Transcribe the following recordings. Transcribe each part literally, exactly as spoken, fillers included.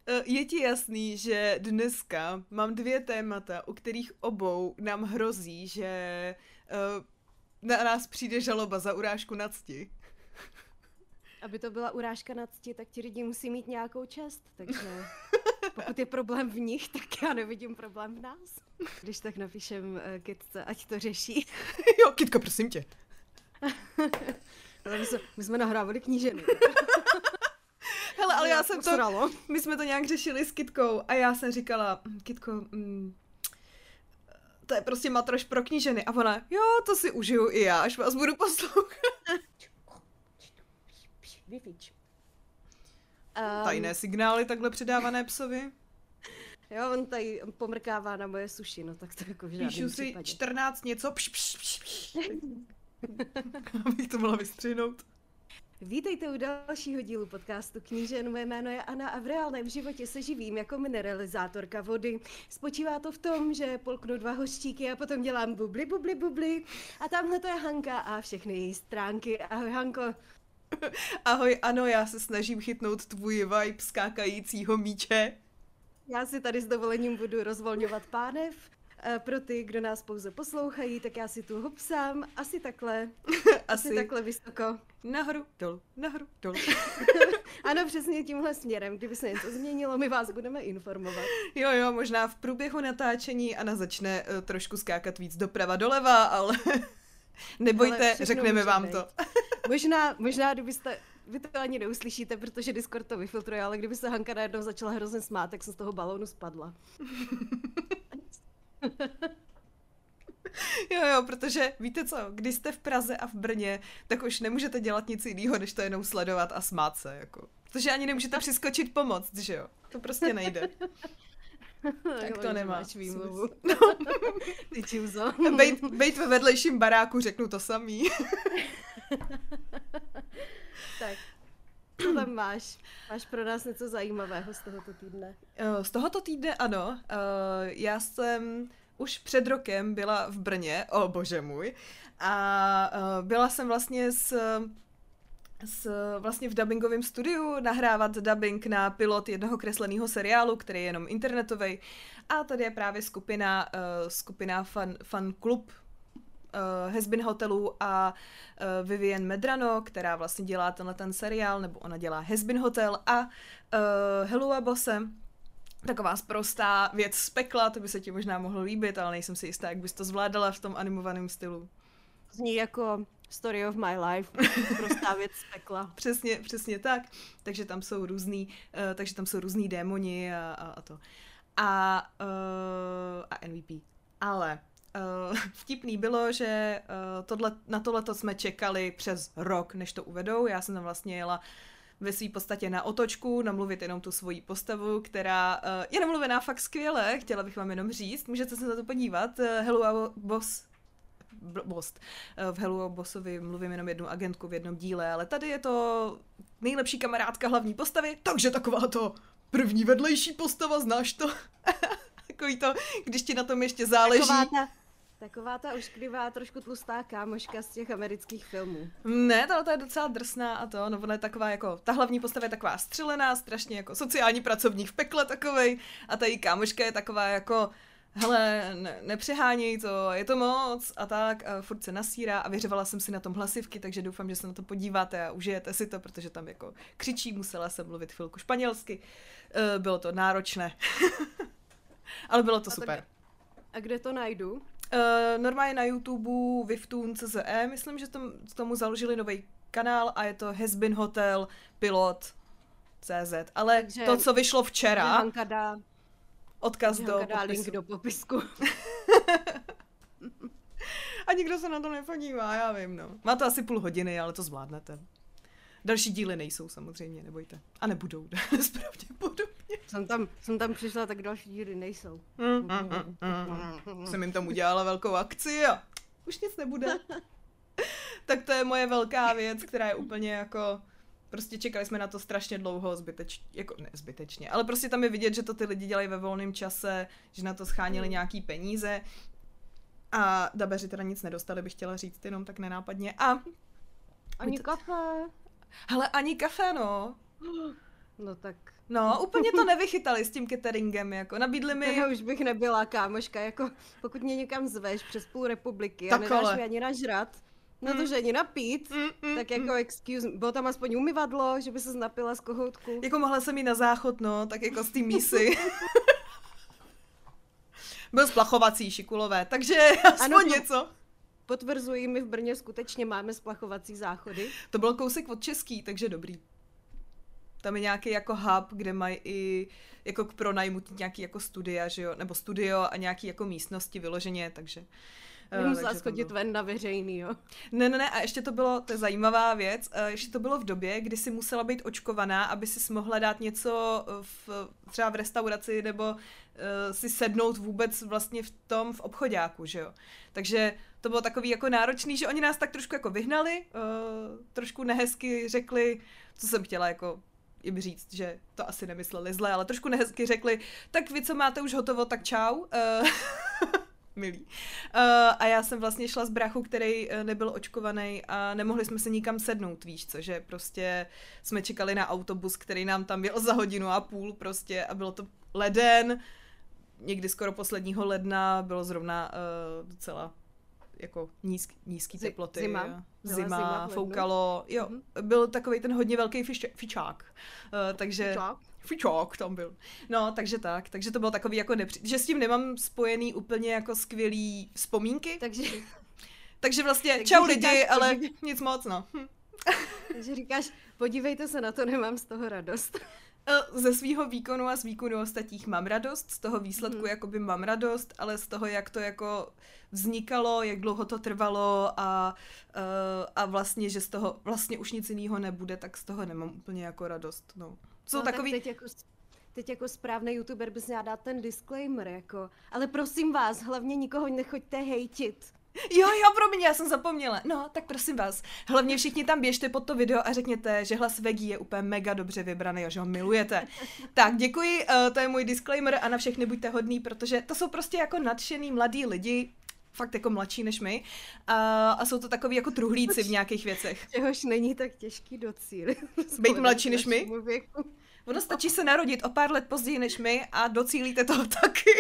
Je ti jasný, že dneska mám dvě témata, u kterých obou nám hrozí, že uh, na nás přijde žaloba za urážku na cti. Aby to byla urážka na cti, tak ti lidi musí mít nějakou čest, takže pokud je problém v nich, tak já nevidím problém v nás. Když tak napíšem uh, Kytce, ať to řeší. Jo, Kytko, prosím tě. my, jsme, my jsme nahrávali kníženy. Hele, ale já jsem to, my jsme to nějak řešili s Kytkou a já jsem říkala, Kytko, mm, to je prostě matroš pro kníženy. A ona, jo, to si užiju i já, až vás budu poslouchat. Vyfič. Tajné signály takhle předávané psovi. Jo, on tady pomrkává na moje suši, no tak to jako v žádném Píšu si případě. čtrnáct něco, pš, pš, pš, pš. Abych to mohla vystřihnout. Vítejte u dalšího dílu podcastu Knížen. Moje jméno je Anna a v reálném životě se živím jako mineralizátorka vody. Spočívá to v tom, že polknu dva hořčíky a potom dělám bubly, bubly, bubly. A tamhle to je Hanka a všechny její stránky. Ahoj Hanko. Ahoj, ano, já se snažím chytnout tvůj vibe skákajícího míče. Já si tady s dovolením budu rozvolňovat pánev. Pro ty, kdo nás pouze poslouchají, tak já si tu hopsám asi takhle, asi, asi takhle vysoko. Nahoru, dolů, nahoru, dolů. Ano, přesně tímhle směrem. Kdyby se něco změnilo, my vás budeme informovat. Jo, jo, možná v průběhu natáčení Anna začne uh, trošku skákat víc doprava, doleva, ale nebojte, řekneme vám být. to. možná, možná, kdybyste... Vy to ani neuslyšíte, protože Discord to vyfiltruje, ale kdyby se Hanka najednou začala hrozně smát, tak jsem z toho balónu spadla. Jo, jo, protože víte co, když jste v Praze a v Brně, tak už nemůžete dělat nic jiného, než to jenom sledovat a smát se, jako. Protože ani nemůžete přiskočit pomoct, že jo? To prostě nejde. Tak jo, to nemá. Výmluvu. Ty čuzo. Bejt, bejt ve vedlejším baráku, řeknu to samý. Tak. Co tam máš? Máš pro nás něco zajímavého z tohoto týdne? Z tohoto týdne ano. Já jsem už před rokem byla v Brně, o oh, bože můj, a byla jsem vlastně s, s vlastně v dubbingovém studiu nahrávat dubbing na pilot jednoho kresleného seriálu, který je jenom internetový. A tady je právě skupina, skupina fan, fan klub Uh, Hezbin Hotelu a uh, Vivian Medrano, která vlastně dělá tenhle ten seriál, nebo ona dělá Hezbin Hotel a uh, Hello Bosse. Taková sprostá věc z pekla, to by se ti možná mohlo líbit, ale nejsem si jistá, jak bys to zvládala v tom animovaném stylu. Zní jako story of my life, prostá věc z pekla. Přesně, přesně tak, takže tam jsou různý, uh, takže tam jsou různý démoni a, a, a to. A, uh, a N V P. Ale Uh, vtipný bylo, že uh, tohle, na tohleto jsme čekali přes rok, než to uvedou. Já jsem tam vlastně jela ve své podstatě na otočku, namluvit jenom tu svoji postavu, která uh, je namluvená fakt skvěle, chtěla bych vám jenom říct, můžete se na to podívat. Uh, Hello Boss, Boss. Uh, v Hello Bossovi mluvím jenom jednu agentku v jednom díle, ale tady je to nejlepší kamarádka hlavní postavy, takže taková to první vedlejší postava, znáš to? Takový to, když ti na tom ještě záleží. Taková ta, taková ta ošklivá, trošku tlustá kámoška z těch amerických filmů. Ne, ale to je docela drsná a to, no ona je taková jako, ta hlavní postava je taková střelená, strašně jako sociální pracovník v pekle takovej a ta její kámoška je taková jako, hele, ne, nepřeháněj to, je to moc a tak a furt se nasírá a vyřevala jsem si na tom hlasivky, takže doufám, že se na to podíváte a užijete si to, protože tam jako křičí, musela jsem mluvit chvilku španělsky, e, bylo to náročné. Ale bylo to a super. Tak, a kde to najdu? Uh, normálně na YouTube Wiftoon tečka cé e, myslím, že tom, tomu založili nový kanál a je to Hezbin Hotel Pilot tečka cé zet. Ale takže, to, co vyšlo včera, Hanka dá, odkaz do Hanka dá link do popisku. A nikdo se na to nepodívá, já vím, no. Má to asi půl hodiny, ale to zvládnete. Další díly nejsou samozřejmě, nebojte. A nebudou, pravděpodobně. Jsem tam, jsem tam přišla, tak další díly nejsou. Mm, mm, mm, mm. Jsem jim tam udělala velkou akci a už nic nebude. Tak to je moje velká věc, která je úplně jako... Prostě čekali jsme na to strašně dlouho, zbytečně, jako ne zbytečně, ale prostě tam je vidět, že to ty lidi dělají ve volném čase, že na to schánili nějaký peníze a dabeři teda nic nedostali, bych chtěla říct, jenom tak nenápadně. A... Ani kafe. Hele, ani kafe, no. No tak... No, úplně to nevychytali s tím cateringem, jako nabídli mi... Já už bych nebyla kámoška, jako pokud mě někam zveš přes půl republiky tak a nedáš ale. mi ani nažrat, no to, Mm. že ani napít, Mm, mm, tak jako excuse, bylo tam aspoň umyvadlo, že by se napila z kohoutku. Jako mohla jsem jít na záchod, no, tak jako z té mísy. Byl splachovací šikulové, takže aspoň Ano, něco. Potvrzuji, my v Brně skutečně máme splachovací záchody. To byl kousek od český, takže dobrý. Tam je nějaký jako hub, kde mají i jako k pronajmutí nějaký jako studia, že jo, nebo studio a nějaký jako místnosti vyloženě, takže... Nemusela schodit ven na veřejný, jo. Ne, ne, ne, a ještě to bylo, to je zajímavá věc, ještě to bylo v době, kdy si musela být očkovaná, aby si mohla dát něco v, třeba v restauraci, nebo uh, si sednout vůbec vlastně v tom, v obchoďáku, že jo. Takže to bylo takový jako náročný, že oni nás tak trošku jako vyhnali, uh, trošku nehezky řekli, co jsem chtěla jako jim říct, že to asi nemysleli zle, ale trošku nehezky řekli, tak vy, co máte už hotovo, tak čau. Uh, milý. Uh, a já jsem vlastně šla s bráchou, který uh, nebyl očkovaný a nemohli jsme se nikam sednout, víš co, že prostě jsme čekali na autobus, který nám tam byl za hodinu a půl prostě a bylo to leden, někdy skoro posledního ledna, bylo zrovna uh, docela jako nízk, nízký teploty. Zima. Zima, zima foukalo, jo, mm-hmm. byl takový ten hodně velký fiš, fičák, uh, takže... Fičák? Fičák tam byl. No, takže tak, takže to bylo takový jako nepří... že s tím nemám spojený úplně jako skvělý vzpomínky. Takže... Takže vlastně takže čau říkáš, lidi, ale podívej... nic moc, no. Hm. Takže říkáš, podívejte se na to, nemám z toho radost. Ze svýho výkonu a z výkonu ostatních mám radost, z toho výsledku hmm. jakoby mám radost, ale z toho, jak to jako vznikalo, jak dlouho to trvalo a, uh, a vlastně, že z toho vlastně už nic jiného nebude, tak z toho nemám úplně jako radost, no. Jsou no, takový... tak teď jako, teď jako správný youtuber bys měla dát ten disclaimer, jako, ale prosím vás, hlavně nikoho nechoďte hejtit. Jo, jo, promiň, já jsem zapomněla. No, tak prosím vás, hlavně všichni tam běžte pod to video a řekněte, že hlas Veggie je úplně mega dobře vybraný a že ho milujete. Tak, děkuji, uh, to je můj disclaimer a na všechny buďte hodný, protože to jsou prostě jako nadšený mladí lidi, fakt jako mladší než my a, a jsou to takový jako truhlíci v nějakých věcech. Čehož není tak těžký docílit. Být mladší než my? Věku. Ono stačí se narodit o pár let později než my a docílíte toho taky.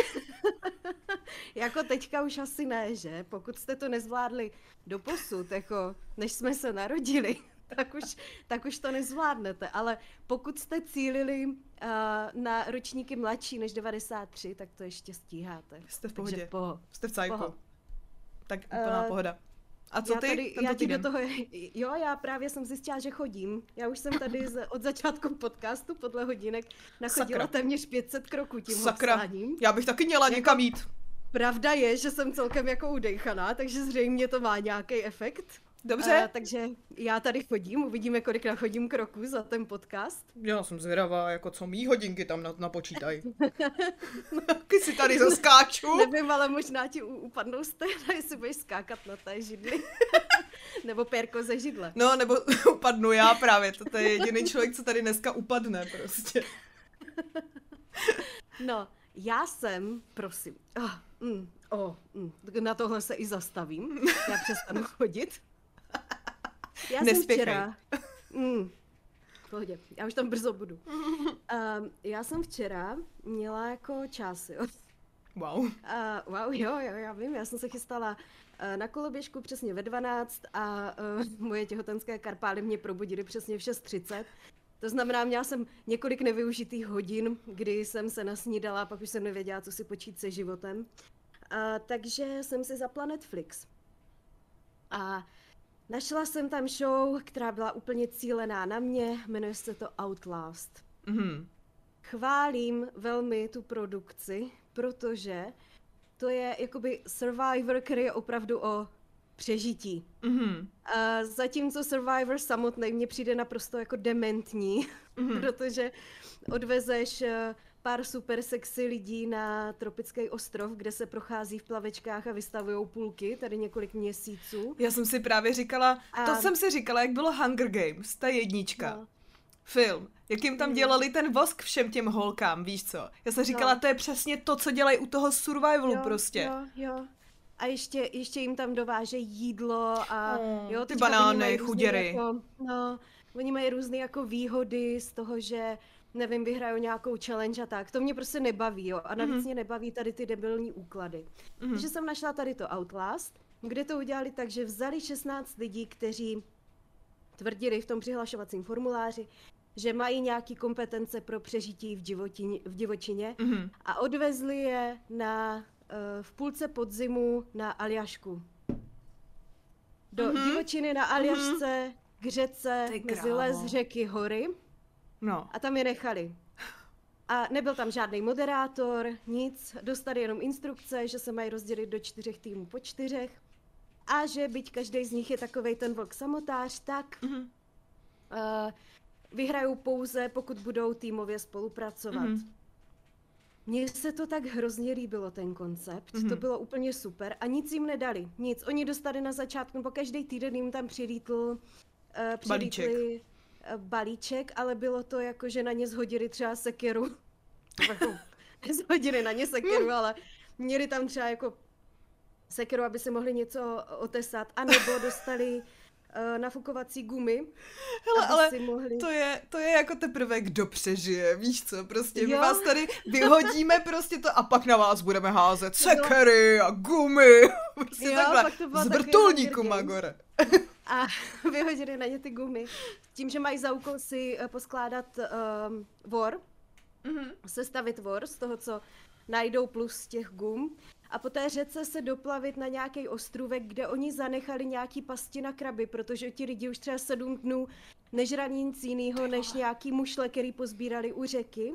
Jako teďka už asi ne, že? Pokud jste to nezvládli doposud, jako než jsme se narodili, tak už, tak už to nezvládnete. Ale pokud jste cílili uh, na ročníky mladší než devadesát tři, tak to ještě stíháte. Jste v pohodě. Po, jste v cajku. Poho. Tak úplná uh, pohoda. A co já ty? Tady, já ti do toho, jo, já právě jsem zjistila, že chodím. Já už jsem tady z, od začátku podcastu podle hodinek nachodila Sakra. téměř pět set kroků tím Sakra. hopsáním. Já bych taky měla jako, někam jít. Pravda je, že jsem celkem jako udejchaná, takže zřejmě to má nějaký efekt. Dobře. Uh, takže já tady chodím, uvidíme, kolik nachodím kroků za ten podcast. Já jsem zvědavá, jako co mý hodinky tam napočítají. Taky si tady zaskáču. Nevím, ale možná ti upadnou stejna, jestli budeš skákat na té židli. Nebo pérko ze židle. No, nebo upadnu já právě, to je jediný člověk, co tady dneska upadne prostě. No, já jsem, prosím, oh, mm, oh, mm, na tohle se i zastavím, já přestanu chodit. Já jsem včera, mm, pohodě, já už tam brzo budu. Um, já jsem včera měla jako čas, jo. Wow. Uh, wow, jo, jo, já vím, já jsem se chystala uh, na koloběžku přesně ve dvanáct a uh, moje těhotenské karpály mě probudily přesně v šest třicet. To znamená, měla jsem několik nevyužitých hodin, kdy jsem se nasnídala, pak už jsem nevěděla, co si počít se životem. Uh, takže jsem si zapla Netflix. A našla jsem tam show, která byla úplně cílená na mě, jmenuje se to Outlast. Mm-hmm. Chválím velmi tu produkci, protože to je jakoby Survivor, který je opravdu o přežití. Mm-hmm. A zatímco Survivor samotný mně přijde naprosto jako dementní, mm-hmm. protože odvezeš pár super sexy lidí na tropický ostrov, kde se prochází v plavečkách a vystavujou půlky, tady několik měsíců. Já jsem si právě říkala, a... to jsem si říkala, jak bylo Hunger Games, ta jednička. No. Film. Jak jim tam dělali ten vosk všem těm holkám, víš co? Já jsem říkala, no. To je přesně to, co dělají u toho survivalu jo, prostě. Jo, jo. A ještě, ještě jim tam dovážejí jídlo a oh, jo, ty banány, chuděry. Jako, no, oni mají různé jako výhody z toho, že nevím, vyhrajou nějakou challenge a tak. To mě prostě nebaví, jo. A navíc Mhm. mě nebaví tady ty debilní úklady. Mhm. Takže jsem našla tady to Outlast, kde to udělali tak, že vzali šestnáct lidí, kteří tvrdili v tom přihlašovacím formuláři, že mají nějaké kompetence pro přežití v, divotině, v divočině Mhm. a odvezli je na, uh, v půlce podzimu na Aljašku. Do Mhm. divočiny na Aljašce, k řece, Ty mezi krávo. les, řeky, hory No. a tam je nechali. A nebyl tam žádný moderátor, nic, dostali jenom instrukce, že se mají rozdělit do čtyřech týmů po čtyřech a že byť každý z nich je takovej ten vlk samotář, tak Mhm. uh, vyhrajou pouze, pokud budou týmově spolupracovat. Mhm. Mně se to tak hrozně líbilo, ten koncept, Mhm. to bylo úplně super a nic jim nedali, nic. Oni dostali na začátku, po každý týden jim tam přilítl, uh, Balíček. přilítli uh, balíček, ale bylo to jako, že na ně zhodili třeba sekeru. Zhodili na ně sekeru, ale měli tam třeba jako sekeru, aby se mohli něco otesat, a nebo dostali uh, nafukovací gumy, Hele, aby ale si mohli... to je, to je jako teprve kdo přežije, víš co, prostě my Jo. vás tady vyhodíme prostě to a pak na vás budeme házet To bylo- sekery a gumy, prostě Jo, takhle, pak to bylo z takový vrtulníku, Hunger Games. Magore. A vyhodili na ně ty gumy. Tím, že mají za úkol si eh, poskládat um, vor, Mhm. sestavit vor z toho, co najdou plus těch gum. A po té řece se doplavit na nějaký ostrůvek, kde oni zanechali nějaký pasti na kraby, protože ti lidi už třeba sedm dnů nežrali nic jinýho, než nějaký mušle, který pozbírali u řeky.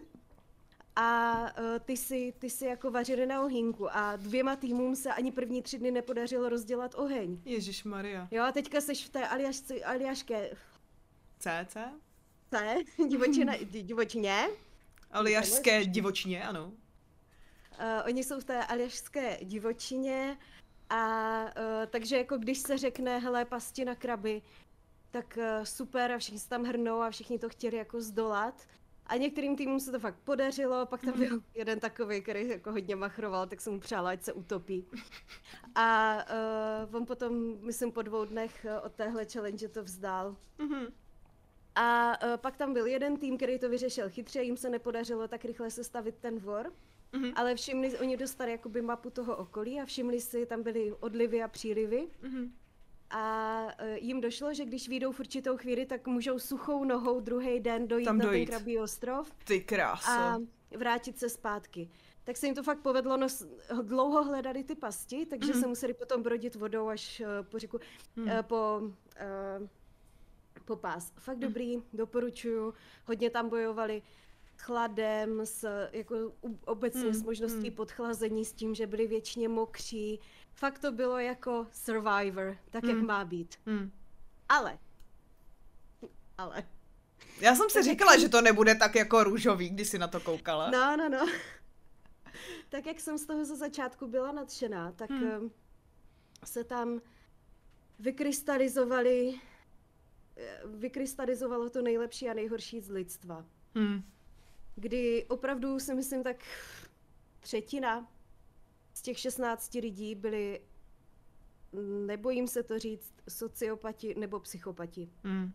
A uh, ty, si, ty si jako vařili na ohýnku a dvěma týmům se ani první tři dny nepodařilo rozdělat oheň. Ježišmarja. Jo, a teďka seš v té Aljašce, Aljašké, C C? ne, divočina, di- divočině. Aljašské divočině, ano. Uh, oni jsou v té aljašské divočině a uh, takže jako když se řekne, hele, pasti na kraby, tak uh, super a všichni se tam hrnou a všichni to chtěli jako zdolat. A některým týmům se to fakt podařilo, pak tam byl jeden takový, který jako hodně machroval, tak jsem mu přála, ať se utopí. A uh, on potom, myslím, po dvou dnech uh, od téhle challenge to vzdál. Mhm. A uh, pak tam byl jeden tým, který to vyřešil chytře, jim se nepodařilo tak rychle sestavit ten vor, Mhm. ale všimli, oni dostali jakoby mapu toho okolí a všimli si, tam byly odlivy a přílivy. Mhm. A uh, jim došlo, že když vyjdou v určitou chvíli, tak můžou suchou nohou druhý den dojít Tam na dojít. ten Krabí ostrov Ty kráso. a vrátit se zpátky. Tak se jim to fakt povedlo, no s- dlouho hledali ty pasti, takže Mhm. se museli potom brodit vodou až uh, po řeku, Mhm. uh, po, uh, po pás. Fakt dobrý, doporučuju. Hodně tam bojovali chladem, s, jako u- obecně Mhm, s možností mhm. podchlazení, s tím, že byli většině mokří. Fakt to bylo jako Survivor, tak jak Mhm. má být. Hm. Ale, ale, Já jsem si říkala, že to nebude tak jako růžový, když jsi na to koukala. no, no, no. Tak jak jsem z toho ze začátku byla nadšená, tak Hmm. hmm. se tam vykrystalizovali, eh, vykrystalizovalo to nejlepší a nejhorší z lidstva. Hm. Kdy opravdu si myslím tak třetina z těch šestnácti lidí byli, nebojím se to říct, sociopati nebo psychopati. Hm.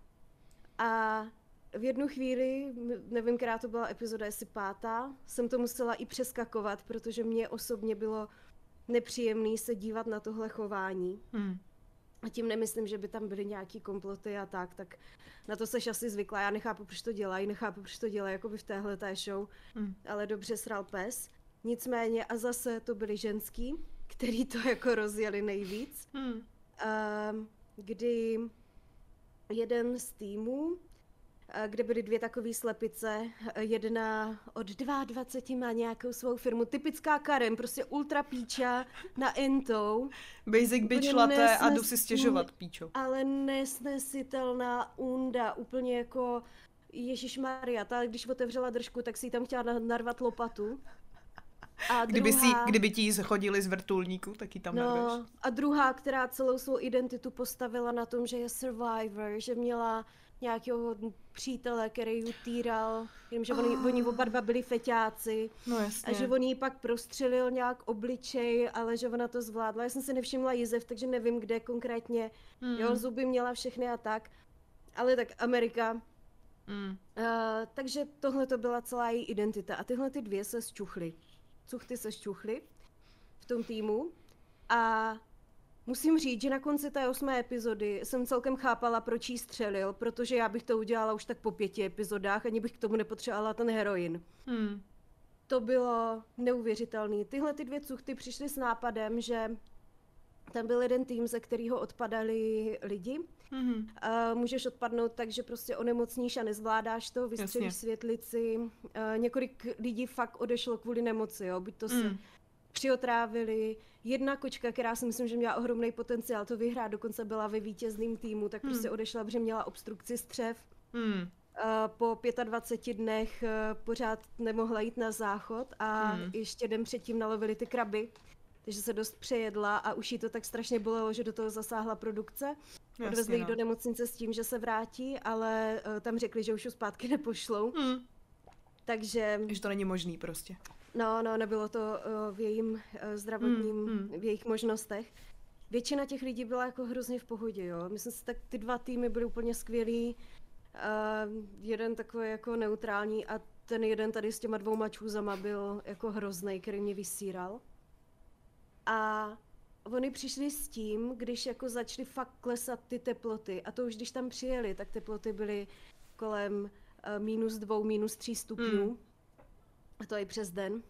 A v jednu chvíli, m- nevím, která to byla epizoda, jestli pátá, jsem to musela i přeskakovat, protože mě osobně bylo nepříjemné se dívat na tohle chování. Hm. A tím nemyslím, že by tam byly nějaký komploty a tak, tak na to seš asi zvyklá. Já nechápu, proč to dělají, nechápu, proč to dělají, jako by v téhle té show, Hm. ale dobře sral pes. Nicméně a zase to byli ženský, který to jako rozjeli nejvíc. Hm. Ehm, kdy jeden z týmů, eh, kde byly dvě takové slepice, eh, jedna od dvacet dva má nějakou svou firmu, typická Karen, prostě ultra píča na entou, Basic bitch Úplně latte a jdu nesmysl- si stěžovat, píčo. ale nesnesitelná unda, úplně jako Ježišmarja, ta když otevřela držku, tak si jí tam chtěla na- narvat lopatu. A Kdyby, si, druhá- kdyby ti schodili z vrtulníku, tak ji tam narveš. No, a druhá, která celou svou identitu postavila na tom, že je survivor, že měla nějakého přítele, který ji týral, jenomže oni, Ah. oni oba dva byli feťáci No a jasně. že on jí pak prostřelil nějak obličej, ale že ona to zvládla. Já jsem si nevšimla jizev, takže nevím, kde konkrétně. Hmm. Jo, zuby měla všechny a tak. Ale tak Amerika, Mm. Uh, takže tohle to byla celá její identita. A tyhle ty dvě se zčuchly. Cuchty se zčuchly v tom týmu. A musím říct, že na konci té osmé epizody jsem celkem chápala, proč jí střelil, protože já bych to udělala už tak po pěti epizodách, ani bych k tomu nepotřebovala ten heroin. Mm. To bylo neuvěřitelné. Tyhle ty dvě cuchty přišly s nápadem, že tam byl jeden tým, ze kterého odpadali lidi. Mm-hmm. Uh, můžeš odpadnout tak, že prostě onemocníš a nezvládáš to, vystřelíš Jasně. světlici. Uh, několik lidí fakt odešlo kvůli nemoci, jo. Buď to Mm. se přiotrávili. Jedna kočka, která si myslím, že měla ohromný potenciál to vyhrát, dokonce byla ve vítězném týmu, tak Mm. prostě odešla, protože měla obstrukci střev. Mm. Uh, po dvaceti pěti dnech uh, pořád nemohla jít na záchod a Mm. ještě den předtím nalovili ty kraby, takže se dost přejedla a už jí to tak strašně bolelo, že do toho zasáhla produkce. Odvezli ji no. do nemocnice s tím, že se vrátí, ale uh, tam řekli, že už ji zpátky nepošlou. Mm. Takže, Že to není možný prostě. no, no, nebylo to uh, v jejím uh, zdravotním, Mm, mm. v jejich možnostech. Většina těch lidí byla jako hrozně v pohodě, jo. Myslím si, tak ty dva týmy byly úplně skvělý. Uh, jeden takový jako neutrální a ten jeden tady s těma dvouma čůzama byl jako hroznej, který mě vysíral. A oni přišli s tím, když jako začaly fakt klesat ty teploty a to už když tam přijeli, tak teploty byly kolem uh, minus dvou, minus tří stupňů. Mm. A to i přes den.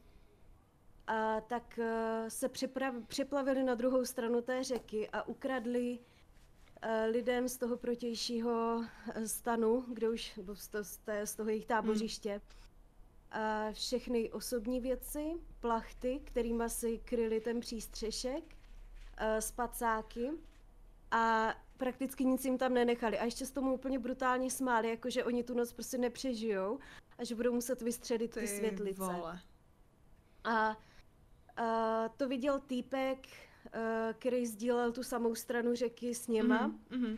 A tak uh, se přeprav- přeplavili na druhou stranu té řeky a ukradli uh, lidem z toho protějšího uh, stanu, kde už nebo z, to, z, té, z toho jejich tábořiště, uh, všechny osobní věci, plachty, kterýma si kryli ten přístřešek, uh, spacáky a prakticky nic jim tam nenechali. A ještě s tomu úplně brutálně smáli, jakože oni tu noc prostě nepřežijou a že budou muset vystřelit ty, ty světlice. Vole. A uh, to viděl týpek, uh, který sdílel tu samou stranu řeky s něma. Mm-hmm.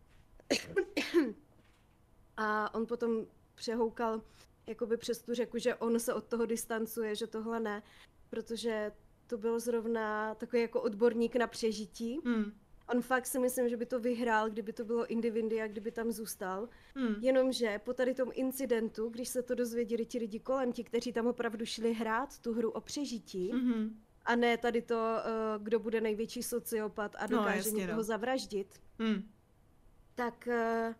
A on potom přehoukal jakoby přes tu řeku, že on se od toho distancuje, že tohle ne, protože to byl zrovna takový jako odborník na přežití. Mm. On fakt si myslím, že by to vyhrál, kdyby to bylo Indivindy a kdyby tam zůstal. Mm. Jenomže po tady tom incidentu, když se to dozvěděli ti lidi kolem, ti, kteří tam opravdu šli hrát tu hru o přežití, Mm-hmm. a ne tady to, uh, kdo bude největší sociopat a dokáže No, jasně, někoho no. zavraždit, Mm. tak uh,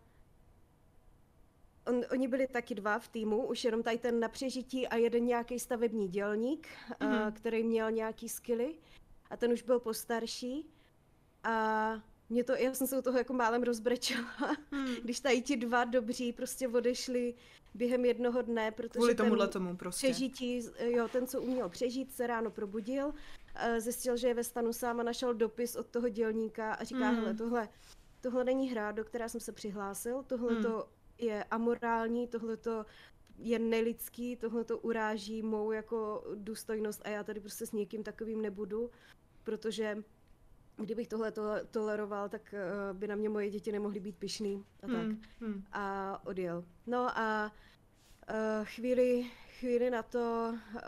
on, oni byli taky dva v týmu, už jenom tady ten na přežití a jeden nějaký stavební dělník, Mhm. uh, který měl nějaký skilly a ten už byl postarší a mě to, já jsem se u toho jako málem rozbrečela, Mm. když tady ti dva dobří prostě odešli během jednoho dne, protože Kvůli ten tomuhle tomu prostě. přežití, jo, ten, co uměl přežít, se ráno probudil, eh, zjistil, že je ve stanu sám a našel dopis od toho dělníka a říká, Mm. hele, tohle, tohle není hra, do které jsem se přihlásil, tohle Mm. to je amorální, tohle to je nelidský, tohle to uráží mou jako důstojnost a já tady prostě s někým takovým nebudu, protože kdybych tohle to toleroval, tak uh, by na mě moje děti nemohly být pyšný a tak. Mm. Mm. A odjel. No a uh, chvíli, chvíli na to uh,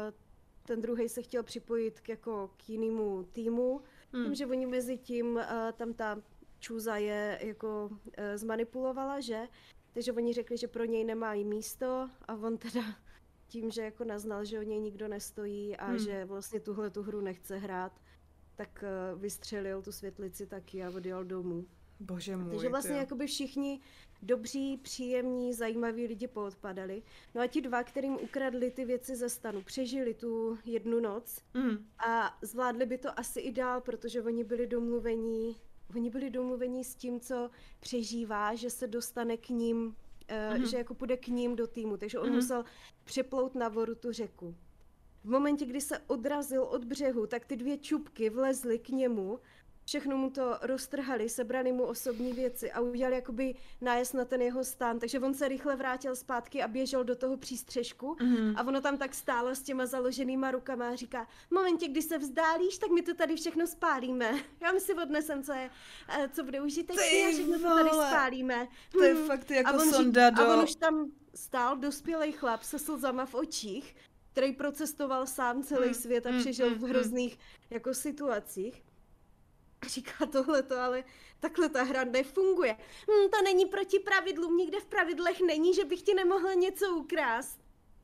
ten druhý se chtěl připojit k, jako, k jinému týmu, Mm. tím, že oni mezi tím uh, tam ta čůza je jako uh, zmanipulovala, že? Takže oni řekli, že pro něj nemají místo a on teda tím, že jako naznal, že o něj nikdo nestojí a Hmm. že vlastně tuhle tu hru nechce hrát, tak uh, vystřelil tu světlici taky a odjel domů. Bože můj, Takže vlastně tyjo. jakoby všichni dobří, příjemní, zajímaví lidi poodpadali. No a ti dva, kterým ukradli ty věci ze stanu, přežili tu jednu noc Mm. a zvládli by to asi i dál, protože oni byli domluvení, oni byli domluvení s tím, co přežívá, že se dostane k ním, uh, Mhm. že jako půjde k ním do týmu, takže on Mhm. musel přeplout na voru tu řeku. V momentě, kdy se odrazil od břehu, tak ty dvě čupky vlezly k němu, všechno mu to roztrhali, sebrali mu osobní věci a udělali jakoby nájezd na ten jeho stan, takže on se rychle vrátil zpátky a běžel do toho přístřešku Mhm. a ono tam tak stálo s těma založenýma rukama a říká, v momentě, kdy se vzdálíš, tak my to tady všechno spálíme. Já my si odnesem, co je, eh, co bude užitečné a všechno to tady vole. spálíme. To je Hmm. fakt A jako on, sonda řík, do... a on už tam stál dospělej chlap se slzama v očích, který procestoval sám celý Hmm, svět a hmm, přežil hmm, v hrozných jako situacích. Říká tohleto, ale takhle ta hra nefunguje. Hm, to není proti pravidlům, nikde v pravidlech není, že bych ti nemohla něco ukrást.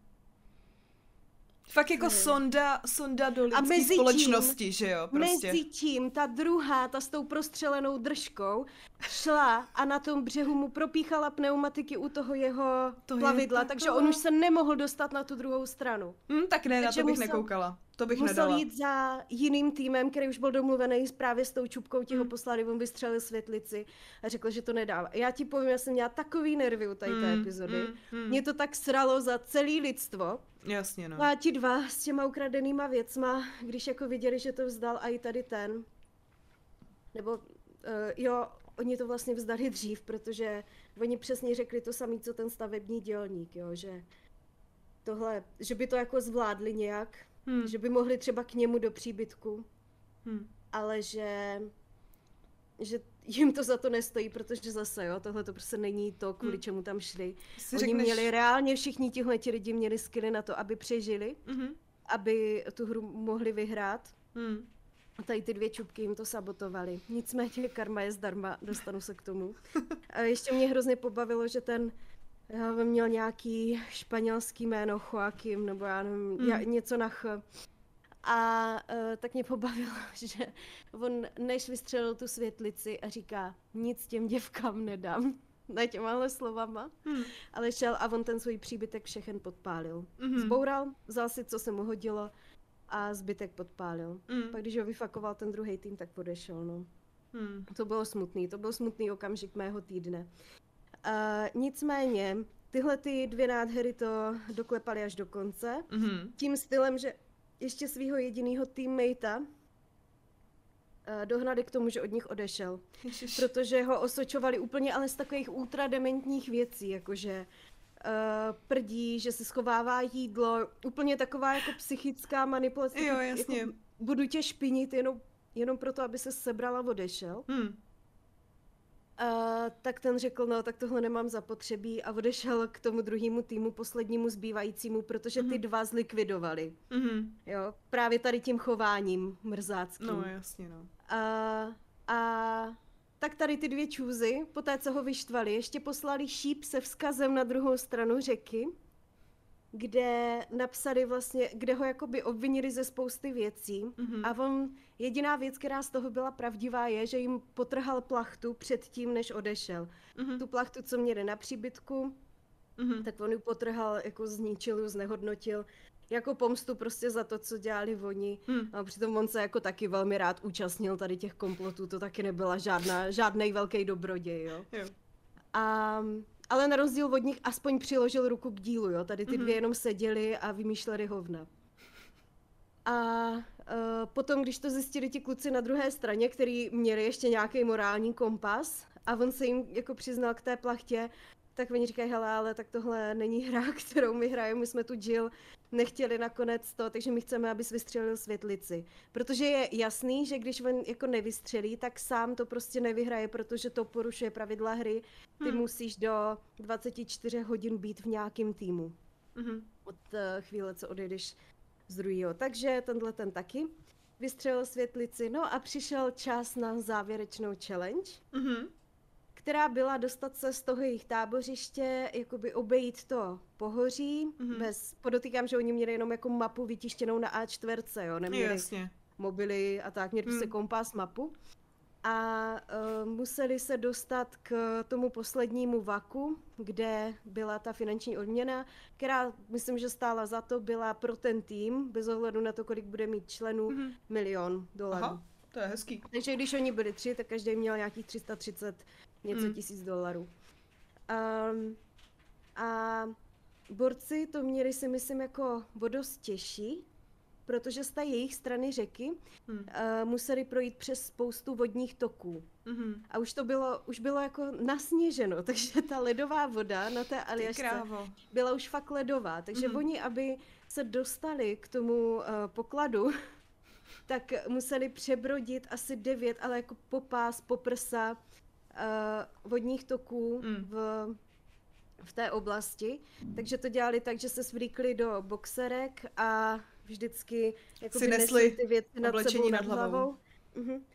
Fakt jako sonda, sonda do lidské společnosti, že jo, prostě. Mezi tím ta druhá, ta s tou prostřelenou držkou, šla a na tom břehu mu propíchala pneumatiky u toho jeho to plavidla, takže on už se nemohl dostat na tu druhou stranu. Hmm, tak ne, takže na to bych musel, nekoukala. To bych musel nedala. Musel jít za jiným týmem, který už byl domluvený právě s tou čupkou, ti ho poslali, on vystřelil světlici a řekl, že to nedá. Já ti povím, já jsem měla takový nervy u tady té hmm, epizody. Hmm, hmm. Mě to tak sralo za celý lidstvo. Jasně, no. A ti dva s těma ukradenýma věcma, když jako viděli, že to vzdal a i tady ten, nebo uh, jo, oni to vlastně vzdali dřív, protože oni přesně řekli to samé, co ten stavební dělník, jo, že tohle, že by to jako zvládli nějak, hmm. že by mohli třeba k němu do příbytku, hmm. ale že, že jim to za to nestojí, protože zase, jo, tohle to prostě není to, kvůli hmm. čemu tam šli. Si Oni řekneš... měli reálně, všichni tihle ti lidi měli skilly na to, aby přežili, mm-hmm. aby tu hru mohli vyhrát. Hmm. A tady ty dvě čupky jim to sabotovaly. Nicméně karma je zdarma, dostanu se k tomu. A ještě mě hrozně pobavilo, že ten já měl nějaký španělský jméno, Joaquim, nebo já nevím, hmm. já, něco na ch. A uh, tak mě pobavilo, že on než vystřelil tu světlici a říká, nic těm děvkám nedám, na těmahle slovama, hmm. ale šel a on ten svůj příbytek všechen podpálil. Hmm. Zboural, vzal si, co se mu hodilo a zbytek podpálil. Hmm. Pak když ho vyfakoval ten druhý tým, tak odešel, no. Hmm. To bylo smutný, to byl smutný okamžik mého týdne. Uh, nicméně, tyhle ty dvě nádhery to doklepaly až do konce, hmm. tím stylem, že ještě svýho jedinýho teammatea uh, dohnali k tomu, že od nich odešel. Ježiš. Protože ho osočovali úplně ale z takových ultradementních věcí, jakože uh, prdí, že se schovává jídlo, úplně taková jako psychická manipulace. Jo, jasně. Jako, budu tě špinit jenom, jenom proto, aby se sebral a odešel. Hmm. Uh, tak ten řekl, no tak tohle nemám zapotřebí a odešel k tomu druhému týmu, poslednímu zbývajícímu, protože ty mm-hmm. dva zlikvidovali. Mm-hmm. Jo, právě tady tím chováním mrzáckým. No, jasně, no. Uh, a tak tady ty dvě čůzy, poté co ho vyštvali, ještě poslali šíp se vzkazem na druhou stranu řeky, kde napsali vlastně, kde ho jakoby obvinili ze spousty věcí mm-hmm. a on, jediná věc, která z toho byla pravdivá, je, že jim potrhal plachtu před tím, než odešel. Mm-hmm. Tu plachtu, co měli na příbytku, mm-hmm. tak on ji potrhal, jako zničil ju, znehodnotil, jako pomstu prostě za to, co dělali oni. Mm. A přitom on se jako taky velmi rád účastnil tady těch komplotů, to taky nebyla žádná, žádnej velký dobroděj, jo. jo. A... Ale na rozdíl od nich aspoň přiložil ruku k dílu, jo. Tady ty dvě jenom seděli a vymýšleli hovna. A uh, potom, když to zjistili ti kluci na druhé straně, který měli ještě nějaký morální kompas a on se jim jako přiznal k té plachtě, tak oni říkají, hele, ale tak tohle není hra, kterou my hrajeme, my jsme tu Jill nechtěli nakonec to, takže my chceme, abys vystřelil světlici. Protože je jasný, že když on jako nevystřelí, tak sám to prostě nevyhraje, protože to porušuje pravidla hry. Ty hmm. musíš do dvacet čtyři hodin být v nějakém týmu. Hmm. Od uh, chvíle, co odejdeš z druhého. Takže tenhle ten taky vystřelil světlici. No a přišel čas na závěrečnou challenge. Hmm. která byla dostat se z toho jejich tábořiště, jakoby obejít to pohoří, mm-hmm. bez, podotýkám, že oni měli jenom jako mapu vytištěnou na á čtyři, jo, neměli Jasně. mobily a tak, měli mm. prostě kompas, mapu. A uh, museli se dostat k tomu poslednímu vaku, kde byla ta finanční odměna, která, myslím, že stála za to, byla pro ten tým, bez ohledu na to, kolik bude mít členů, mm-hmm. milion dolarů. Aha, to je hezký. Takže když oni byli tři, tak každý měl nějakých tři sta třicet něco mm. tisíc dolarů. Um, a borci to měli si myslím jako o dost těžší, protože z té jejich strany řeky mm. uh, museli projít přes spoustu vodních toků. Mm-hmm. A už to bylo, už bylo jako nasněženo, takže ta ledová voda na té Aljašce byla už fakt ledová. Takže mm. oni, aby se dostali k tomu uh, pokladu, tak museli přebrodit asi devět, ale jako po pás, po prsa, Uh, vodních toků mm. v, v té oblasti. Takže to dělali tak, že se svlíkli do boxerek a vždycky jako si nesli ty věci nad sebou, nad hlavou. hlavou. Uh-huh.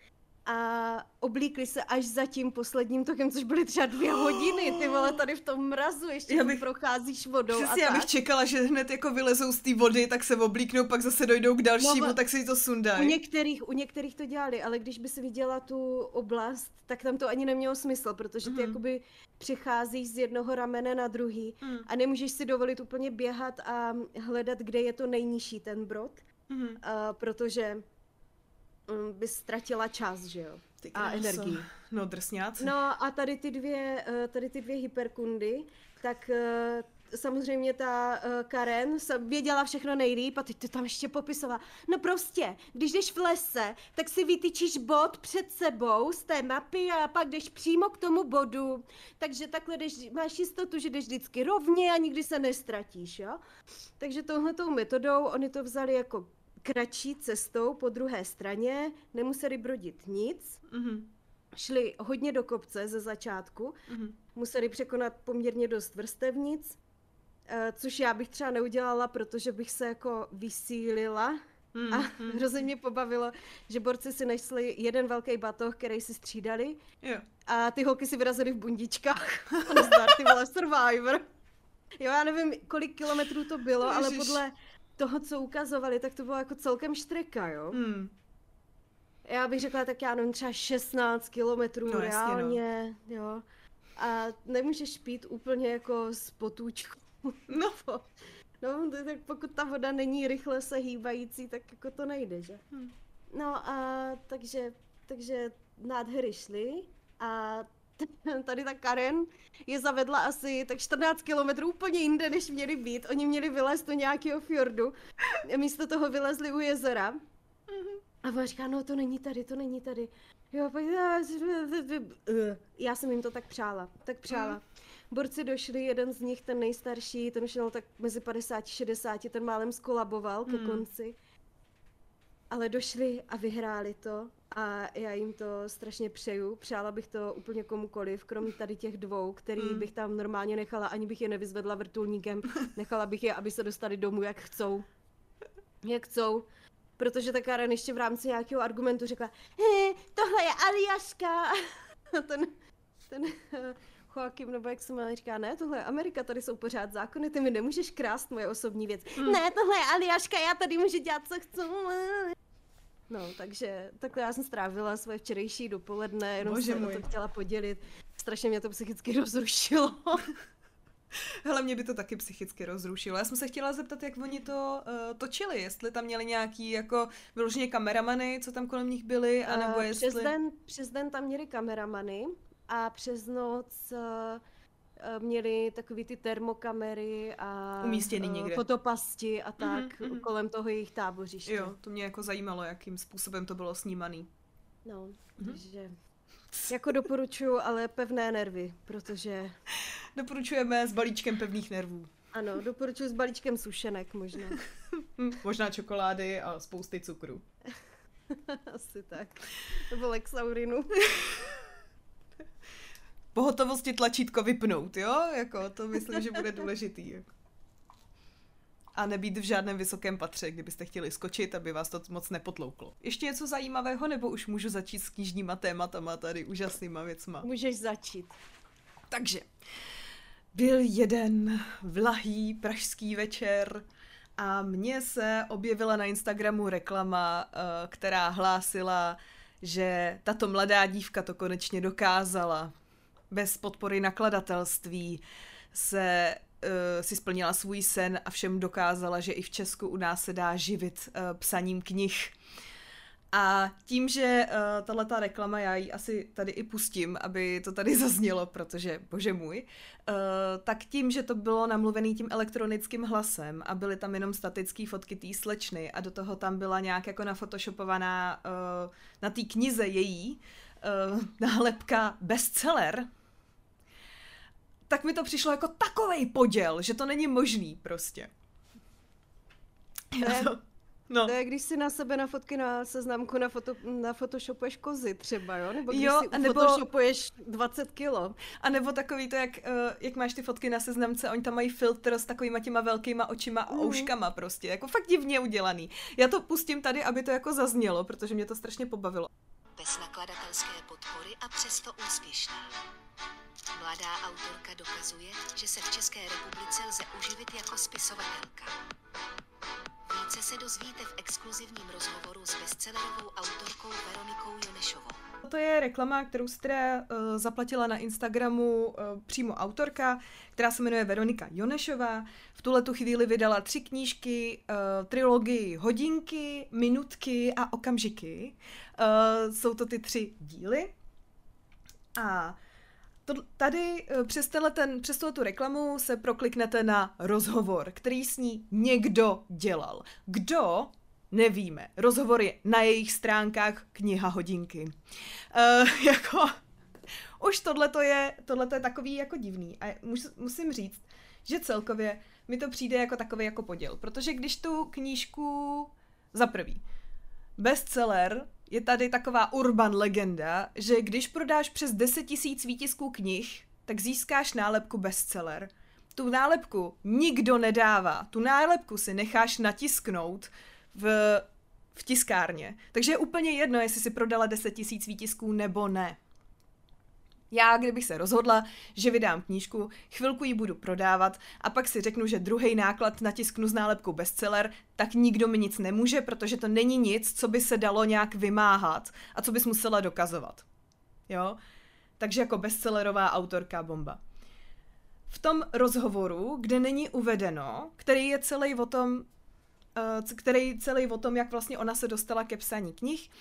a oblíkli se až za tím posledním tokem, což byly třeba dvě hodiny, ty vole, tady v tom mrazu, ještě já bych, procházíš vodou přesně, a já bych tak. čekala, že hned jako vylezou z té vody, tak se oblíknou, pak zase dojdou k dalšímu, no, tak si to sundají. U některých, u některých to dělali, ale když by si viděla tu oblast, tak tam to ani nemělo smysl, protože ty mm. jakoby přecházíš z jednoho ramene na druhý mm. a nemůžeš si dovolit úplně běhat a hledat, kde je to nejnižší ten brod, mm. uh, protože by ztratila čas, že jo? A energii. No, drsňáci. No a tady ty dvě, tady ty dvě hyperkundy, tak samozřejmě ta Karen věděla všechno nejlíp a teď to tam ještě popisovala. No prostě, když jdeš v lese, tak si vytyčíš bod před sebou z té mapy a pak jdeš přímo k tomu bodu. Takže takhle jdeš, máš jistotu, že jdeš vždycky rovně a nikdy se nestratíš, jo? Takže touhletou metodou oni to vzali jako kratší cestou po druhé straně, nemuseli brodit nic, mm-hmm. šli hodně do kopce ze začátku, mm-hmm. museli překonat poměrně dost vrstevnic, což já bych třeba neudělala, protože bych se jako vysílila mm-hmm. a hrozně mě pobavilo, že borci si našli jeden velký batoh, který si střídali yeah. a ty holky si vyrazily v bundičkách. Nazdar, ty vole, Survivor. Jo, já nevím, kolik kilometrů to bylo, Ježiš. Ale podle toho, co ukazovali, tak to bylo jako celkem štreka, jo. Hmm. Já bych řekla, tak já nevím, třeba šestnáct kilometrů no, reálně, jasně, no. Jo. A nemůžeš pít úplně jako z potůčku. No. No, tak pokud ta voda není rychle se hýbající, tak jako to nejde, že? Hmm. No a takže, takže nádhery šly a tady ta Karen je zavedla asi tak čtrnáct kilometrů úplně jinde, než měli být. Oni měli vylézt do nějakého fjordu. Místo toho vylezli u jezera. A ona říká, no to není tady, to není tady. Jo, pak... Já jsem jim to tak přála, tak přála. Borci došli, jeden z nich, ten nejstarší, ten už měl tak mezi padesát a šedesát, ten málem skolaboval ke konci. Ale došli a vyhráli to a já jim to strašně přeju. Přála bych to úplně komukoliv, kromě tady těch dvou, který mm. bych tam normálně nechala, ani bych je nevyzvedla vrtulníkem. Nechala bych je, aby se dostali domů, jak chcou. Jak chcou. Protože ta Karen ještě v rámci nějakého argumentu řekla, he, tohle je Aljaška. A ten, ten Joachim, nebo jak se má říká, ne, tohle je Amerika, tady jsou pořád zákony, ty mi nemůžeš krást moje osobní věc. Mm. Ne, tohle je Aljaška, já tady můžu dělat, co chci. No, takže takhle já jsem strávila svoje včerejší dopoledne, jenom Bože jsem to chtěla podělit. Strašně mě to psychicky rozrušilo. Hele, mě by to taky psychicky rozrušilo. Já jsem se chtěla zeptat, jak oni to uh, točili, jestli tam měli nějaký jako vyloženě kameramany, co tam kolem nich byli, anebo uh, jestli... Přes den, přes den tam měli kameramany a přes noc uh, měli takový ty termokamery a umístěný někde. Fotopasti a tak mm-hmm. kolem toho jejich tábořiště. Jo, to mě jako zajímalo, jakým způsobem to bylo snímaný. No, mm-hmm. takže jako doporučuju, ale pevné nervy, protože... Doporučujeme s balíčkem pevných nervů. Ano, doporučuji s balíčkem sušenek možná. Možná čokolády a spousty cukru. Asi tak. Nebo Lexaurinu. Pohotovosti tlačítko vypnout, jo? Jako, to myslím, že bude důležitý. Jako. A nebýt v žádném vysokém patře, kdybyste chtěli skočit, aby vás to moc nepotlouklo. Ještě něco zajímavého, nebo už můžu začít s knižníma tématama tady, úžasnýma věcma? Můžeš začít. Takže, byl jeden vlahý pražský večer a mně se objevila na Instagramu reklama, která hlásila, že tato mladá dívka to konečně dokázala. Bez podpory nakladatelství se uh, si splnila svůj sen a všem dokázala, že i v Česku u nás se dá živit uh, psaním knih. A tím, že uh, tahleta reklama, já ji asi tady i pustím, aby to tady zaznělo, protože, bože můj, uh, tak tím, že to bylo namluvený tím elektronickým hlasem a byly tam jenom statické fotky té slečny a do toho tam byla nějak jako nafotoshopovaná uh, na té knize její uh, nálepka bestseller, tak mi to přišlo jako takovej poděl, že to není možný prostě. Já to... No. To je, když si na sebe na fotky na seznamku na, foto, na photoshopuješ kozy třeba, jo? Nebo když jo, si nebo... photoshopuješ dvacet kilo. A nebo takový to, jak, uh, jak máš ty fotky na seznamce, oni tam mají filtr s takovýma těma velkýma očima a mm. ouškama prostě, jako fakt divně udělaný. Já to pustím tady, aby to jako zaznělo, protože mě to strašně pobavilo. bez nakladatelské podpory a přesto úspěšná. Mladá autorka dokazuje, že se v České republice lze uživit jako spisovatelka. Více se dozvíte v exkluzivním rozhovoru s bestsellerovou autorkou Veronikou Jonešovou. To je reklama, kterou si teda uh, zaplatila na Instagramu uh, přímo autorka, která se jmenuje Veronika Jonešová. V tuhletu chvíli vydala tři knížky, uh, trilogii Hodinky, Minutky a Okamžiky. Uh, jsou to ty tři díly. A to, tady uh, přes, ten, přes tu reklamu se prokliknete na rozhovor, který s ní někdo dělal. Kdo? Nevíme. Rozhovor je na jejich stránkách Kniha Hodinky. Uh, jako, už tohleto je, tohleto je takový jako divný. A mus, musím říct, že celkově mi to přijde jako takový jako poděl. Protože když tu knížku za prvý, bestseller je tady taková urban legenda, že když prodáš přes deset tisíc výtisků knih, tak získáš nálepku bestseller. Tu nálepku nikdo nedává. Tu nálepku si necháš natisknout v, v tiskárně. Takže je úplně jedno, jestli si prodala deset tisíc výtisků nebo ne. Já, kdybych se rozhodla, že vydám knížku, chvilku ji budu prodávat a pak si řeknu, že druhý náklad natisknu s nálepkou bestseller, tak nikdo mi nic nemůže, protože to není nic, co by se dalo nějak vymáhat a co bys musela dokazovat. Jo? Takže jako bestsellerová autorka bomba. V tom rozhovoru, kde není uvedeno, který je celý o tom, který celý o tom, jak vlastně ona se dostala ke psaní knih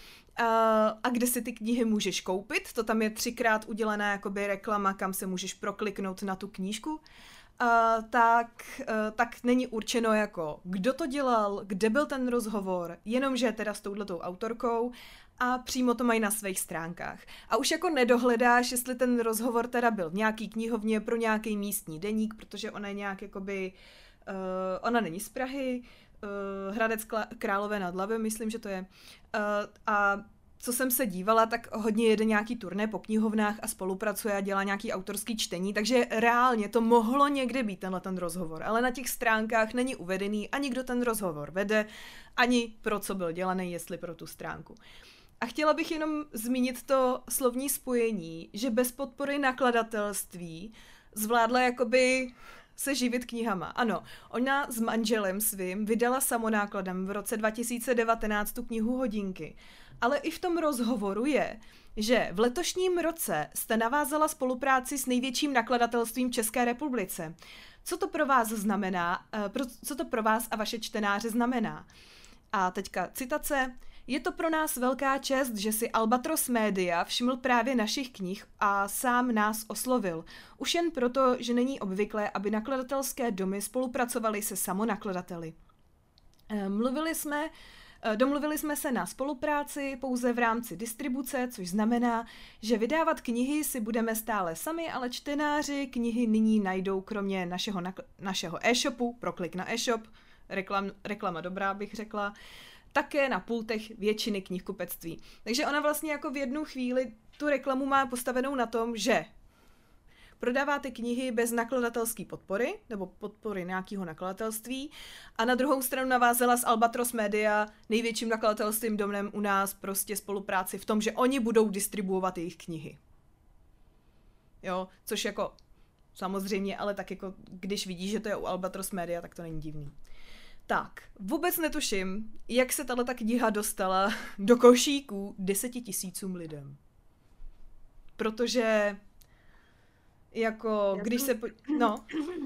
a kde si ty knihy můžeš koupit. To tam je třikrát udělaná jakoby reklama, kam se můžeš prokliknout na tu knížku. A tak, tak není určeno jako kdo to dělal, kde byl ten rozhovor, jenomže teda s touhletou autorkou a přímo to mají na svých stránkách. A už jako nedohledáš, jestli ten rozhovor teda byl v nějaký knihovně pro nějaký místní deník, protože ona je nějak jakoby, uh, ona není z Prahy, Uh, Hradec Králové nad Labem, myslím, že to je. Uh, a co jsem se dívala, tak hodně jede nějaký turné po knihovnách a spolupracuje a dělá nějaký autorský čtení, takže reálně to mohlo někde být tenhle ten rozhovor, ale na těch stránkách není uvedený ani kdo ten rozhovor vede, ani pro co byl dělaný, jestli pro tu stránku. A chtěla bych jenom zmínit to slovní spojení, že bez podpory nakladatelství zvládla jakoby se živit knihama. Ano, ona s manželem svým vydala samonákladem v roce dva tisíce devatenáct tu knihu Hodinky. Ale i v tom rozhovoru je, že v letošním roce jste navázala spolupráci s největším nakladatelstvím v České republice. Co to pro vás znamená, co to pro vás a vaše čtenáře znamená? A teďka citace. Je to pro nás velká čest, že si Albatros Media všiml právě našich knih a sám nás oslovil. Už jen proto, že není obvyklé, aby nakladatelské domy spolupracovaly se samonakladateli. Mluvili jsme, domluvili jsme se na spolupráci pouze v rámci distribuce, což znamená, že vydávat knihy si budeme stále sami, ale čtenáři knihy nyní najdou kromě našeho, našeho e-shopu, proklik na e-shop, reklam, reklama dobrá bych řekla, také na pultech většiny knihkupectví. Takže ona vlastně jako v jednu chvíli tu reklamu má postavenou na tom, že prodává ty knihy bez nakladatelské podpory, nebo podpory nějakého nakladatelství, a na druhou stranu navázela s Albatros Media, největším nakladatelstvím domem u nás, prostě spolupráci v tom, že oni budou distribuovat jejich knihy. Jo, což jako samozřejmě, ale tak jako když vidíš, že to je u Albatros Media, tak to není divný. Tak, vůbec netuším, jak se tato kniha dostala do košíků deseti tisícům lidem. Protože jako, já když jsem... se... Po... No.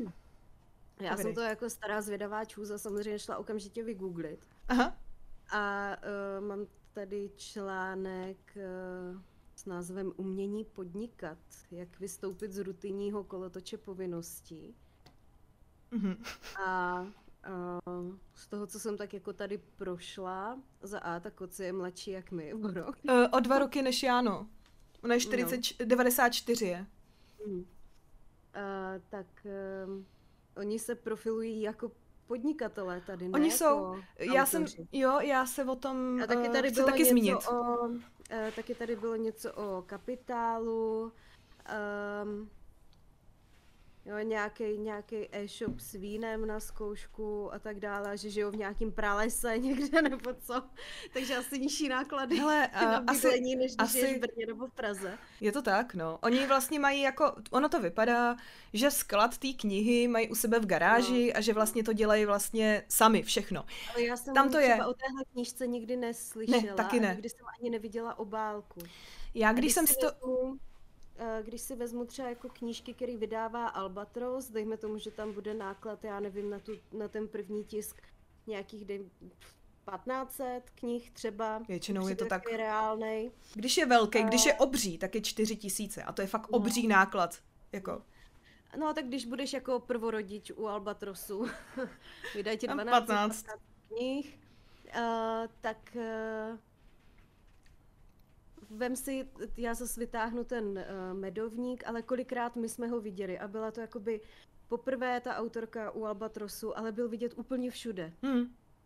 Já Dobrý. jsem to jako stará zvědavá čůza samozřejmě šla okamžitě vygooglit. Aha. A uh, mám tady článek uh, s názvem Umění podnikat. Jak vystoupit z rutinního kolotoče povinností. Mhm. A Uh, z toho, co jsem tak jako tady prošla, za A, tak Koci je mladší jak my, o rok. Uh, o dva roky než já, no. Ona je čtyřicet, no. devadesát čtyři je. Mm. Uh, tak um, oni se profilují jako podnikatelé tady, ne? Oni jako jsou, já jsem, jo, já se o tom uh, taky tady chci taky zmínit. O, uh, taky tady bylo něco o kapitálu, um, Jo, nějaký, nějaký e-shop s vínem na zkoušku a tak dále, že žijou v nějakým pralese někde nebo co. Takže asi nižší náklady Hele, na uh, bydlení, asi, než když asi, žiješ v Brně nebo v Praze. Je to tak, no. Oni vlastně mají jako, ono to vypadá, že sklad té knihy mají u sebe v garáži no. a že vlastně to dělají vlastně sami všechno. Ale já jsem tam to třeba je. o téhle knížce nikdy neslyšela. Ne, taky ne. A nikdy jsem ani neviděla obálku. Já když, když jsem si to... vezmu, Když si vezmu třeba jako knížky, který vydává Albatros, dejme tomu, že tam bude náklad, já nevím, na, tu, na ten první tisk nějakých dej, patnáct set knih třeba. Většinou je to tak. Reálnej. Když je velký, a... když je obří, tak je čtyři tisíce a to je fakt no. obří náklad. Jako. No tak když budeš jako prvorodič u Albatrosu, vydají ti dvanáct knih, uh, tak... Uh, Vem si, já zase vytáhnu ten uh, medovník, ale kolikrát my jsme ho viděli a byla to jakoby poprvé ta autorka u Albatrosu, ale byl vidět úplně všude. Hmm.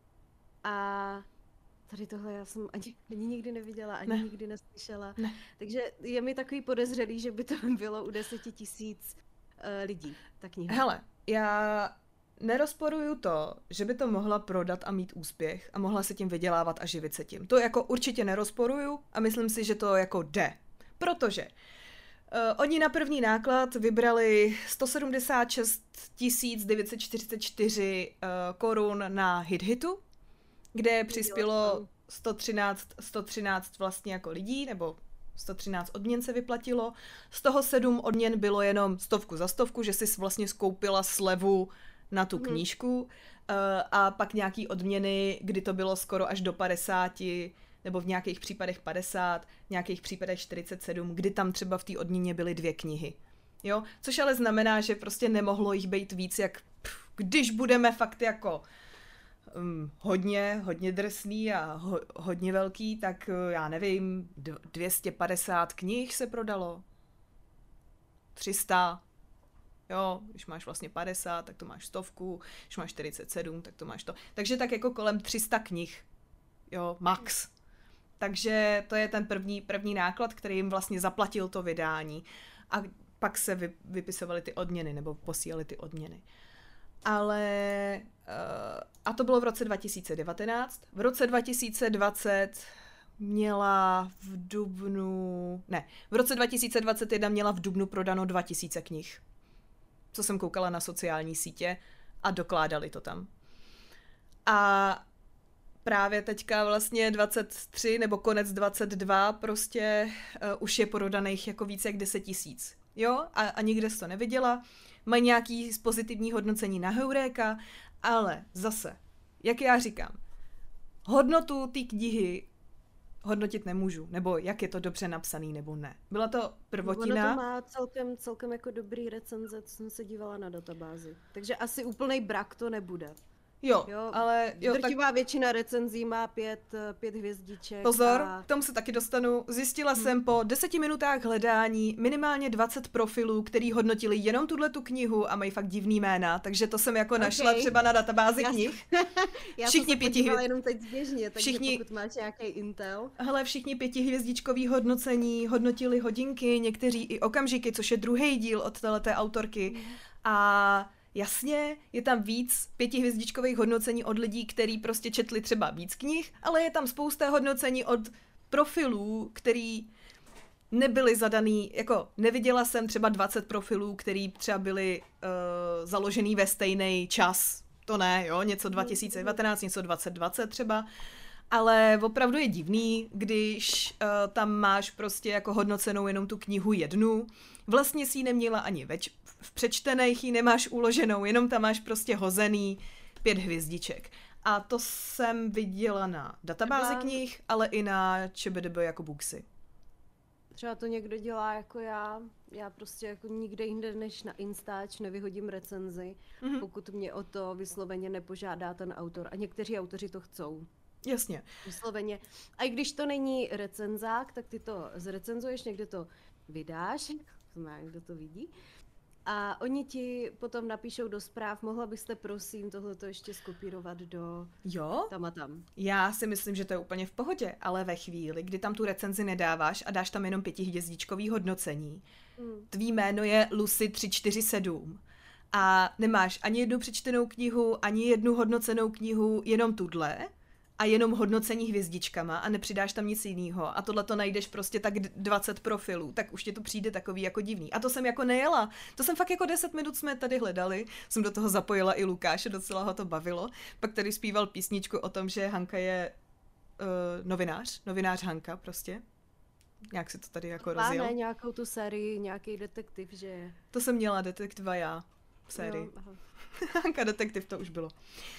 A tady tohle já jsem ani, ani nikdy neviděla, ani ne. nikdy neslyšela. Ne. Takže je mi takový podezřelý, že by to bylo u deseti tisíc uh, lidí, ta kniha. Hele, já... nerozporuju to, že by to mohla prodat a mít úspěch a mohla se tím vydělávat a živit se tím. To jako určitě nerozporuju a myslím si, že to jako jde. Protože uh, oni na první náklad vybrali sto sedmdesát šest tisíc devět set čtyřicet čtyři uh, korun na HitHitu, kde přispělo sto třináct, sto třináct vlastně jako lidí, nebo sto třináct odměn se vyplatilo. Z toho sedm odměn bylo jenom stovku za stovku, že si vlastně skoupila slevu na tu knížku uh, a pak nějaký odměny, kdy to bylo skoro až do padesáti, nebo v nějakých případech padesát, v nějakých případech čtyřicet sedm, kdy tam třeba v té odměně byly dvě knihy. Jo? Což ale znamená, že prostě nemohlo jich být víc, jak pff, když budeme fakt jako um, hodně, hodně drsný a ho, hodně velký, tak uh, já nevím, dvě stě padesát knih se prodalo. tři sta. Jo, když máš vlastně padesát, tak to máš stovku, když máš čtyřicet sedm, tak to máš to. Takže tak jako kolem tři sta knih, jo, max. Takže to je ten první, první náklad, který jim vlastně zaplatil to vydání. A pak se vy, vypisovaly ty odměny, nebo posílaly ty odměny. Ale, uh, a to bylo v roce dva tisíce devatenáct. V roce dva tisíce dvacet měla v dubnu, ne, v roce dva tisíce dvacet jedna měla v dubnu prodano dva tisíce knih. Co jsem koukala na sociální sítě a dokládali to tam. A právě teďka vlastně dvacet tři nebo konec dvacet dva prostě uh, už je prodaných jako více jak deset tisíc. Jo? A, a nikde jsi to neviděla. Mají nějaký pozitivní hodnocení na Heuréka, ale zase, jak já říkám, hodnotu té knihy hodnotit nemůžu, nebo jak je to dobře napsaný, nebo ne. Byla to prvotina. Ono to má celkem, celkem jako dobrý recenze, co jsem se dívala na databázi. Takže asi úplnej brak to nebude. Jo, jo ale... Jo, drtivá tak... většina recenzí má pět, pět hvězdiček. Pozor, a... k tomu se taky dostanu. Zjistila hmm. jsem po deseti minutách hledání minimálně dvacet profilů, který hodnotili jenom tuhletu knihu a mají fakt divný jména, takže to jsem jako okay. našla třeba na databázi já knih. Já všichni jsem se podívala jenom teď zběžně, takže všichni... pokud máš nějaký intel. Hele, všichni pětihvězdičkový hodnocení, hodnotili hodinky, někteří i okamžiky, což je druhý díl od téhleté autorky. Hmm. A... Jasně, je tam víc pětihvězdičkových hodnocení od lidí, kteří prostě četli třeba víc knih, ale je tam spousta hodnocení od profilů, který nebyly zadaný, jako neviděla jsem třeba dvacet profilů, který třeba byly uh, založený ve stejný čas. To ne, jo, něco dva tisíce devatenáct, něco dvacet dvacet třeba. Ale opravdu je divný, když uh, tam máš prostě jako hodnocenou jenom tu knihu jednu. Vlastně si ji neměla ani več, v přečtených ji nemáš uloženou, jenom tam máš prostě hozený pět hvězdiček. A to jsem viděla na databázi třeba... knih, ale i na ČBDB jako Booksy. Třeba to někdo dělá jako já. Já prostě jako nikde jinde než na Instač nevyhodím recenzi, mm-hmm. pokud mě o to vysloveně nepožádá ten autor. A někteří autoři to chcou. Jasně. Vysloveně. A i když to není recenzák, tak ty to zrecenzuješ, někde to vydáš, to má, kdo to vidí. A oni ti potom napíšou do zpráv, mohla byste prosím tohleto ještě skopírovat do jo? tam a tam. Já si myslím, že to je úplně v pohodě, ale ve chvíli, kdy tam tu recenzi nedáváš a dáš tam jenom pětihvězdičkový hodnocení, mm. tvý jméno je Lucy tři čtyři sedm a nemáš ani jednu přečtenou knihu, ani jednu hodnocenou knihu, jenom tudle a jenom hodnocení hvězdičkama a nepřidáš tam nic jiného a tohle to najdeš prostě tak dvacet profilů, tak už ti to přijde takový jako divný. A to jsem jako nejela. To jsem fakt jako deset minut jsme tady hledali, jsem do toho zapojila i Lukáše, docela ho to bavilo. Pak tady zpíval písničku o tom, že Hanka je uh, novinář, novinář Hanka prostě. Nějak si to tady jako rozjel. Máme nějakou tu sérii, nějaký detektiv, že... To jsem měla detektiva já v sérii. Jo, Hanka detektiv to už bylo.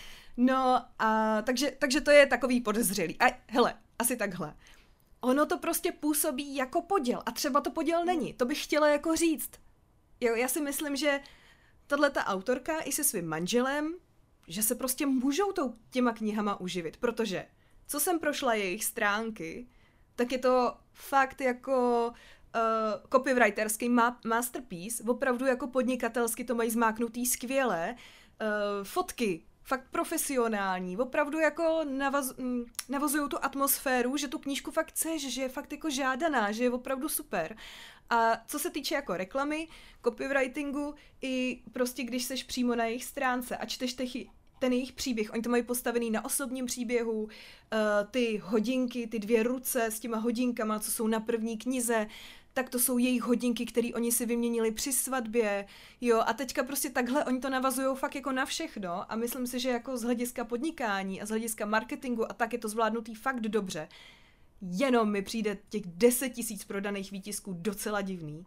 No a takže, takže to je takový podezřelý. A hele, asi takhle. Ono to prostě působí jako poděl a třeba to poděl není. To bych chtěla jako říct. Jo, já si myslím, že tahleta autorka i se svým manželem, že se prostě můžou tou těma knihama uživit, protože co jsem prošla jejich stránky, tak je to fakt jako uh, copywriterský ma- masterpiece, opravdu jako podnikatelsky to mají zmáknutý skvěle, uh, fotky, fakt profesionální, opravdu jako navaz, navazují tu atmosféru, že tu knížku fakt chceš, že je fakt jako žádaná, že je opravdu super. A co se týče jako reklamy, copywritingu, i prostě když seš přímo na jejich stránce a čteš techy, ten jejich příběh, oni to mají postavený na osobním příběhu, uh, ty hodinky, ty dvě ruce s těma hodinkama, co jsou na první knize, tak to jsou jejich hodinky, které oni si vyměnili při svatbě, jo, a teďka prostě takhle oni to navazujou fakt jako na všechno a myslím si, že jako z hlediska podnikání a z hlediska marketingu a tak je to zvládnutý fakt dobře. Jenom mi přijde těch deset tisíc prodaných výtisků docela divný.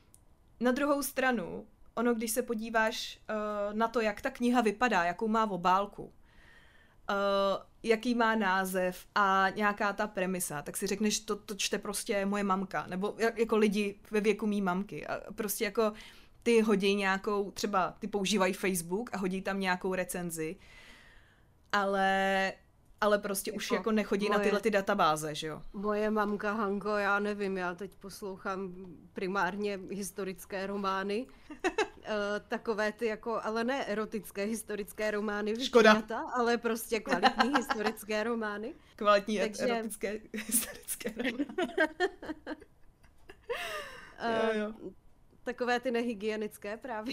Na druhou stranu, ono, když se podíváš uh, na to, jak ta kniha vypadá, jakou má obálku, uh, jaký má název a nějaká ta premisa, tak si řekneš, to, to čte prostě moje mamka, nebo jako lidi ve věku mý mamky. A prostě jako ty hodí nějakou, třeba ty používají Facebook a hodí tam nějakou recenzi, ale... ale prostě jako už jako nechodí moje, na tyhle ty databáze, že jo? Moje mamka Hanko, já nevím, já teď poslouchám primárně historické romány, uh, takové ty jako, ale ne erotické historické romány, Škoda. Vyčňata, ale prostě kvalitní historické romány. Kvalitní Takže... erotické historické romány. uh, jo, jo. Takové ty nehygienické právě.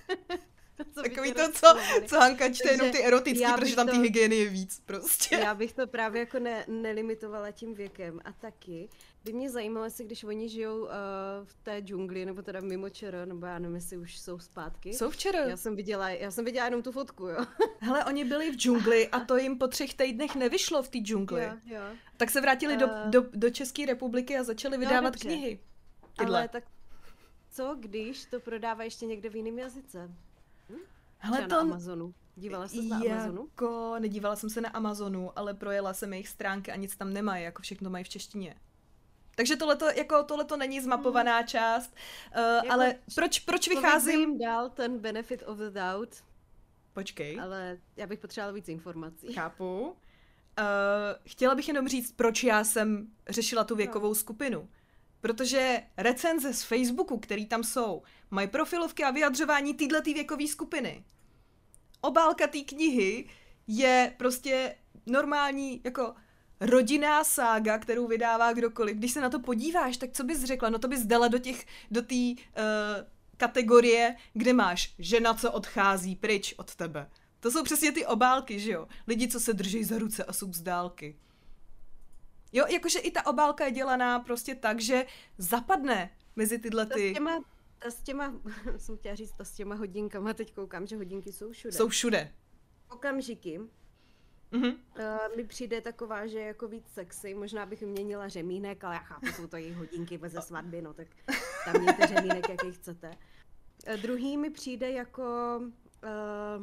Takový to, co, co Hanka čte, jenom ty erotický, protože tam to, ty hygieny je víc prostě. Já bych to právě jako ne, nelimitovala tím věkem a taky by mě zajímalo, jestli když oni žijou uh, v té džungli, nebo teda mimo ČR, nebo já nevím, jestli už jsou zpátky. Jsou v ČR. Já jsem viděla, já jsem viděla jenom tu fotku, jo. Hele, oni byli v džungli a to jim po třech týdnech nevyšlo v té džungli. Jo, jo. Tak se vrátili uh, do, do, do České republiky a začali vydávat no, knihy. Tyhle. Ale tak co, když to prodává ještě někde v jiném jazyce? Hm? Hele, to... na Amazonu. Dívala jsi na Amazonu? Jako, nedívala jsem se na Amazonu, ale projela jsem jejich stránky a nic tam nemají, jako všechno mají v češtině. Takže tohleto, jako, tohleto není zmapovaná hmm. část, uh, jako, ale proč, proč vycházím? Jim dal ten benefit of the doubt. Počkej. Ale já bych potřebovala víc informací. Chápu. Uh, chtěla bych jenom říct, proč já jsem řešila tu věkovou no. skupinu. Protože recenze z Facebooku, který tam jsou, mají profilovky a vyjadřování této věkové skupiny. Obálka té knihy je prostě normální jako rodinná sága, kterou vydává kdokoliv. Když se na to podíváš, tak co bys řekla? No to bys dala do těch, do té uh, kategorie, kde máš žena, co odchází pryč od tebe. To jsou přesně ty obálky, že jo? Lidi, co se drží za ruce a jsou z dálky. Jo, jakože i ta obálka je dělaná prostě tak, že zapadne mezi tyhle ty... S těma, s těma, jsem chtěla říct, s těma hodinkama, teď koukám, že hodinky jsou všude. Jsou všude. Okamžiky. Mm-hmm. Uh, mi přijde taková, že jako víc sexy, možná bych vyměnila řemínek, ale já chápu, jsou to jejich hodinky ze svatby, no tak tam mějte řemínek, jaký chcete. Uh, druhý mi přijde jako uh,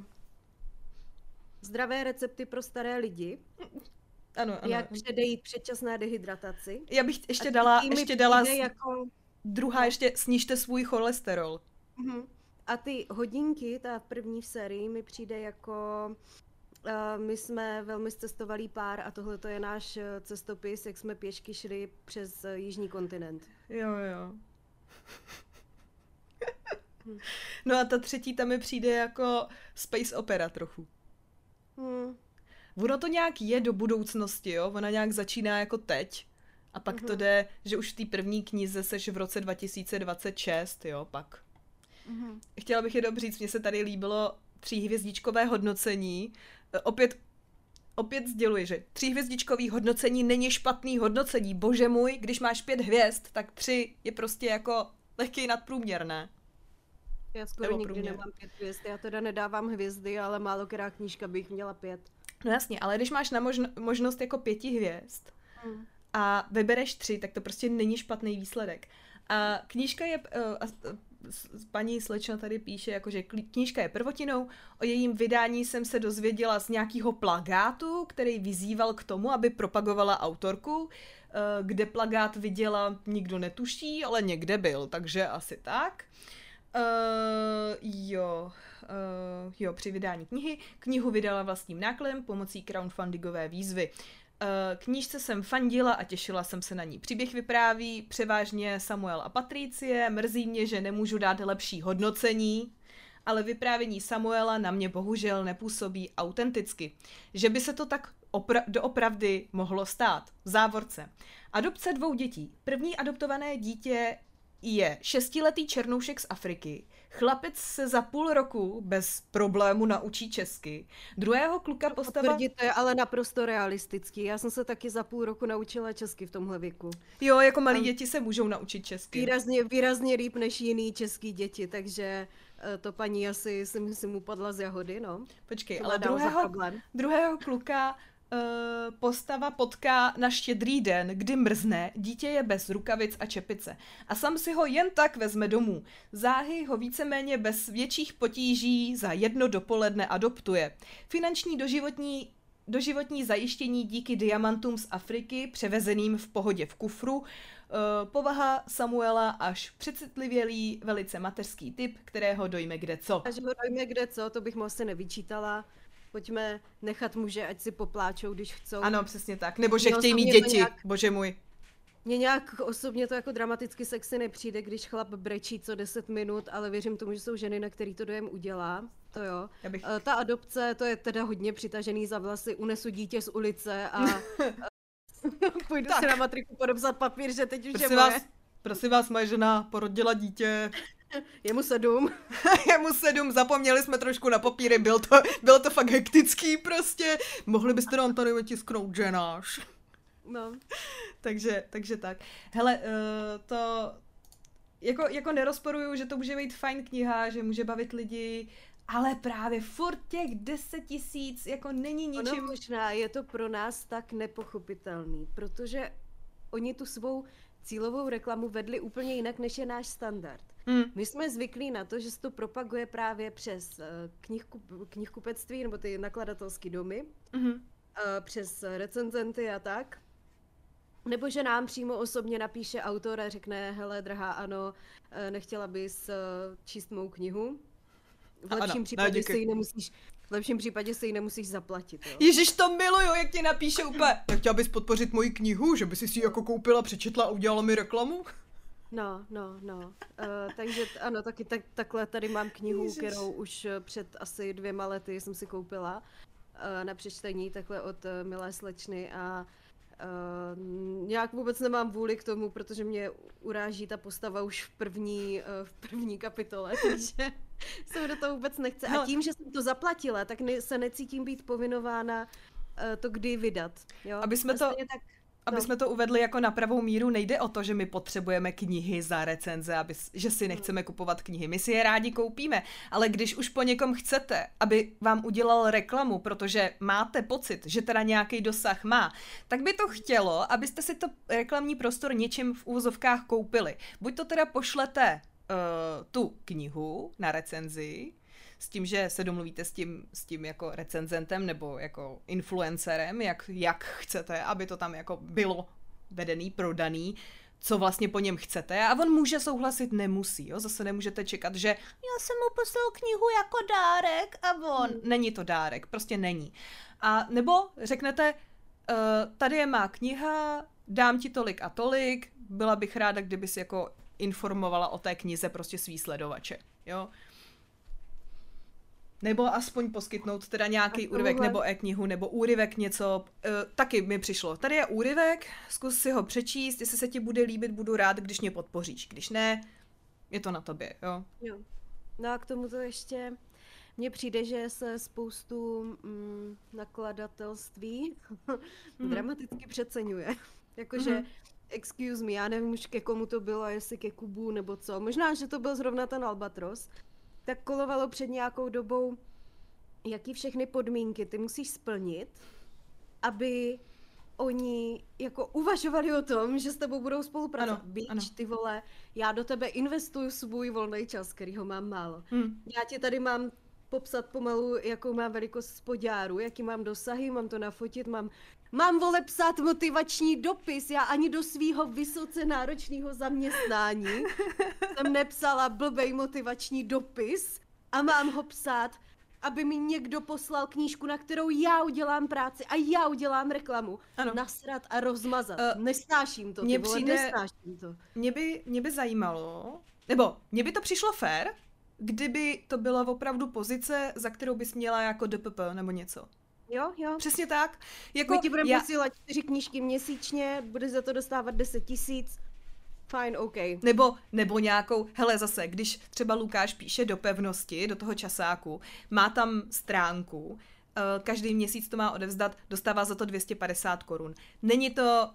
zdravé recepty pro staré lidi. Ano, ano. Jak předejít předčasné dehydrataci. Já bych ještě dala, ještě dala s... jako... druhá ještě snižte svůj cholesterol. Uh-huh. A ty hodinky, ta první v sérii, mi přijde jako... Uh, my jsme velmi cestovalý pár a tohle to je náš cestopis, jak jsme pěšky šli přes uh, jižní kontinent. Jo, jo. No a ta třetí tam mi přijde jako space opera trochu. Hmm. Ono to nějak je do budoucnosti, jo? Ona nějak začíná jako teď. A pak mm-hmm. to jde, že už v té první knize seš v roce dva tisíce dvacet šest, jo, pak. Mm-hmm. Chtěla bych jenom říct, mně se tady líbilo tříhvězdičkové hodnocení. Opět, opět sděluji, že tříhvězdičkový hodnocení není špatný hodnocení. Bože můj, když máš pět hvězd, tak tři je prostě jako lehký nadprůměrné. Já skoro nikdy průměr. Nemám pět hvězd. Já teda nedávám hvězdy, ale málo která knížka bych měla pět. No jasně, ale když máš na možno, možnost jako pěti hvězd hmm. a vybereš tři, tak to prostě není špatný výsledek. A knížka je, uh, paní slečna tady píše, jakože knížka je prvotinou, o jejím vydání jsem se dozvěděla z nějakého plagátu, který vyzýval k tomu, aby propagovala autorku, uh, kde plagát viděla, nikdo netuší, ale někde byl, takže asi tak. Uh, jo, uh, jo, při vydání knihy. Knihu vydala vlastním nákladem pomocí crowdfundingové výzvy. Uh, knížce jsem fandila a těšila jsem se na ní. Příběh vypráví převážně Samuel a Patricie. Mrzí mě, že nemůžu dát lepší hodnocení, ale vyprávění Samuela na mě bohužel nepůsobí autenticky. Že by se to tak opra- doopravdy mohlo stát. V závorce. Adopce dvou dětí. První adoptované dítě je šestiletý černoušek z Afriky. Chlapec se za půl roku bez problému naučí česky. Druhého kluka postava... Potvrdit, to je ale naprosto realistický. Já jsem se taky za půl roku naučila česky v tomhle věku. Jo, jako malí děti se můžou naučit česky. Výrazně, výrazně líp než jiný český děti, takže to paní asi si, si mu padla z jahody, no. Počkej, ale druhého, druhého kluka... Uh, postava potká na Štědrý den, kdy mrzne, dítě je bez rukavic a čepice. A sam si ho jen tak vezme domů. Záhy ho víceméně bez větších potíží za jedno dopoledne adoptuje. Finanční doživotní, doživotní zajištění díky diamantům z Afriky, převezeným v pohodě v kufru, uh, povaha Samuela až přecitlivělý, velice mateřský typ, kterého dojme kde co. Až ho dojme kde co, to bych mu asi nevyčítala. Pojďme nechat muže, ať si popláčou, když chcou. Ano, přesně tak. Nebo že chtějí mít děti, nějak, bože můj. Mně nějak osobně to jako dramaticky sexy nepřijde, když chlap brečí co deset minut, ale věřím tomu, že jsou ženy, na který to dojem udělá. To jo. Bych... Ta adopce, to je teda hodně přitažený za vlasy, unesu dítě z ulice a půjdu tak si na matriku podepsat papír, že teď už prosím je moje. Vás, prosím vás, moje žena porodila dítě. Je mu sedm. Je mu sedm, zapomněli jsme trošku na papíry, byl to, bylo to fakt hektický prostě. Mohli byste nám tady vytisknout, že náš. No. takže, takže tak. Hele, uh, to jako, jako nerozporuju, že to může být fajn kniha, že může bavit lidi, ale právě furt těch deset tisíc jako není ničím. Ono možná je to pro nás tak nepochopitelný, protože oni tu svou cílovou reklamu vedli úplně jinak, než je náš standard. Hmm. My jsme zvyklí na to, že se to propaguje právě přes uh, knihkup, knihkupectví nebo ty nakladatelské domy, hmm. uh, přes recenzenty a tak. Nebo že nám přímo osobně napíše autor a řekne, hele, drahá, ano, nechtěla bys uh, číst mou knihu. V lepším ano, případě si ji nemusíš, v lepším případě si ji nemusíš zaplatit. Jo? Ježiš, to miluju, jak ti napíše úplně. Nechtěla bys podpořit moji knihu, že by si si ji jako koupila, přečetla a udělala mi reklamu? No, no, no. Uh, takže ano, taky tak, takhle tady mám knihu, Ježiš. Kterou už před asi dvěma lety jsem si koupila uh, na přečtení, takhle od uh, milé slečny a uh, nějak vůbec nemám vůli k tomu, protože mě uráží ta postava už v první, uh, v první kapitole, takže se do toho vůbec nechce. A tím, že jsem to zaplatila, tak ne, se necítím být povinována uh, to kdy vydat. Jo? Aby jsme to... Tak... Aby jsme to uvedli jako na pravou míru, nejde o to, že my potřebujeme knihy za recenze, aby, že si nechceme kupovat knihy. My si je rádi koupíme, ale když už po někom chcete, aby vám udělal reklamu, protože máte pocit, že teda nějaký dosah má, tak by to chtělo, abyste si to reklamní prostor něčím v úvozovkách koupili. Buď to teda pošlete uh, tu knihu na recenzi, s tím, že se domluvíte s tím, s tím jako recenzentem nebo jako influencerem, jak, jak chcete, aby to tam jako bylo vedený, prodaný, co vlastně po něm chcete a on může souhlasit, nemusí, jo, zase nemůžete čekat, že já jsem mu poslal knihu jako dárek a on, hmm. není to dárek, prostě není. A nebo řeknete, uh, tady je má kniha, dám ti tolik a tolik, byla bych ráda, kdyby si jako informovala o té knize prostě svý sledovače. jo. Nebo aspoň poskytnout teda nějaký úryvek nebo e-knihu, nebo úryvek něco, e, taky mi přišlo. Tady je úryvek, zkus si ho přečíst, jestli se ti bude líbit, budu rád, když mě podpoříš. Když ne, je to na tobě, jo. Jo. No a k tomu to ještě, mně přijde, že se spoustu mm, nakladatelství mm. dramaticky přeceňuje. Jakože, mm. excuse me, já nevím už ke komu to bylo, jestli ke Kubu nebo co. Možná, že to byl zrovna ten Albatros. Tak kolovalo před nějakou dobou, jaký všechny podmínky ty musíš splnit, aby oni jako uvažovali o tom, že s tebou budou spolupracovat. Víš, ty vole, já do tebe investuju svůj volný čas, kterýho mám málo. Hmm. Já ti tady mám popsat pomalu, jakou mám velikost spodňáru, jaký mám dosahy, mám to nafotit, mám, mám vole psát motivační dopis, já ani do svýho vysoce náročného zaměstnání jsem nepsala blbej motivační dopis a mám ho psát, aby mi někdo poslal knížku, na kterou já udělám práci a já udělám reklamu. Ano. Nasrat a rozmazat. Uh, nesnáším to, ty vole, přijde, nesnáším to. Mě by, mě by zajímalo, nebo mě by to přišlo fér, kdyby to byla opravdu pozice, za kterou bys měla jako D P P nebo něco. Jo, jo. Přesně tak. Jako, my ti budeme já... posílat čtyři knížky měsíčně, budeš za to dostávat deset tisíc. Fajn, OK. Nebo, nebo nějakou, hele zase, když třeba Lukáš píše do pevnosti, do toho časáku, má tam stránku, každý měsíc to má odevzdat, dostává za to dvě stě padesát korun. Není to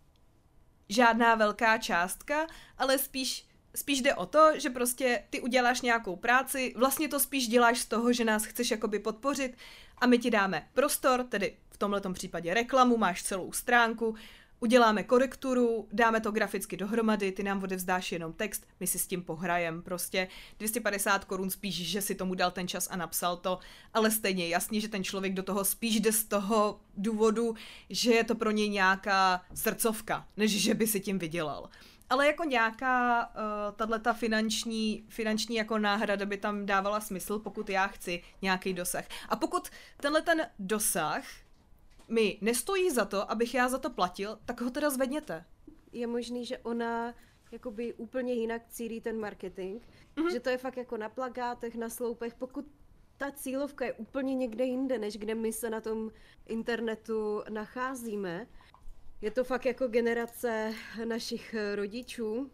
žádná velká částka, ale spíš Spíš jde o to, že prostě ty uděláš nějakou práci, vlastně to spíš děláš z toho, že nás chceš jakoby podpořit a my ti dáme prostor, tedy v tomhletom případě reklamu, máš celou stránku, uděláme korekturu, dáme to graficky dohromady, ty nám odevzdáš jenom text, my si s tím pohrajem, prostě dvě stě padesát korun spíš, že si tomu dal ten čas a napsal to, ale stejně jasně, že ten člověk do toho spíš jde z toho důvodu, že je to pro něj nějaká srdcovka, než že by si tím vydělal. Ale jako nějaká uh, tato finanční, finanční jako náhrada by tam dávala smysl, pokud já chci nějaký dosah. A pokud tenhle ten dosah mi nestojí za to, abych já za to platil, tak ho teda zvedněte. Je možný, že ona jakoby úplně jinak cílí ten marketing, mm-hmm. že to je fakt jako na plakátech, na sloupech, pokud ta cílovka je úplně někde jinde, než kde my se na tom internetu nacházíme. Je to fakt jako generace našich rodičů,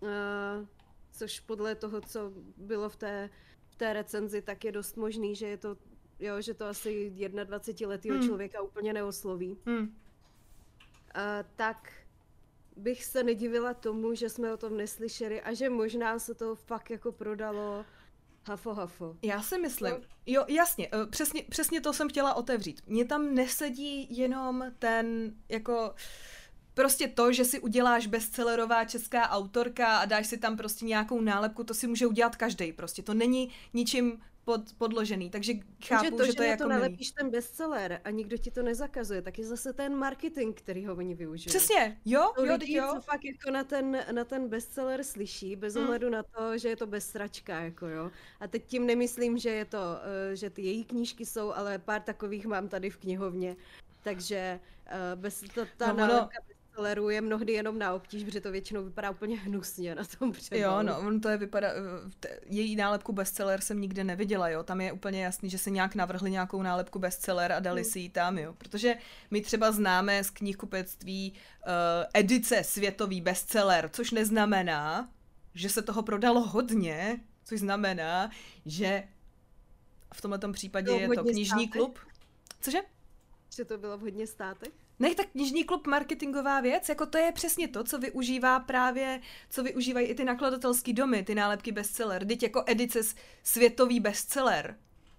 což podle toho, co bylo v té, v té recenzi, tak je dost možný, že je to, jo, že to asi dvacetiletého hmm. člověka úplně neosloví. Hmm. A, tak bych se nedivila tomu, že jsme o tom neslyšeli a že možná se to fakt jako prodalo hafo hafo. Já si myslím, no. jo jasně, přesně, přesně to jsem chtěla otevřít. Mně tam nesedí jenom ten jako prostě to, že si uděláš bestsellerová česká autorka a dáš si tam prostě nějakou nálepku, to si může udělat každej, prostě to není ničím pod, podložený, takže chápu, že to, že to je jako milý. Že to, že nalepíš ten bestseller a nikdo ti to nezakazuje, tak je zase ten marketing, který ho oni využijí. Přesně, jo, to jo, lidi, jo. co fakt jako na ten, na ten bestseller slyší, bez hmm. ohledu na to, že je to bezsračka, jako jo. A teď tím nemyslím, že je to, že ty její knížky jsou, ale pár takových mám tady v knihovně, takže bez, ta, ta no, nálepka no. bestselleru je mnohdy jenom na obtíž, protože to většinou vypadá úplně hnusně na tom přebalu. Jo, no, on to je vypadá, její nálepku bestseller jsem nikde neviděla, jo, tam je úplně jasný, že se nějak navrhli nějakou nálepku bestseller a dali hmm. si ji tam, jo, protože my třeba známe z knihkupectví uh, edice světový bestseller, což neznamená, že se toho prodalo hodně, což znamená, že v tomhletom případě je to knižní státech? Klub. Cože? Že to bylo v hodně státech? Ne, tak knižní klub marketingová věc, jako to je přesně to, co využívá právě, co využívají i ty nakladatelský domy, ty nálepky bestseller. Vždyť jako edice světový bestseller.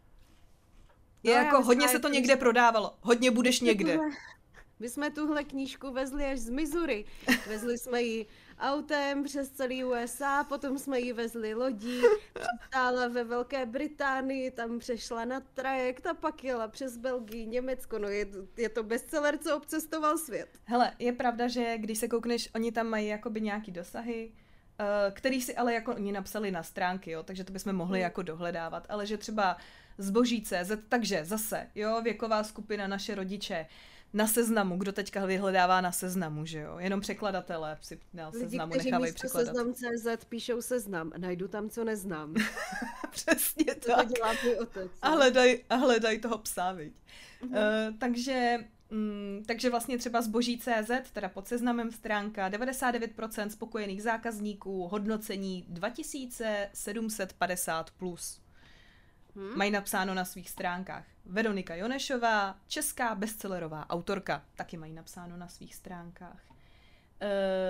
Je no, jako hodně se to někde prodávalo, hodně budeš někde. My jsme tuhle knížku vezli až z Missouri. Vezli jsme ji autem přes celý U S A, potom jsme ji vezli lodí, přistála ve Velké Británii, tam přešla na trajekt a pak jela přes Belgii, Německo, no je, je to bestseller, co obcestoval svět. Hele, je pravda, že když se koukneš, oni tam mají jakoby nějaký dosahy, uh, který si ale jako oni napsali na stránky, jo, takže to bychom mohli hmm. jako dohledávat, ale že třeba zboží tečka cé zet, takže zase, jo, věková skupina, naše rodiče, na Seznamu, kdo teďka vyhledává na Seznamu, že jo? Jenom překladatelé si na Lidi, Seznamu kteří nechávají místo překládat. Seznam tečka cé zet píšou Seznam. Najdu tam, co neznám. Přesně To tak. dělá můj otec. A hledaj, a hledaj toho psa, viď. Mhm. Uh, takže, mm, takže vlastně třeba zboží tečka cé zet, teda pod Seznamem stránka, devadesát devět procent spokojených zákazníků, hodnocení dva tisíce sedm set padesát plus. Hm? Mají napsáno na svých stránkách. Veronika Jonešová, česká bestsellerová autorka, taky mají napsáno na svých stránkách. E,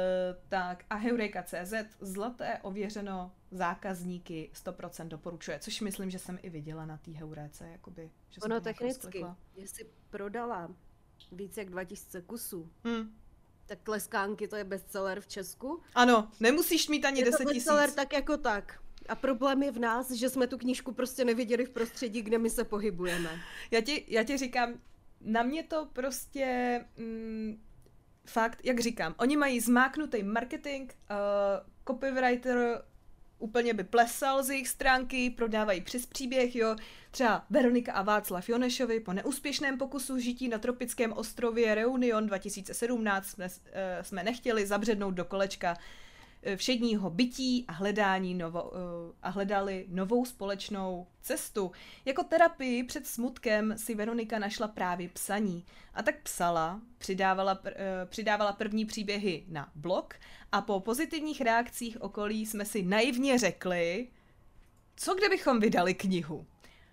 tak a Heureka tečka cé zet, zlaté ověřeno, zákazníky sto procent doporučuje, což myslím, že jsem i viděla na té Heuréce, jakoby, že jsem Ono to nějak technicky, rozklikla. jestli prodala víc jak dva tisíce kusů, Hm. tak Tleskánky to je bestseller v Česku. Ano, nemusíš mít ani Je to deset bestseller tisíc. tak jako tak. A problém je v nás, že jsme tu knížku prostě neviděli v prostředí, kde my se pohybujeme. Já ti, já ti říkám, na mě to prostě mm, fakt, jak říkám, oni mají zmáknutý marketing, uh, copywriter úplně by plesal z jejich stránky, prodávají přes příběh, jo, třeba Veronika a Václav Jonešovi po neúspěšném pokusu žití na tropickém ostrově Reunion dva tisíce sedmnáct jsme, uh, jsme nechtěli zabřednout do kolečka všedního bytí a hledání novo, uh, a hledali novou společnou cestu. Jako terapii před smutkem si Veronika našla právě psaní. A tak psala, přidávala, uh, přidávala první příběhy na blog a po pozitivních reakcích okolí jsme si naivně řekli, co kdybychom vydali knihu.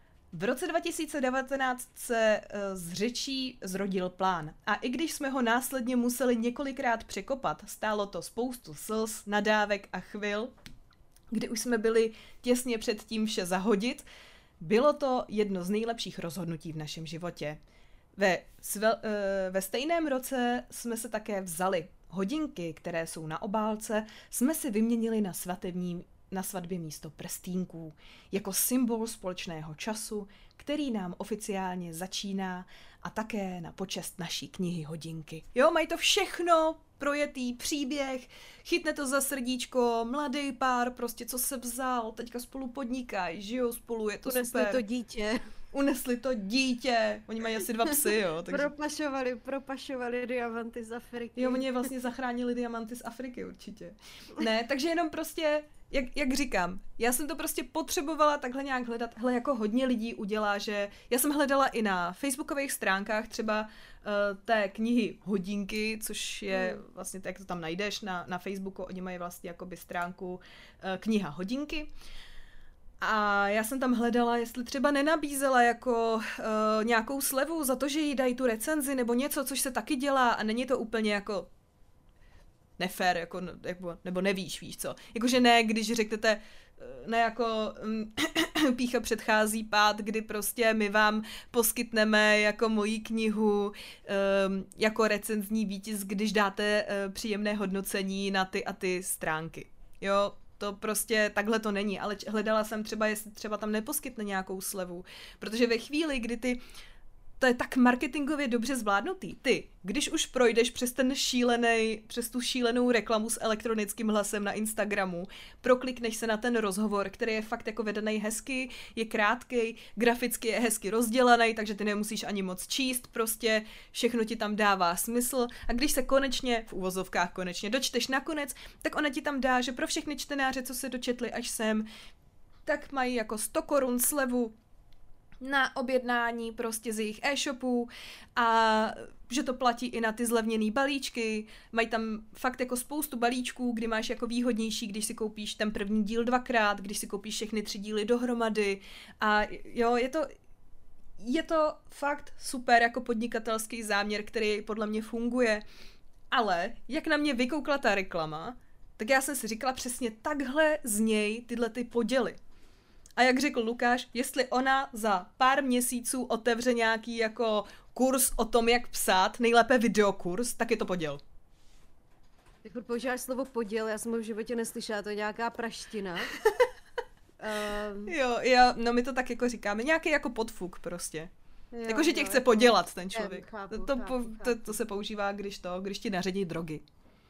V roce dva tisíce devatenáct se z řečí zrodil plán a i když jsme ho následně museli několikrát překopat, stálo to spoustu slz, nadávek a chvil, kdy už jsme byli těsně před tím vše zahodit, bylo to jedno z nejlepších rozhodnutí v našem životě. Ve, svel, ve stejném roce jsme se také vzali. Hodinky, které jsou na obálce, jsme si vyměnili na svatební na svatbě místo prstínků, jako symbol společného času, který nám oficiálně začíná a také na počest naší knihy Hodinky. Jo, mají to všechno, projetý příběh, chytne to za srdíčko, mladý pár, prostě co se vzal, teďka spolu podnikají, žijou spolu, je to Unesli super. to dítě. Unesli to dítě, oni mají asi dva psy, jo. Takže... Propašovali, propašovali diamanty z Afriky. Jo, oni vlastně zachránili diamanty z Afriky určitě. Ne, takže jenom prostě, jak, jak říkám, já jsem to prostě potřebovala takhle nějak hledat. Hele, jako hodně lidí udělá, že já jsem hledala i na facebookových stránkách třeba uh, té knihy Hodinky, což je hmm. vlastně, jak to tam najdeš na, na Facebooku, oni mají vlastně jakoby stránku uh, kniha Hodinky. A já jsem tam hledala, jestli třeba nenabízela jako uh, nějakou slevu za to, že jí dají tu recenzi nebo něco, což se taky dělá a není to úplně jako nefér, jako, jako, nebo nevíš, víš co. Jakože ne, když řeknete, ne jako um, pýcha předchází pád, kdy prostě my vám poskytneme jako moji knihu um, jako recenzní výtisk, když dáte uh, příjemné hodnocení na ty a ty stránky. Jo, to prostě takhle to není, ale hledala jsem třeba, jestli třeba tam neposkytne nějakou slevu, protože ve chvíli, kdy ty, to je tak marketingově dobře zvládnutý, ty, když už projdeš přes ten šílený, přes tu šílenou reklamu s elektronickým hlasem na Instagramu, proklikneš se na ten rozhovor, který je fakt jako vedený hezky, je krátkej, graficky je hezky rozdělaný, takže ty nemusíš ani moc číst, prostě všechno ti tam dává smysl a když se konečně, v uvozovkách konečně, dočteš nakonec, tak ona ti tam dá, že pro všechny čtenáře, co se dočetli až sem, tak mají jako sto korun slevu na objednání prostě z jejich e-shopů a že to platí i na ty zlevněný balíčky. Mají tam fakt jako spoustu balíčků, kdy máš jako výhodnější, když si koupíš ten první díl dvakrát, když si koupíš všechny tři díly dohromady a jo, je to je to fakt super jako podnikatelský záměr, který podle mě funguje, ale jak na mě vykoukla ta reklama, tak já jsem si říkala přesně takhle z něj tyhle ty poděly. A jak řekl Lukáš, jestli ona za pár měsíců otevře nějaký jako kurz o tom, jak psát, nejlépe videokurs, tak je to poděl. Tak používáš slovo poděl, já jsem ho v životě neslyšela, to je nějaká praština. um, jo, jo, no my to tak jako říkáme, nějaký jako podfuk prostě. jo, jako, že tě jo, chce jako, podělat ten člověk. Chápu, to, chápu, po, chápu. to, to se používá, když to, když ti naředí drogy.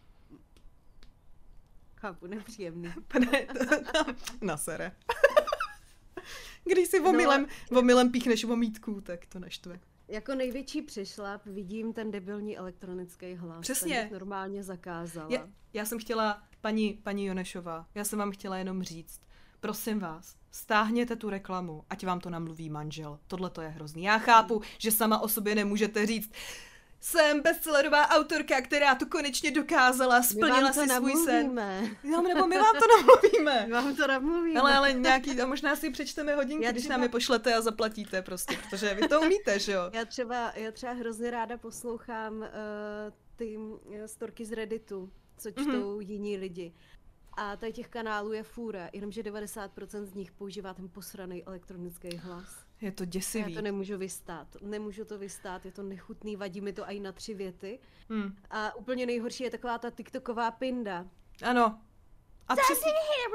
Chápu, nepříjemný. Ne, to, to, nasere. Když si omylem, no, omylem píchneš vomítku, tak to naštve. Jako největší přešlap vidím ten debilní elektronický hlas. Přesně. Ten bych normálně zakázala. Já, já jsem chtěla, paní, paní Jonešová, já jsem vám chtěla jenom říct, prosím vás, stáhněte tu reklamu, ať vám to namluví manžel. Tohle to je hrozný. Já chápu, že sama o sobě nemůžete říct, jsem bestsellerová autorka, která to konečně dokázala, splnila si svůj sen. No, nebo my vám to namluvíme. My vám to namluvíme. Ale, ale nějaký, a možná si přečteme hodinky, já když třeba... nám je pošlete a zaplatíte prostě, protože vy to umíte, že jo? Já třeba, já třeba hrozně ráda poslouchám uh, ty storky z Redditu, co čtou mm-hmm. jiní lidi. A tady těch kanálů je fůra, jenomže devadesát procent z nich používá ten posraný elektronický hlas. Je to děsivý. Já to nemůžu vystát. Nemůžu to vystát, je to nechutný, vadí mi to i na tři věty. Hmm. A úplně nejhorší je taková ta TikToková pinda. Ano. A přesně...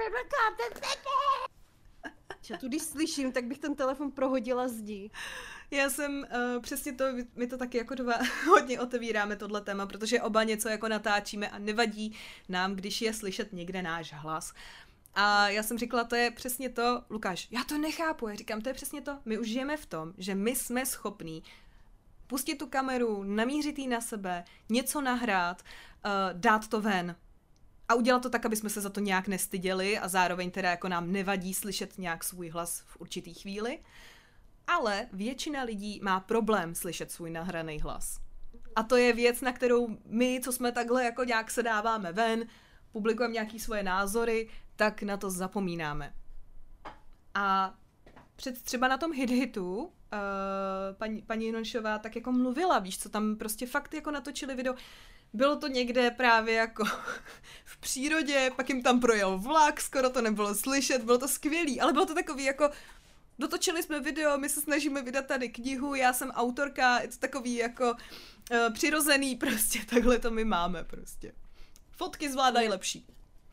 Já tu, když slyším, tak bych ten telefon prohodila zdí. Já jsem uh, přesně to, my to taky jako dva hodně otevíráme tohle téma, protože oba něco jako natáčíme a nevadí nám, když je slyšet někde náš hlas. A já jsem říkala, to je přesně to, Lukáš, já to nechápu, já říkám, to je přesně to, my už žijeme v tom, že my jsme schopní pustit tu kameru, namířit ji na sebe, něco nahrát, uh, dát to ven a udělat to tak, aby jsme se za to nějak nestyděli a zároveň teda jako nám nevadí slyšet nějak svůj hlas v určitý chvíli, ale většina lidí má problém slyšet svůj nahraný hlas. A to je věc, na kterou my, co jsme takhle jako nějak se dáváme ven, publikujeme nějaký svoje názory, tak na to zapomínáme. A před třeba na tom hit-hitu uh, paní, paní Jonešová tak jako mluvila, víš co, tam prostě fakt jako natočili video. Bylo to někde právě jako v přírodě, pak jim tam projel vlak, skoro to nebylo slyšet, bylo to skvělý, ale bylo to takový jako, dotočili jsme video, my se snažíme vydat tady knihu, já jsem autorka, je to takový jako uh, přirozený, prostě takhle to my máme prostě. Fotky zvládají lepší.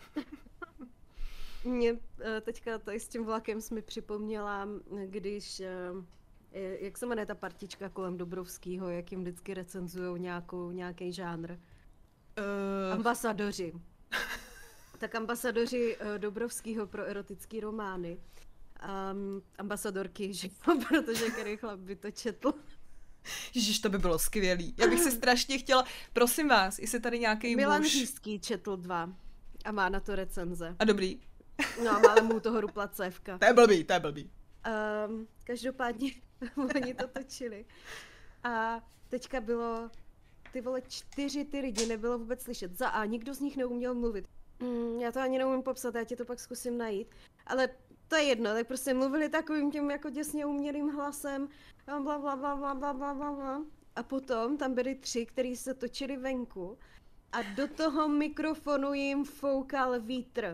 Mě teďka tady s tím vlakem jsi mi připomněla, když, jak se jmenuje ta partička kolem Dobrovskýho, jak jim vždycky recenzujou nějakou, nějaký žánr. Uh... Ambasadoři. Tak ambasadoři Dobrovskýho pro erotický romány. Um, ambasadorky, že? Protože který chlap by to četl. Ježiš, to by bylo skvělý. Já bych si strašně chtěla, prosím vás, jestli tady nějaký Milan muž... Žízký četl dva a má na to recenze. A dobrý. No a mále mu toho rupla cévka. To je blbý, to je blbý. Um, každopádně oni to točili. A teďka bylo, ty vole, čtyři ty lidi nebylo vůbec slyšet. Za A, nikdo z nich neuměl mluvit. Mm, já to ani neumím popsat, já ti to pak zkusím najít. Ale to je jedno, tak prostě mluvili takovým tím jako děsně umělým hlasem. Bla, bla, bla, bla, bla, bla, bla. A potom tam byli tři, kteří se točili venku. A do toho mikrofonu jim foukal vítr.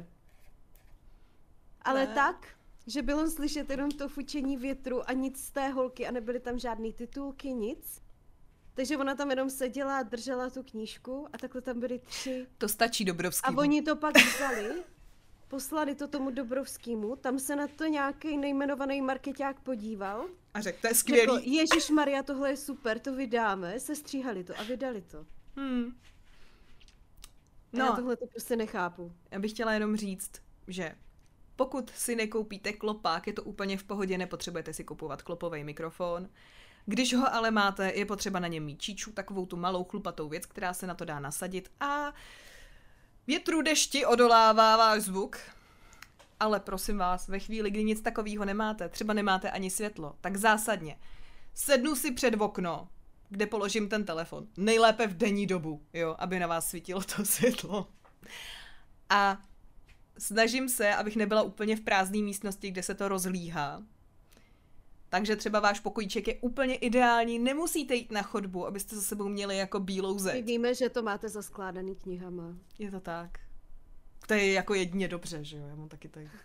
Ale ne. Tak, že bylo slyšet jenom to fučení větru a nic z té holky a nebyly tam žádný titulky, nic. Takže ona tam jenom seděla a držela tu knížku a takhle tam byly tři. To stačí Dobrovskýmu. A oni to pak vzali, poslali to tomu Dobrovskýmu, tam se na to nějaký nejmenovaný markeťák podíval. A řekl, to je skvělý. Ježišmarja, tohle je super, to vydáme, sestříhali to a vydali to. Hmm. No. A já tohle to prostě nechápu. Já bych chtěla jenom říct, že pokud si nekoupíte klopák, je to úplně v pohodě, nepotřebujete si kupovat klopový mikrofon. Když ho ale máte, je potřeba na něm mít číču, takovou tu malou chlupatou věc, která se na to dá nasadit a větru, dešti odolává váš zvuk. Ale prosím vás, ve chvíli, kdy nic takového nemáte, třeba nemáte ani světlo, tak zásadně sednu si před okno, kde položím ten telefon. Nejlépe v denní dobu, jo, aby na vás svítilo to světlo. A snažím se, abych nebyla úplně v prázdné místnosti, kde se to rozlíhá. Takže třeba váš pokojíček je úplně ideální, nemusíte jít na chodbu, abyste za sebou měli jako bílou zeď. My víme, že to máte zaskládaný knihama. Je to tak. To je jako jedině dobře, že jo, já mám taky tady.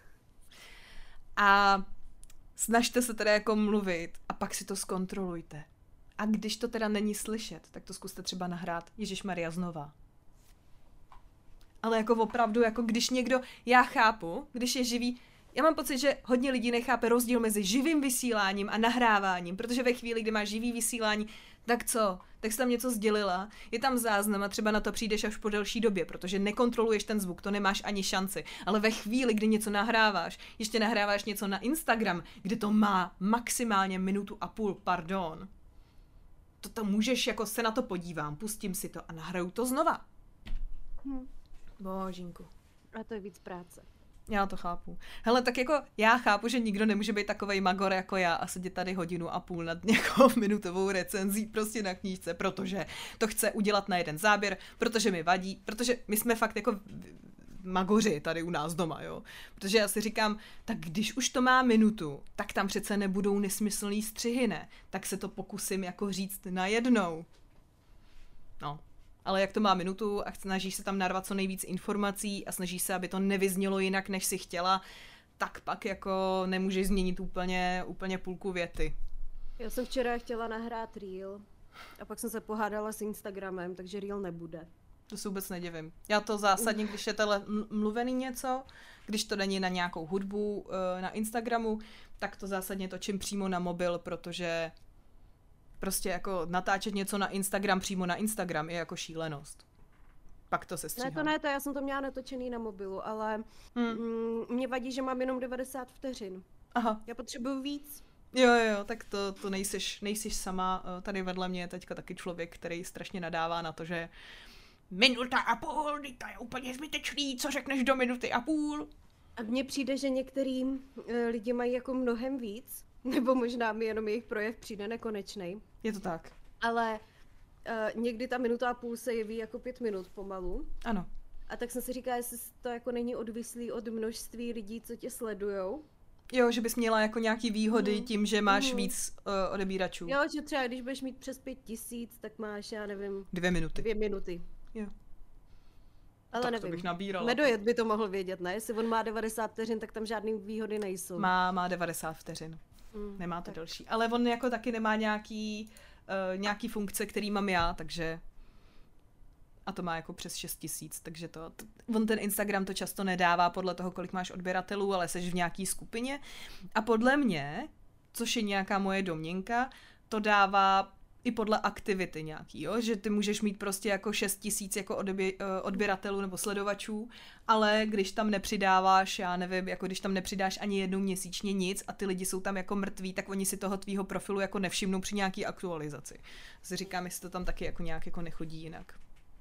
A snažte se teda jako mluvit a pak si to zkontrolujte. A když to teda není slyšet, tak to zkuste třeba nahrát Ježišmarja znova. Ale jako opravdu, jako když někdo, já chápu, když je živý, já mám pocit, že hodně lidí nechápe rozdíl mezi živým vysíláním a nahráváním, protože ve chvíli, kdy máš živý vysílání, tak co? Tak jsi tam něco sdělila, je tam záznam a třeba na to přijdeš až po delší době, protože nekontroluješ ten zvuk, to nemáš ani šanci. Ale ve chvíli, kdy něco nahráváš, ještě nahráváš něco na Instagram, kde to má maximálně minutu a půl, pardon, to, to můžeš, jako se na to podívám, pustím si to a nahraju to znova. Hm. Božínku. A to je víc práce. Já to chápu. Hele, tak jako já chápu, že nikdo nemůže být takovej magor jako já a sedět tady hodinu a půl nad nějakou minutovou recenzí prostě na knížce, protože to chce udělat na jeden záběr, protože mi vadí, protože my jsme fakt jako magoři tady u nás doma, jo. Protože já si říkám, tak když už to má minutu, tak tam přece nebudou nesmyslný střihy, ne? Tak se to pokusím jako říct najednou. No. Ale jak to má minutu a snažíš se tam narvat co nejvíc informací a snažíš se, aby to nevyznělo jinak, než si chtěla, tak pak jako nemůžeš změnit úplně, úplně půlku věty. Já jsem včera chtěla nahrát reel a pak jsem se pohádala s Instagramem, takže reel nebude. To se vůbec nedivím. Já to zásadně, když je tele mluvený něco, když to není na nějakou hudbu na Instagramu, tak to zásadně točím přímo na mobil, protože prostě jako natáčet něco na Instagram přímo na Instagram je jako šílenost. Pak to se stříhá. Ne, to ne, to já jsem to měla natočený na mobilu, ale hmm. mm, mě vadí, že mám jenom devadesát vteřin. Aha. Já potřebuju víc. Jo, jo, jo, tak to, to nejsiš, nejsiš sama. Tady vedle mě je teďka taky člověk, který strašně nadává na to, že minuta a půl, to je úplně zbytečný, co řekneš do minuty a půl. A mně přijde, že některý uh, lidi mají jako mnohem víc, nebo možná mi jenom jejich projev přijde nekonečnej. Je to tak. Ale uh, někdy ta minuta a půl se jeví jako pět minut pomalu. Ano. A tak jsem si říkala, jestli to jako není odvislý od množství lidí, co tě sledujou. Jo, že bys měla jako nějaký výhody mm. tím, že máš mm. víc uh, odebíračů. Jo, že třeba když budeš mít přes pět tisíc, tak máš, já nevím... Dvě minuty. Dvě minuty. Jo. Ale tak nevím. To bych nabírala. Medojet by to mohl vědět, ne? Jestli on má devadesát vteřin, tak tam žádný výhody nejsou. Má, má devadesát vteřin. Mm, Nemá to tak. Delší. Ale on jako taky nemá nějaký, uh, nějaký funkce, který mám já, takže... A to má jako přes šest tisíc, takže to, to... On ten Instagram to často nedává podle toho, kolik máš odběratelů, ale seš v nějaký skupině. A podle mě, což je nějaká moje domněnka, to dává i podle aktivity nějaký, jo? Že ty můžeš mít prostě jako šest tisíc jako odbě, odběratelů nebo sledovačů, ale když tam nepřidáváš, já nevím, jako když tam nepřidáš ani jednou měsíčně nic a ty lidi jsou tam jako mrtví, tak oni si toho tvýho profilu jako nevšimnou při nějaký aktualizaci. Si říkám, jestli to tam taky jako nějak jako nechodí jinak.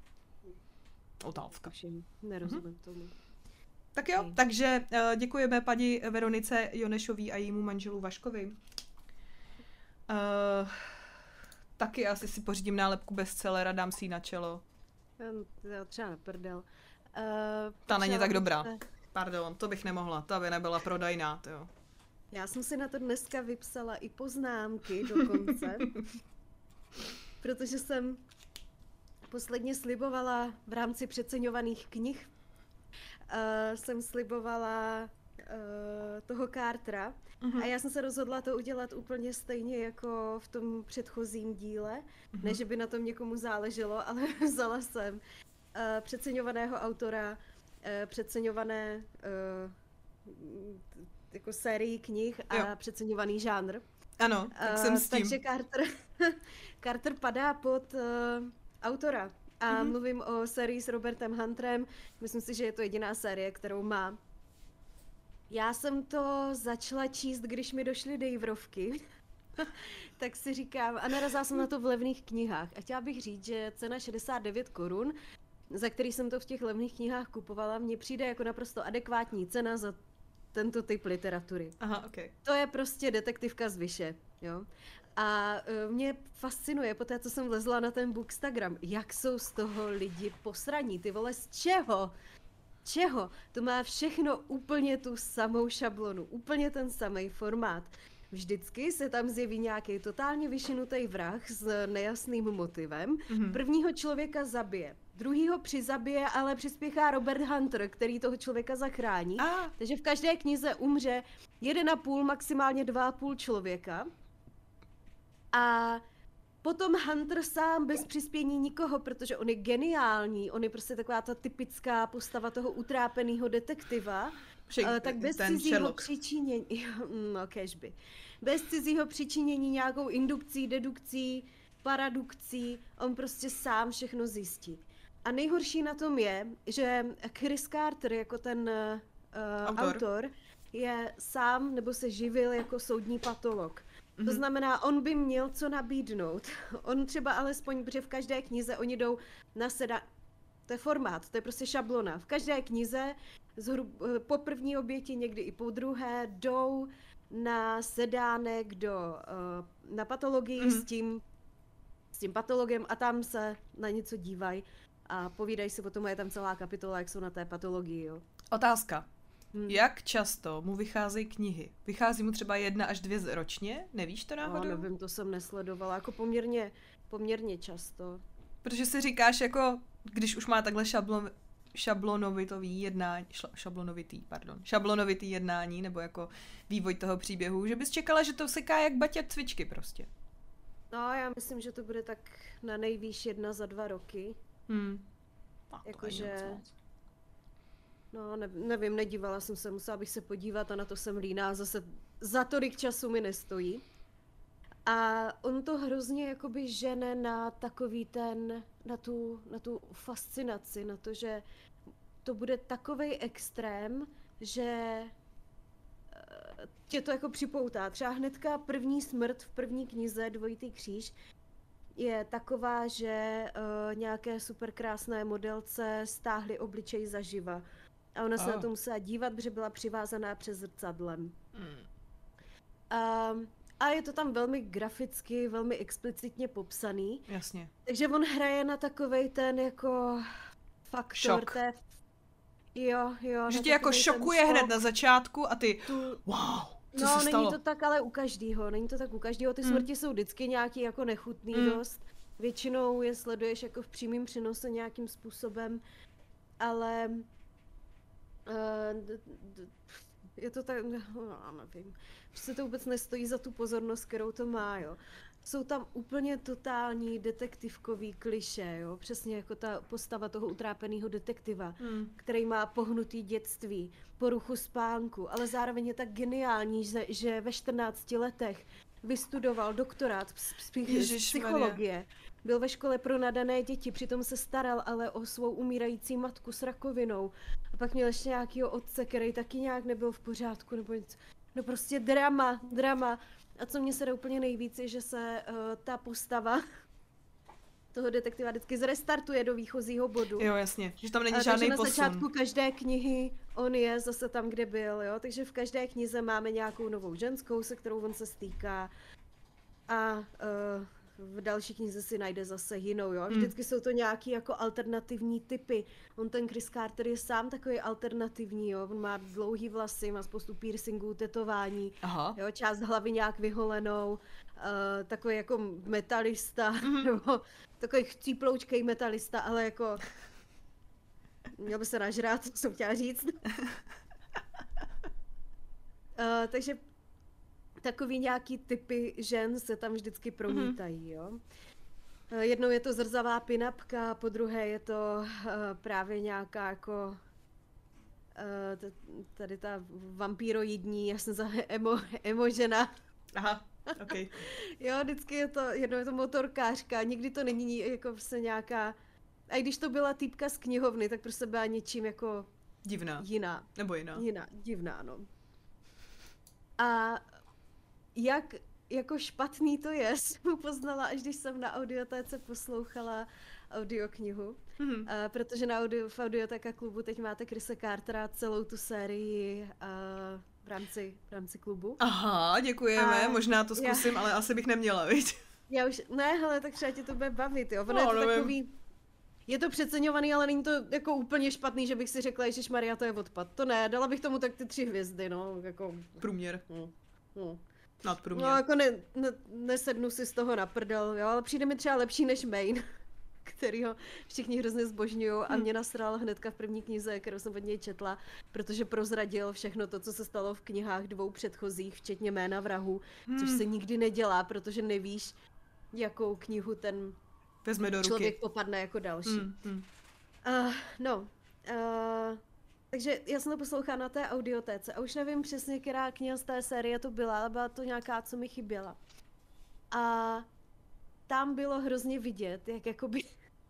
Otázka. Nerozumím mm-hmm. tomu. Tak jo, okay. takže uh, děkujeme paní Veronice Jonešový a jejímu manželu Vaškovi. Uh, taky asi si pořídím nálepku bestsellera, dám si ji na čelo. Já třeba na prdel. Uh, Ta není tak dobrá. Pardon, to bych nemohla, ta by nebyla prodajná, to jo. Já jsem si na to dneska vypsala i poznámky dokonce, protože jsem posledně slibovala v rámci přeceňovaných knih, uh, jsem slibovala uh, toho Cartera uh-huh. a já jsem se rozhodla to udělat úplně stejně jako v tom předchozím díle, uh-huh. ne, že by na tom někomu záleželo, ale vzala jsem uh, přeceňovaného autora, uh, přeceňované uh, jako sérii knih a jo. přeceňovaný žánr. Ano, tak jsem s tím. Uh, takže Carter, Carter padá pod... Uh, autora. A mm-hmm. mluvím o sérii s Robertem Hunterem. Myslím si, že je to jediná série, kterou má. Já jsem to začala číst, když mi došly Daverovky. Tak si říkám, a narazila jsem na to v levných knihách. A chtěla bych říct, že cena šedesát devět korun, za který jsem to v těch levných knihách kupovala, mně přijde jako naprosto adekvátní cena za tento typ literatury. Aha, okay. To je prostě detektivka z Vyše, jo. A uh, mě fascinuje, poté co jsem vlezla na ten Bookstagram, jak jsou z toho lidi posraní, ty vole, z čeho? Čeho? To má všechno úplně tu samou šablonu, úplně ten samý formát. Vždycky se tam zjeví nějaký totálně vyšinutý vrah s nejasným motivem. Mm-hmm. Prvního člověka zabije, druhýho přizabije, ale přispěchá Robert Hunter, který toho člověka zachrání. Ah. Takže v každé knize umře jeden a půl, maximálně dva a půl člověka. A potom Hunter sám bez přispění nikoho, protože on je geniální, on je prostě taková ta typická postava toho utrápeného detektiva, Však, uh, tak bez cizího přičinění, no kežby, bez cizího přičinění nějakou indukcí, dedukcí, paradukcí, on prostě sám všechno zjistí. A nejhorší na tom je, že Chris Carter jako ten uh, autor. autor je sám nebo se živil jako soudní patolog. Mm-hmm. To znamená, on by měl co nabídnout. On třeba alespoň, protože v každé knize oni jdou na seda... To je formát, to je prostě šablona. V každé knize zhru... po první oběti, někdy i po druhé, jdou na sedánek do, uh, na patologii mm-hmm. s tím s tím patologem a tam se na něco dívají a povídají si o tom, je tam celá kapitola, jak jsou na té patologii, jo. Otázka. Hmm. Jak často mu vycházejí knihy? Vychází mu třeba jedna až dvě ročně? Nevíš to náhodou? No, nevím, to jsem nesledovala, jako poměrně, poměrně často. Protože si říkáš, jako, když už má takhle šablon, šablonovitý jednání, šablonovitý, pardon, šablonovitý jednání, nebo jako vývoj toho příběhu, že bys čekala, že to seká jak Baťa cvičky prostě. No, já myslím, že to bude tak na nejvýš jedna za dva roky. Hmm. Jakože... No, ne, nevím, nedívala jsem se, musela bych se podívat a na to jsem líná, zase za tolik času mi nestojí. A on to hrozně jakoby žene na takový ten, na tu, na tu fascinaci, na to, že to bude takovej extrém, že tě to jako připoutá. Třeba hnedka první smrt v první knize Dvojitý kříž je taková, že uh, nějaké superkrásné modelce stáhly obličej zaživa. A ona se oh. na to musela dívat, protože byla přivázaná přes zrcadlem. Mm. Uh, a je to tam velmi graficky, velmi explicitně popsaný. Jasně. Takže on hraje na takovej ten jako faktor Šok. té... Jo, jo. Že tě jako šokuje hned na začátku a ty tu... wow, co no, se není stalo? to tak ale u každýho, není to tak u každýho, ty mm. smrti jsou vždycky nějaký jako nechutný mm. dost. Většinou je sleduješ jako v přímém přenose nějakým způsobem, ale uh, d, d, je to tak, no, nevím, prostě to vůbec nestojí za tu pozornost, kterou to má, jo. Jsou tam úplně totální detektivkový klišé, jo, přesně jako ta postava toho utrápeného detektiva, hmm. který má pohnutý dětství, poruchu spánku, ale zároveň je tak geniální, že, že ve čtrnácti letech vystudoval doktorát z psychologie. Byl ve škole pro nadané děti, přitom se staral ale o svou umírající matku s rakovinou. A pak měl ještě nějakýho otce, který taky nějak nebyl v pořádku, nebo něco. No prostě drama, drama. A co mě se dá úplně nejvíc, je, že se uh, ta postava toho detektiva vždycky zrestartuje do výchozího bodu. Jo, jasně, že tam není a, žádný takže posun. na začátku každé knihy on je zase tam, kde byl, jo. Takže v každé knize máme nějakou novou ženskou, se kterou on se stýká. A uh, v další knize si najde zase jinou, jo. Vždycky hmm. jsou to nějaký jako alternativní typy. On ten Chris Carter je sám takový alternativní, jo. On má dlouhý vlasy, má spoustu piercingů, tetování, Aha. jo, část hlavy nějak vyholenou, uh, takový jako metalista, mm-hmm. nebo takový chcíploučkej metalista, ale jako měl by se nažrát, co jsem chtěla říct. uh, takže takový nějaký typy žen se tam vždycky promítají, jo. Jednou je to zrzavá pinapka, po druhé je to uh, právě nějaká jako uh, tady ta vampíroidní, já jsem za emo, emo žena. Aha, ok. Jo, vždycky je to, jednou je to motorkářka, nikdy to není jako prostě nějaká, a i když to byla týpka z knihovny, tak prostě byla něčím jako divná. Jiná. Nebo jiná. Jiná, divná, no. A jak jako špatný to je, jsem poznala, až když jsem na audiotéce poslouchala audioknihu, mm-hmm. uh, protože na audio, v Audiotéka klubu teď máte Chrise Cartera celou tu sérii uh, v, rámci, v rámci klubu. Aha, děkujeme, a možná to zkusím, já, ale asi bych neměla, viď? Já už, ne, hele, tak třeba tě to bude bavit, jo, ono no, je to nevím. Takový, je to přeceňovaný, ale není to jako úplně špatný, že bych si řekla, ježišmarja, to je odpad. To ne, dala bych tomu tak ty tři hvězdy, no, jako... Průměr. Hmm. Hmm. Nadprůměr. No jako ne, ne, nesednu si z toho na prdel, jo, ale přijde mi třeba lepší než Main, kterýho všichni hrozně zbožňují a mě nasral hnedka v první knize, kterou jsem od něj četla, protože prozradil všechno to, co se stalo v knihách dvou předchozích, včetně Jména vrahů, hmm. což se nikdy nedělá, protože nevíš, jakou knihu ten vezme do ruky. Člověk popadne jako další. Hmm. Hmm. Uh, no, uh, takže já jsem to poslouchala na té audiotéce a už nevím přesně, která kniha z té série to byla, ale byla to nějaká, co mi chyběla. A tam bylo hrozně vidět, jak jakoby...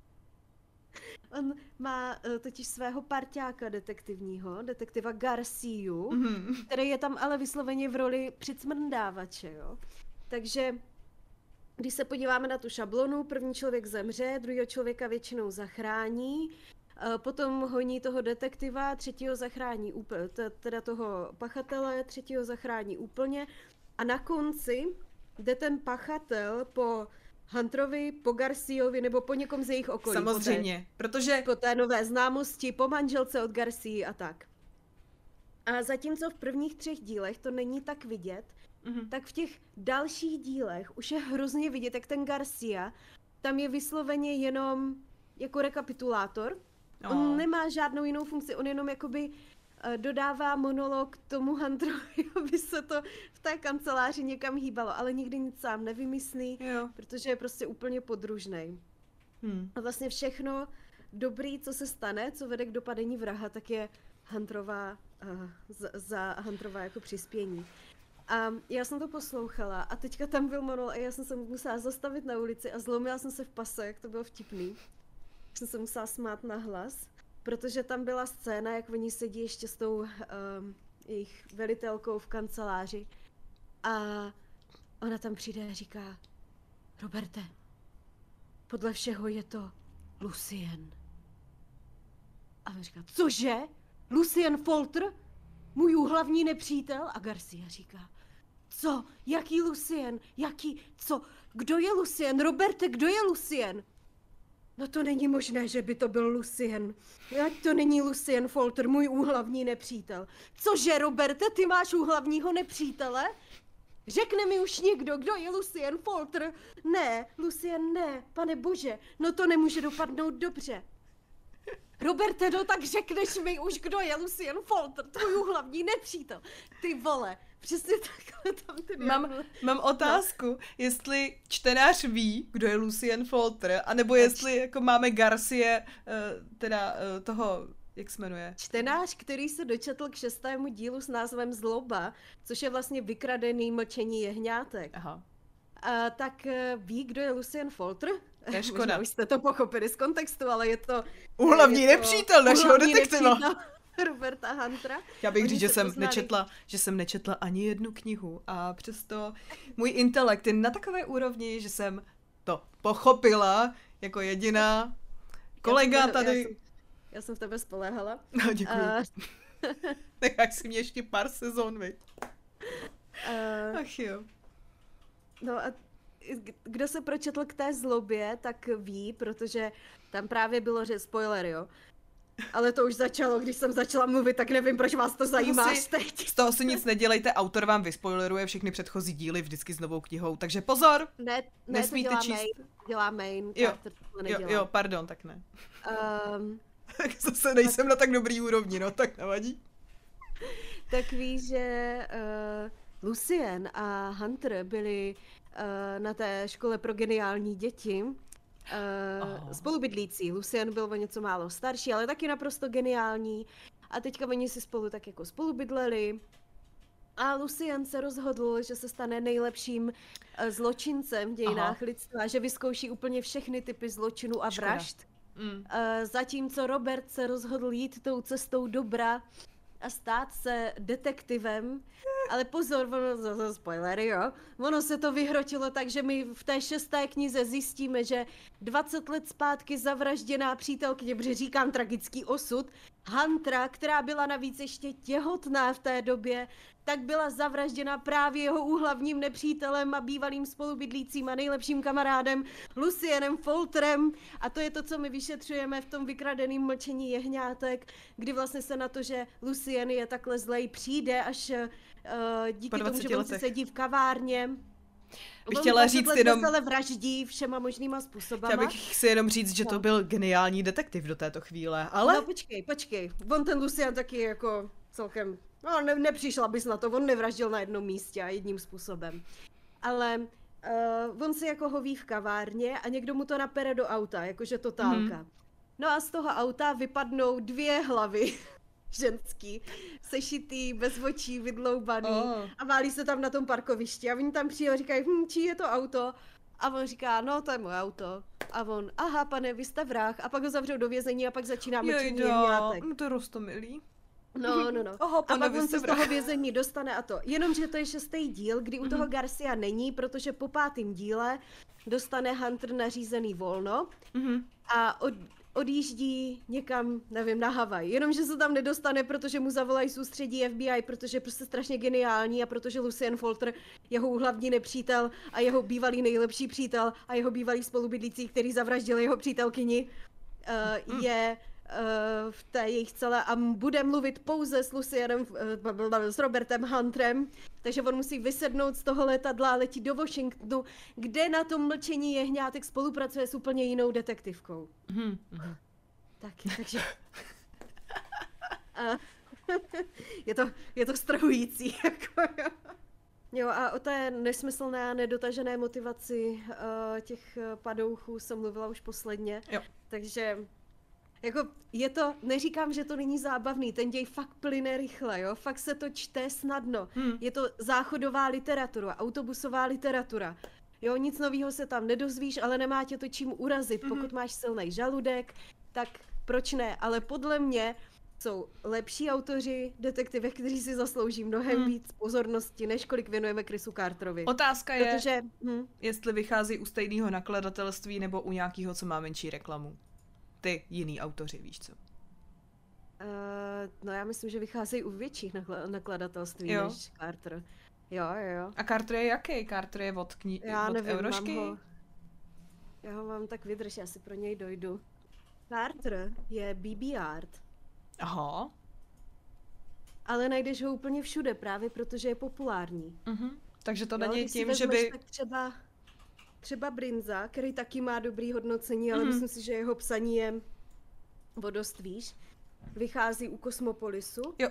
On má uh, totiž svého parťáka detektivního, detektiva Garciu, mm-hmm. který je tam ale vysloveně v roli přicmrdávače, jo. Takže když se podíváme na tu šablonu, první člověk zemře, druhého člověka většinou zachrání, potom honí toho detektiva, třetího zachrání úplně, teda toho pachatele, třetího zachrání úplně a na konci jde ten pachatel po Hunterovi, po Garciovi nebo po někom z jejich okolí. Samozřejmě, po té, protože... Po té nové známosti, po manželce od Garcii a tak. A zatímco v prvních třech dílech to není tak vidět, mm-hmm. tak v těch dalších dílech už je hrozně vidět, jak ten Garcia tam je vysloveně jenom jako rekapitulátor. Oh. On nemá žádnou jinou funkci, on jenom jakoby uh, dodává monolog tomu Hunterovi, aby se to v té kanceláři někam hýbalo, ale nikdy nic sám nevymyslí, jo. protože je prostě úplně podružnej. Hmm. A vlastně všechno dobrý, co se stane, co vede k dopadení vraha, tak je Hunterová, uh, za, za Hunterová jako přispění. A já jsem to poslouchala a teďka tam byl monolog a já jsem se musela zastavit na ulici a zlomila jsem se v pase, jak to bylo vtipný. Jsem se musela smát nahlas, protože tam byla scéna, jak oni sedí ještě s tou um, jejich velitelkou v kanceláři a ona tam přijde a říká: Roberte, podle všeho je to Lucien. A on říká: cože? Lucien Folter? Můj úhlavní nepřítel? A Garcia říká: co? Jaký Lucien? Jaký? Co? Kdo je Lucien? Roberte, kdo je Lucien? No to není možné, že by to byl Lucien. Ať to není Lucien Folter, můj úhlavní nepřítel. Cože, Roberte, ty máš úhlavního nepřítele? Řekne mi už někdo, kdo je Lucien Folter? Ne, Lucien ne, pane bože, no to nemůže dopadnout dobře. Roberte, no tak řekneš mi už, kdo je Lucien Folter, tvůj úhlavní nepřítel. Ty vole, přesně takhle tam ty Mám, mám otázku, no. jestli čtenář ví, kdo je Lucien Folter, anebo jestli jako máme Garcie, teda toho, jak se jmenuje? Čtenář, který se dočetl k šestému dílu s názvem Zloba, což je vlastně vykradený Mlčení jehňátek. Aha. A, tak ví, kdo je Lucien Folter? Je škoda. Možná už jste to pochopili z kontextu, ale je to... Úhlavní nepřítel našeho detektiva. Roberta Huntera. Já bych říct, že jsem, nečetla, že jsem nečetla ani jednu knihu a přesto můj intelekt je na takové úrovni, že jsem to pochopila jako jediná. Kolega já jsem, tady... Já jsem, já jsem v tebe spoléhala. No, děkuji. Uh... Necháš si mě ještě pár sezon, viď? Uh... Ach jo. No a kdo se pročetl k té Zlobě, tak ví, protože tam právě bylo, že spoiler, jo. Ale to už začalo, když jsem začala mluvit, tak nevím, proč vás to zajímá si, teď. Z toho si nic nedělejte, autor vám vyspoileruje všechny předchozí díly vždycky s novou knihou, takže pozor! Ne, ne nesmíte to dělá číst. Main, dělá main, jo, jo, jo, pardon, tak ne. Um, tak zase nejsem tak, na tak dobrý úrovni, no, tak nevadí. Tak víš, že uh, Lucien a Hunter byli uh, na té škole pro geniální děti. Uh, oh. Spolubydlící. Lucien byl o něco málo starší, ale taky naprosto geniální. A teďka oni si spolu tak jako spolubydleli. A Lucien se rozhodl, že se stane nejlepším uh, zločincem v dějinách Aha. lidstva, že vyzkouší úplně všechny typy zločinů a vražd. Mm. Uh, zatímco Robert se rozhodl jít tou cestou dobra a stát se detektivem. Ale pozor, ono, spoilery, jo. Ono se to vyhrotilo tak, že my v té šesté knize zjistíme, že dvacet let zpátky zavražděná přítelkyně, protože říkám tragický osud, Huntera, která byla navíc ještě těhotná v té době, tak byla zavražděna právě jeho úhlavním nepřítelem a bývalým spolubydlícím a nejlepším kamarádem Lucienem Folterem. A to je to, co my vyšetřujeme v tom vykradeném Mlčení jehňátek, kdy vlastně se na to, že Lucien je takhle zlej, přijde až uh, díky tomu, že on si sedí v kavárně. Bych chtěla říct jenom... On vraždí všema možnýma způsobama. Chtěla bych si jenom říct, že to byl geniální detektiv do této chvíle, ale... No počkej, počkej. On ten Lucien taky jako celkem... No ne, nepřišla bys na to, on nevraždil na jednom místě a jedním způsobem. Ale uh, on si jako hoví v kavárně a někdo mu to napere do auta, jakože totálka. Hmm. No a z toho auta vypadnou dvě hlavy ženský, sešitý, bez očí, vydloubaný oh. a válí se tam na tom parkovišti a oni tam přijdou a říkají, hm, čí je to auto? A on říká, no to je moje auto. A on, aha pane, vy jste vrah. A pak ho zavřou do vězení a pak začíná Mlčení jehňátek. No to je roztomilý. No, no, no. Oho, a pak on se z sebra. toho vězení dostane a to. Jenomže to je šestý díl, kdy u toho Mhm. Garcia není, protože po pátém díle dostane Hunter nařízený volno Mhm. a od, odjíždí někam, nevím, na Havaj. Jenomže se tam nedostane, protože mu zavolají z ústředí F B I, protože je prostě strašně geniální a protože Lucien Folter, jeho hlavní nepřítel a jeho bývalý nejlepší přítel a jeho bývalý spolubydlící, který zavraždil jeho přítelkyni, uh, Mm. je uh, v té jejich celé a bude mluvit pouze s Lucienem, uh, s Robertem Hunterem, takže on musí vysednout z toho letadla a letí do Washingtonu, kde na tom mlčení jehňátek spolupracuje s úplně jinou detektivkou. Mhm. Mhm. Taky, takže... a, je, to, je to strhující, jako jo. Jo, a o té nesmyslné a nedotažené motivaci uh, těch uh, padouchů jsem mluvila už posledně. Jo. Takže jako je to, neříkám, že to není zábavný, ten děj fakt plyne rychle, jo, fakt se to čte snadno. Hmm. Je to záchodová literatura, autobusová literatura. Jo, nic nového se tam nedozvíš, ale nemá tě to čím urazit. Mhm. Pokud máš silný žaludek, tak proč ne? Ale podle mě jsou lepší autoři detektivek, kteří si zaslouží mnohem Hmm. víc pozornosti, než kolik věnujeme Chrisu Carterovi. Otázka je, Protože, hm, jestli vychází u stejného nakladatelství nebo u nějakého, co má menší reklamu. Ty jiný autoři, víš co? uh, no já myslím, že vycházejí u větších nakla- nakladatelství Jo. než Carter. Jo, jo, jo. A Carter je jaký? Carter je od, kni- Já od nevím, Eurošky? mám ho... Já ho mám tak vydrž, já si pro něj dojdu. Carter je B B Art, Aha. ale najdeš ho úplně všude, právě protože je populární. Mhm. Takže to Jo, není když si tím, že vezmeš by... tak třeba, třeba Brinza, který taky má dobrý hodnocení, ale Mhm. myslím si, že jeho psaní je o dost výš. Vychází u Kosmopolisu. Jo.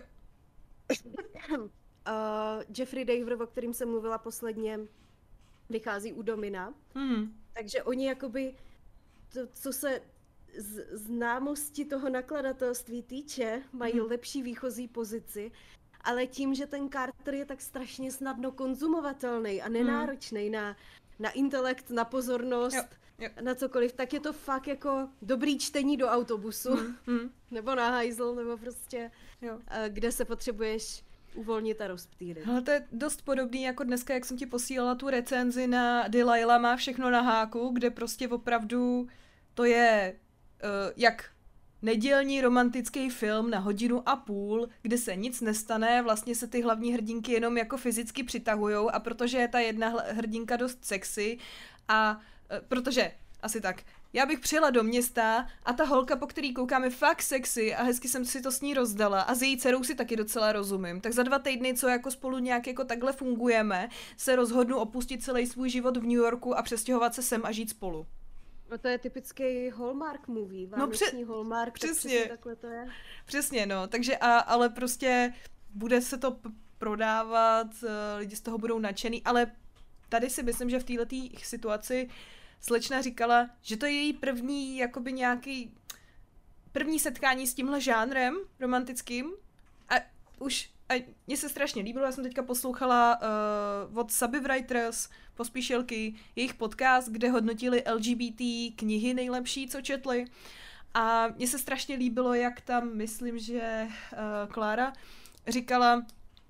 uh, Jeffrey Daver, o kterým jsem mluvila posledně, vychází u Domina. Mhm. Takže oni jakoby, to, co se z, známosti toho nakladatelství týče, mají Mhm. lepší výchozí pozici, ale tím, že ten Carter je tak strašně snadno konzumovatelný a nenáročný na, na intelekt, na pozornost, Jo, jo. na cokoliv, tak je to fakt jako dobrý čtení do autobusu, Mhm. nebo na hajzl, nebo prostě, Jo. eh, kde se potřebuješ uvolnit a rozptýlit. Ale to je dost podobný jako dneska, jak jsem ti posílala tu recenzi na Delilah má všechno na háku, kde prostě opravdu to je uh, jak nedělní romantický film na hodinu a půl, kde se nic nestane, vlastně se ty hlavní hrdinky jenom jako fyzicky přitahujou a protože je ta jedna hl- hrdinka dost sexy a uh, protože asi tak, já bych přijela do města a ta holka, po který koukám, je fakt sexy a hezky jsem si to s ní rozdala a s její dcerou si taky docela rozumím. Tak za dva týdny, co jako spolu nějak jako takhle fungujeme, se rozhodnu opustit celý svůj život v New Yorku a přestěhovat se sem a žít spolu. No to je typický Hallmark movie, No vánoční pře- Hallmark, tak přesně. přesně takhle to je. Přesně, no, takže a, ale prostě bude se to p- prodávat, eh, lidi z toho budou nadšený, ale tady si myslím, že v této situaci slečna říkala, že to je její první, jakoby nějaký první setkání s tímhle žánrem romantickým a už a mně se strašně líbilo, já jsem teďka poslouchala uh, od Saby Writers, Pospíšilky, jejich podcast, kde hodnotili L G B T knihy nejlepší, co četli. A mně se strašně líbilo, jak tam, myslím, že uh, Klára říkala,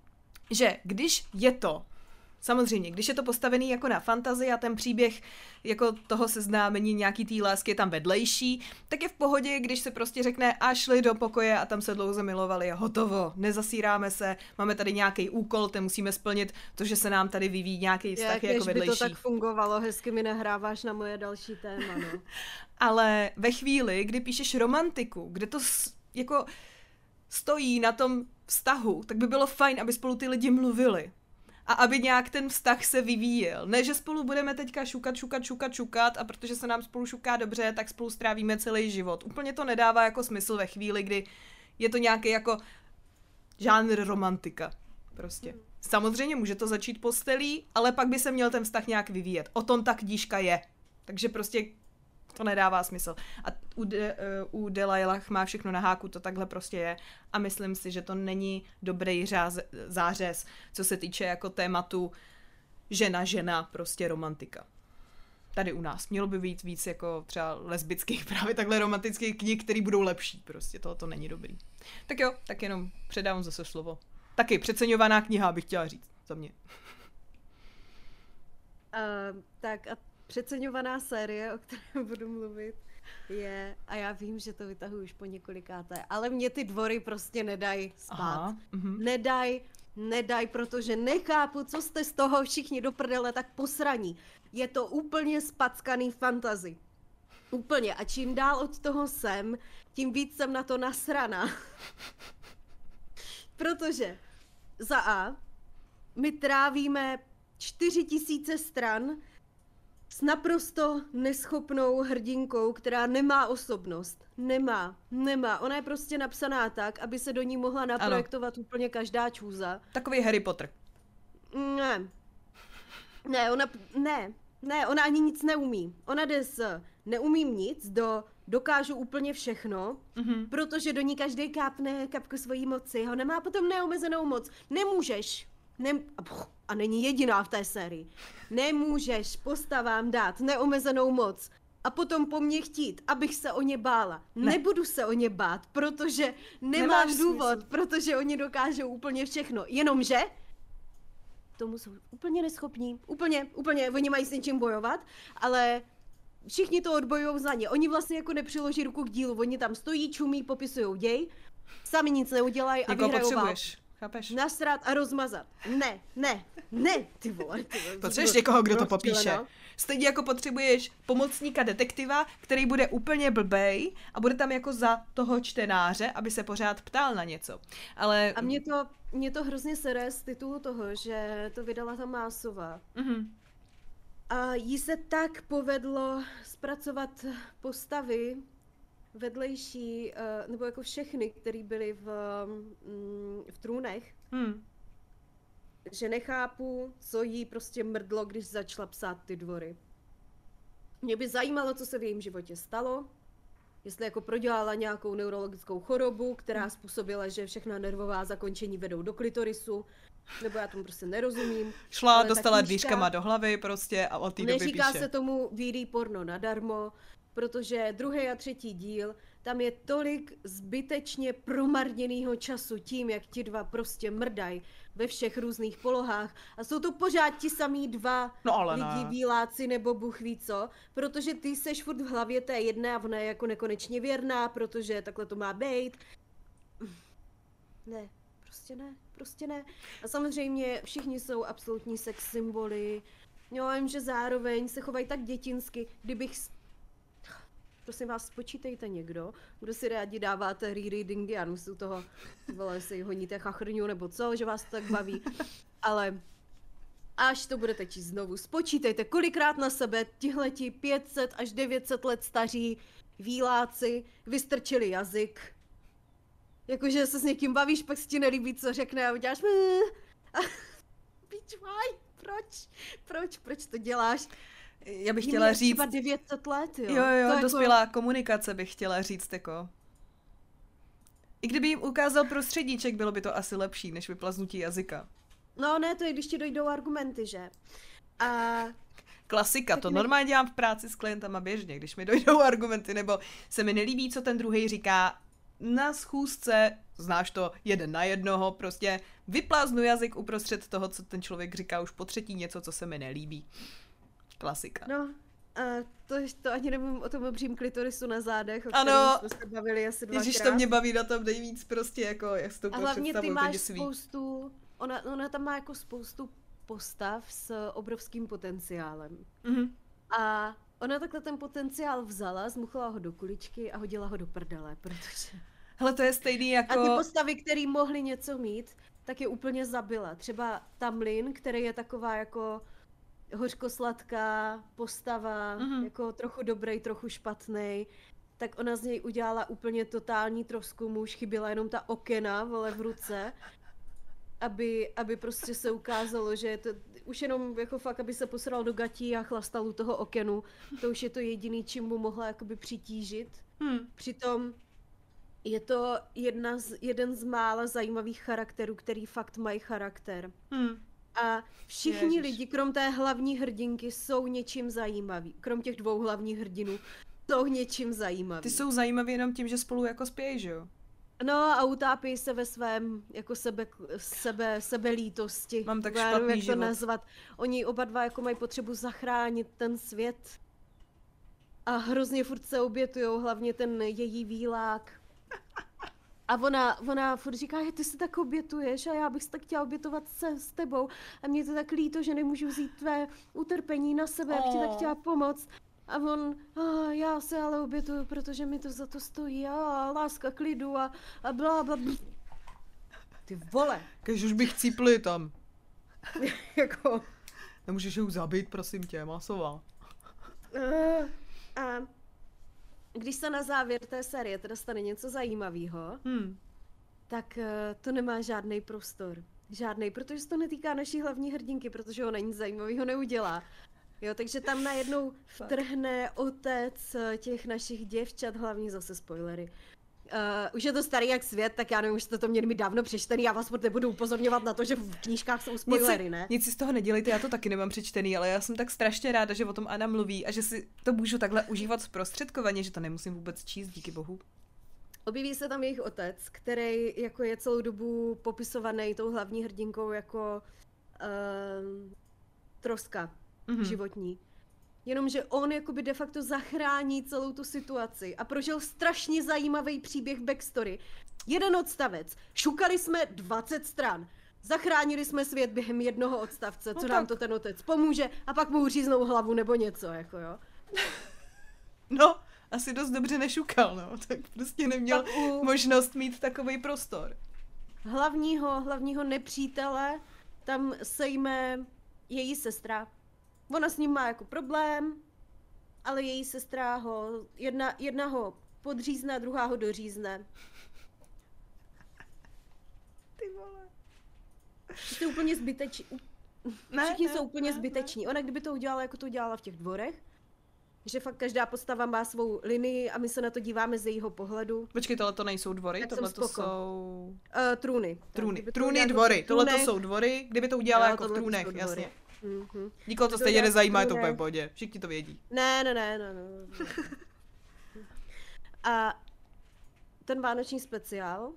že když je to, samozřejmě, když je to postavený jako na fantazii a ten příběh jako toho seznámení nějaký té lásky je tam vedlejší, tak je v pohodě, když se prostě řekne a šli do pokoje a tam se dlouho milovali a hotovo, nezasíráme se, máme tady nějaký úkol, ten musíme splnit, to, že se nám tady vyvíjí nějaký vztah Jak, jako by vedlejší. to tak fungovalo, hezky mi nahráváš na moje další téma, no. Ale ve chvíli, kdy píšeš romantiku, kde to s, jako stojí na tom vztahu, tak by bylo fajn, aby spolu ty lidi mluvili. A aby nějak ten vztah se vyvíjel. Ne, že spolu budeme teďka šukat, šukat, šukat, šukat a protože se nám spolu šuká dobře, tak spolu strávíme celý život. Úplně to nedává jako smysl ve chvíli, kdy je to nějaký jako žánr romantika. Prostě. Samozřejmě může to začít postelí, ale pak by se měl ten vztah nějak vyvíjet. O tom ta knížka je. Takže prostě to nedává smysl. A u, de, uh, u Delilah má všechno na háku, to takhle prostě je. A myslím si, že to není dobrý řáze, zářez, co se týče jako tématu žena, žena, prostě romantika. tady u nás. Mělo by být víc jako třeba lesbických, právě takhle romantických knih, které budou lepší. Prostě to, to není dobrý. Tak jo, tak jenom předávám zase slovo. Taky přeceňovaná kniha, bych chtěla říct za mě. Uh, tak a přeceňovaná série, o které budu mluvit, je, a já vím, že to vytahuji už po několikáté, ale mě ty dvory prostě nedají spát. Aha, mhm. Nedaj, nedaj, protože nechápu, co jste z toho všichni do prdele tak posraní. Je to úplně spackaný fantasy. Úplně. A čím dál od toho jsem, tím víc jsem na to nasraná. Protože za A my trávíme čtyři tisíce stran s naprosto neschopnou hrdinkou, která nemá osobnost. Nemá, nemá. Ona je prostě napsaná tak, aby se do ní mohla naprojektovat ano. úplně každá čůza. Takový Harry Potter. Ne. Ne, ona, ne, ne, ona ani nic neumí. Ona jde z neumím nic do dokážu úplně všechno, mm-hmm. protože do ní každý kápne kapku svojí moci. Ona má potom neomezenou moc. Nemůžeš. Nem, a není jediná v té sérii. Nemůžeš postavám dát neomezenou moc a potom po mně chtít, abych se o ně bála. Ne. Nebudu se o ně bát, protože nemám Nemáš důvod, smysl. Protože oni dokážou úplně všechno. Jenomže tomu jsou úplně neschopní. Úplně, úplně, oni mají s něčím bojovat, ale všichni to odbojujou za ně. Oni vlastně jako nepřiloží ruku k dílu. Oni tam stojí, čumí, popisujou děj, sami nic neudělají a vyhrajou válku. Chápeš? Nasrát a rozmazat. Ne, ne, ne, ty vole. Ty vole potřebuješ někoho, kdo to popíše. Stejně jako potřebuješ pomocníka detektiva, který bude úplně blbej a bude tam jako za toho čtenáře, aby se pořád ptal na něco. Ale... A mě to, mě to hrozně sere z titulu toho, že to vydala ta Másová. Mm-hmm. A jí se tak povedlo zpracovat postavy vedlejší, nebo jako všechny, které byly v, v trůnech, hmm. že nechápu, co jí prostě mrdlo, když začala psát ty dvory. Mě by zajímalo, co se v jejím životě stalo, jestli jako prodělala nějakou neurologickou chorobu, která způsobila, že všechna nervová zakončení vedou do klitorisu, nebo já tomu prostě nerozumím. Šla, dostala dvířkama do hlavy prostě a od té doby píše. Neříká se tomu vídý porno nadarmo, protože druhý a třetí díl, tam je tolik zbytečně promarněného času tím, jak ti dva prostě mrdají ve všech různých polohách a jsou to pořád ti samý dva no ale lidi, ne. výláci nebo Bůh ví co, protože ty seš furt v hlavě té jedné a ona je jako nekonečně věrná, protože takhle to má být. Ne, prostě ne, prostě ne. A samozřejmě všichni jsou absolutní sex symboly, jo, vím, že zároveň se chovají tak dětinsky, kdybych prosím vás, spočítejte někdo, kdo si rádi dáváte rereadingy a místo toho, vole, si honíte chachrňu nebo co, že vás to tak baví, ale až to budete číst znovu, spočítejte, kolikrát na sebe tihleti pět set až devět set let staří výláci vystrčili jazyk, jakože se s někým bavíš, pak si ti nelíbí, co řekne a uděláš pičvaj, proč, proč, proč to děláš? Já bych chtěla říct... třeba devět set let, jo. Jo, jo, to dospělá jako... komunikace bych chtěla říct, jako... I kdyby jim ukázal prostředníček, bylo by to asi lepší, než vyplaznutí jazyka. No ne, to je, když ti dojdou argumenty, že? A... Klasika, to normálně dělám v práci s klientama běžně, když mi dojdou argumenty, nebo se mi nelíbí, co ten druhý říká na schůzce, znáš to, jeden na jednoho, prostě vypláznu jazyk uprostřed toho, co ten člověk říká už po třetí, něco, co se mi nelíbí. Klasika. No, a to, to ani nemůžu o tom obřím klitorisu na zádech, o ano, kterém jsme se bavili asi dvakrát. Ježiš, to mě baví na tom nejvíc prostě, jako jak s tou a hlavně ty máš spoustu, ona, ona tam má jako spoustu postav s obrovským potenciálem. Mm-hmm. A ona takhle ten potenciál vzala, zmuchla ho do kuličky a hodila ho do prdele, protože... Hele, to je stejný jako... A ty postavy, které mohly něco mít, tak je úplně zabila. Třeba Tamlin, který je taková jako... hořkosladká postava, mm-hmm. jako trochu dobrý, trochu špatný, tak ona z něj udělala úplně totální trosku, mu už chyběla jenom ta okena, vole, v ruce, aby, aby prostě se ukázalo, že je to, už jenom jako fakt, aby se posral do gatí a chlastal u toho okenu, to už je to jediný, čím mu mohla jakoby přitížit. Hmm. Přitom je to jedna z, jeden z mála zajímavých charakterů, který fakt mají charakter. Hmm. A všichni Ježiš. lidi, krom té hlavní hrdinky, jsou něčím zajímaví. Krom těch dvou hlavních hrdinů, jsou něčím zajímaví. Ty jsou zajímaví jenom tím, že spolu jako spějí, že jo? No a utápí se ve svém jako sebe, sebe, sebelítosti. Mám tak Já nevím, špatný jak to život. nazvat. Oni oba dva jako mají potřebu zachránit ten svět. A hrozně furt se obětujou, hlavně ten její výlák. A ona, ona furt říká, že ty se tak obětuješ a já bych se tak chtěla obětovat se s tebou. A mě je to tak líto, že nemůžu vzít tvé utrpení na sebe, jak ti tak Oh. chtěla pomoct. A on, a já se ale obětuju, protože mi to za to stojí, a láska k lidu a, a blá, blá, blá. Ty vole, Kež už bych cípli tam. jako... Nemůžeš ji zabít, prosím tě, masová. Uh, a když se na závěr té série teda stane něco zajímavého, Hmm. tak uh, to nemá žádný prostor. Žádný, protože se to netýká naší hlavní hrdinky, protože ona nic zajímavého neudělá. Jo, takže tam najednou vtrhne otec těch našich děvčat, hlavně zase spoilery. Uh, už je to starý jak svět, tak já nevím, už jste to měli mít dávno přečtený, já vás furt nebudu upozorňovat na to, že v knížkách jsou spoilery, nic si, ne? Nic si z toho nedělejte, já to taky nemám přečtený, ale já jsem tak strašně ráda, že o tom Anna mluví a že si to můžu takhle užívat zprostředkovaně, že to nemusím vůbec číst, díky bohu. Objeví se tam jejich otec, který jako je celou dobu popisovaný tou hlavní hrdinkou jako uh, troska Mhm. životní. Jenomže on jakoby de facto zachrání celou tu situaci a prožil strašně zajímavý příběh backstory. Jeden odstavec. Šukali jsme dvacet stran. Zachránili jsme svět během jednoho odstavce, co No nám tak. to ten otec pomůže a pak mu uříznou hlavu nebo něco, jako jo. No, asi dost dobře nešukal, no, tak prostě neměl Pak u možnost mít takovej prostor. hlavního, hlavního nepřítele tam sejme její sestra. Ona s ním má jako problém, ale její sestra ho, jedna, jedna ho podřízne a druhá ho dořízne. Ty vole. To je úplně zbyteční. Ne, Všichni ne, jsou úplně ne, zbyteční. Ona kdyby to udělala, jako to udělala v těch dvorech, že fakt každá postava má svou linii a my se na to díváme z jejího pohledu. Počkej, tohle to nejsou dvory, Tak tohle jsem to spoko. jsou... Uh, trůny. Trůny, Kdyby to trůny, udělala dvory, v tohle to trůnech- jsou dvory, kdyby to udělala Jo, jako v tohle to trůnech, jsou dvory. jasně. Mhm. Nikoho to To stejně udělala v nezajímá, je to trůnech. úplně v pohodě, všichni to vědí. Ne, ne, ne, ne, ne. ne. A ten vánoční speciál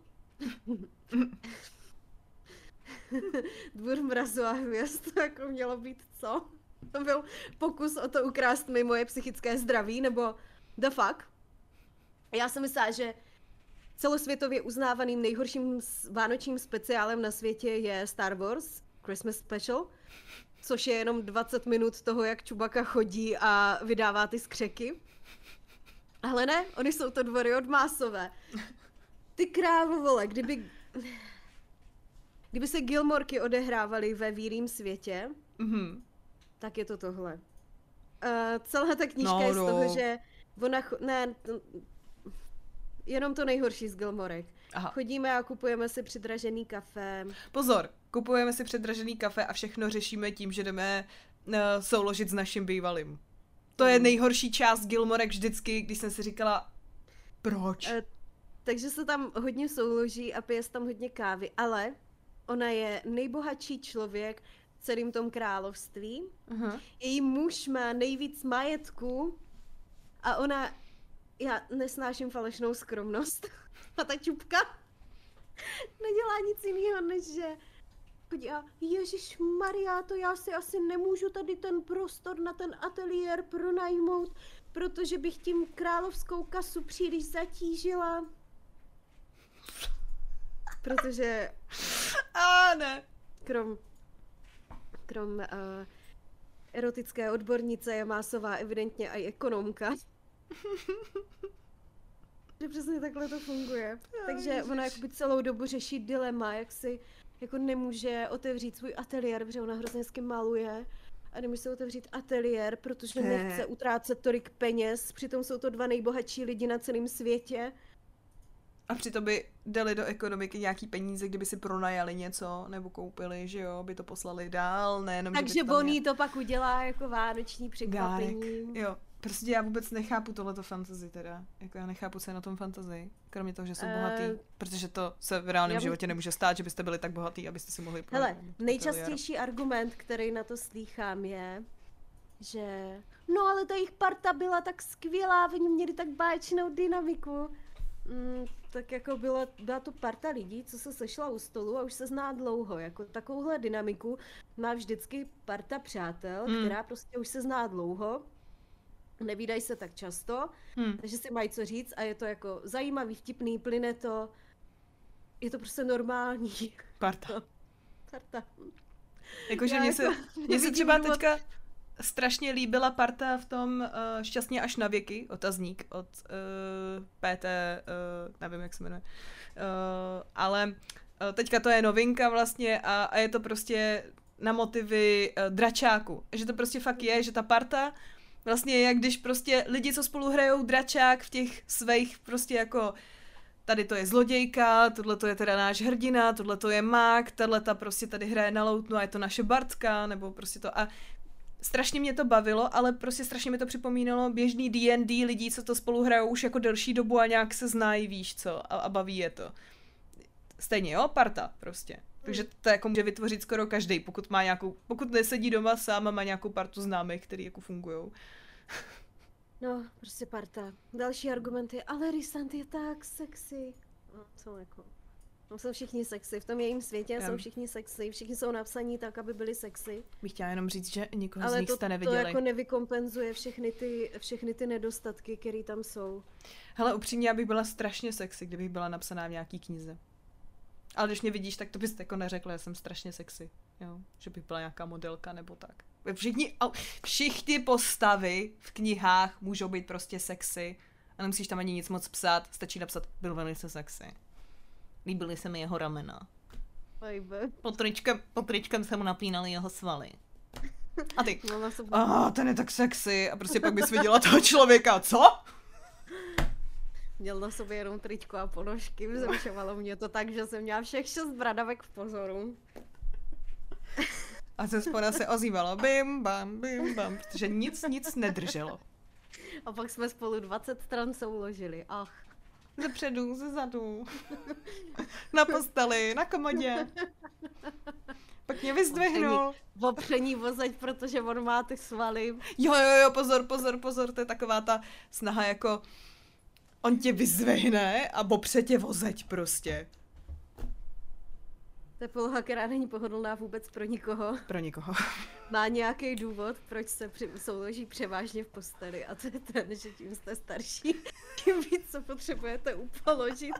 Dvůr mrazu a hvězd, to jako mělo být co? To byl pokus o to ukrást mi moje psychické zdraví, nebo the fuck? Já jsem myslela, že celosvětově uznávaným nejhorším s- vánočním speciálem na světě je Star Wars Christmas Special, což je jenom dvacet minut toho, jak Chewbacca chodí a vydává ty skřeky. Ale ne, oni jsou to dvory od Másové. Ty krávo, vole, kdyby... Kdyby se Gilmorky odehrávaly ve vírím světě, Mhm. tak je to tohle. Uh, celá ta knížka No, je z no. toho, že ona... Cho- ne, to, jenom to nejhorší z Gilmorek. Aha. Chodíme a kupujeme si přidražený kafe. Pozor, kupujeme si předražený kafe a všechno řešíme tím, že jdeme uh, souložit s naším bývalým. To je Mm. nejhorší část Gilmorek vždycky, když jsem si říkala, proč? Eh, Takže se tam hodně souloží a pije se tam hodně kávy, ale ona je nejbohatší člověk v celém tom království. Aha. Její muž má nejvíc majetku a ona, já nesnáším falešnou skromnost. A ta čupka nedělá nic jiného, než že chodí a Ježíš Maria, to já si asi nemůžu tady ten prostor na ten ateliér pronajmout, protože bych tím královskou kasu příliš zatížila. Protože A ne. krom, krom uh, erotické odbornice je Másová evidentně i ekonomka. Že přesně takhle to funguje. Takže ježiš. ona jakoby celou dobu řeší dilema, jak si jako nemůže otevřít svůj ateliér, protože ona hrozně hezky maluje a nemůže se otevřít ateliér, protože Ne. nechce utrácet tolik peněz, přitom jsou to dva nejbohatší lidi na celém světě. A přitom by dali do ekonomiky nějaký peníze, kdyby si pronajali něco, nebo koupili, že jo, by to poslali dál, nejenom, že Takže by to tam on jí měl to pak udělá jako vánoční dárek. překvapení. Jo, Prostě já vůbec nechápu tohleto fantasy teda. Jako já nechápu, co je na tom fantasy. Kromě toho, že jsou Uh, bohatý. Protože to se v reálném bych... životě nemůže stát, že byste byli tak bohatý, abyste si mohli... Hele, nejčastější argument, který na to slýchám je, že no ale ta jejich parta byla tak skvělá, oni měli tak báječnou dynamiku. Mm, tak jako byla, byla to parta lidí, co se sešla u stolu a už se zná dlouho. Jako takovouhle dynamiku má vždycky parta přátel, hmm. která prostě už se zná dlouho. Nevídají se tak často, hmm. takže si mají co říct a je to jako zajímavý, vtipný, plyne to. Je to prostě normální. Parta. Parta. Jakože mně se, mě se třeba důvod... teďka strašně líbila parta v tom uh, Šťastně až na věky, otazník od uh, P T, uh, nevím, jak se jmenuje. Uh, ale uh, teďka to je novinka vlastně a, a je to prostě na motivy uh, dračáku. Že to prostě fakt je, že ta parta vlastně je jak když prostě lidi, co spolu hrajou dračák v těch svých prostě jako tady to je zlodějka, tohle to je teda náš hrdina, tohle to je mák, tahle ta prostě tady hraje na loutnu a je to naše Bartka, nebo prostě to a strašně mě to bavilo, ale prostě strašně mi to připomínalo běžný D and D lidí, co to spolu hrajou už jako delší dobu a nějak se znají, víš co, a, a baví je to. Stejně, jo, parta prostě. Takže to jako může vytvořit skoro každý, pokud má nějakou, pokud nesedí doma sám a má nějakou partu známých, který jako fungujou. No, prostě parta. Další argument je, ale Rhysand je tak sexy. No, co jako... No, jsou všichni sexy, v tom jejím světě yeah. jsou všichni sexy, všichni jsou napsaní tak, aby byli sexy. Bych chtěla jenom říct, že nikoho ale z nich to, jste neviděli. Ale to jako nevykompenzuje všechny ty, všechny ty nedostatky, které tam jsou. Hele, upřímně, já bych byla strašně sexy, kdybych byla napsaná v nějaký knize. Ale když mě vidíš, tak to bys jako neřekla, já jsem strašně sexy, jo? Že bych byla nějaká modelka nebo tak. Všichni, všichni postavy v knihách můžou být prostě sexy a nemusíš tam ani nic moc psát, stačí napsat, byl velice sexy. Líbily se mi jeho ramena. Pod tričkem, pod tričkem se mu napínaly jeho svaly. A ty, no, oh, ten je tak sexy. A prostě pak bys viděla toho člověka, co? Měl na sobě jenom tričko a ponožky, vzrušovalo mě to tak, že jsem měla všech šest bradavek v pozoru. A ze spoda se ozývalo bim, bam, bim, bam, protože nic, nic nedrželo. A pak jsme spolu dvacet stran souložili, ach. Ze předu, ze zadu, na posteli, na komodě. Pak mě vyzdvihnul. Opření vozeď, protože on má ty svaly. Jo, jo, jo, pozor, pozor, pozor, to je taková ta snaha jako on tě vyzdvihne a opře tě vozeď prostě. To je poloha, která není pohodlná vůbec pro nikoho. Pro nikoho. Má nějaký důvod, proč se při- souloží převážně v posteli a to je ten, že tím jste starší, tím víc co potřebujete upoložit.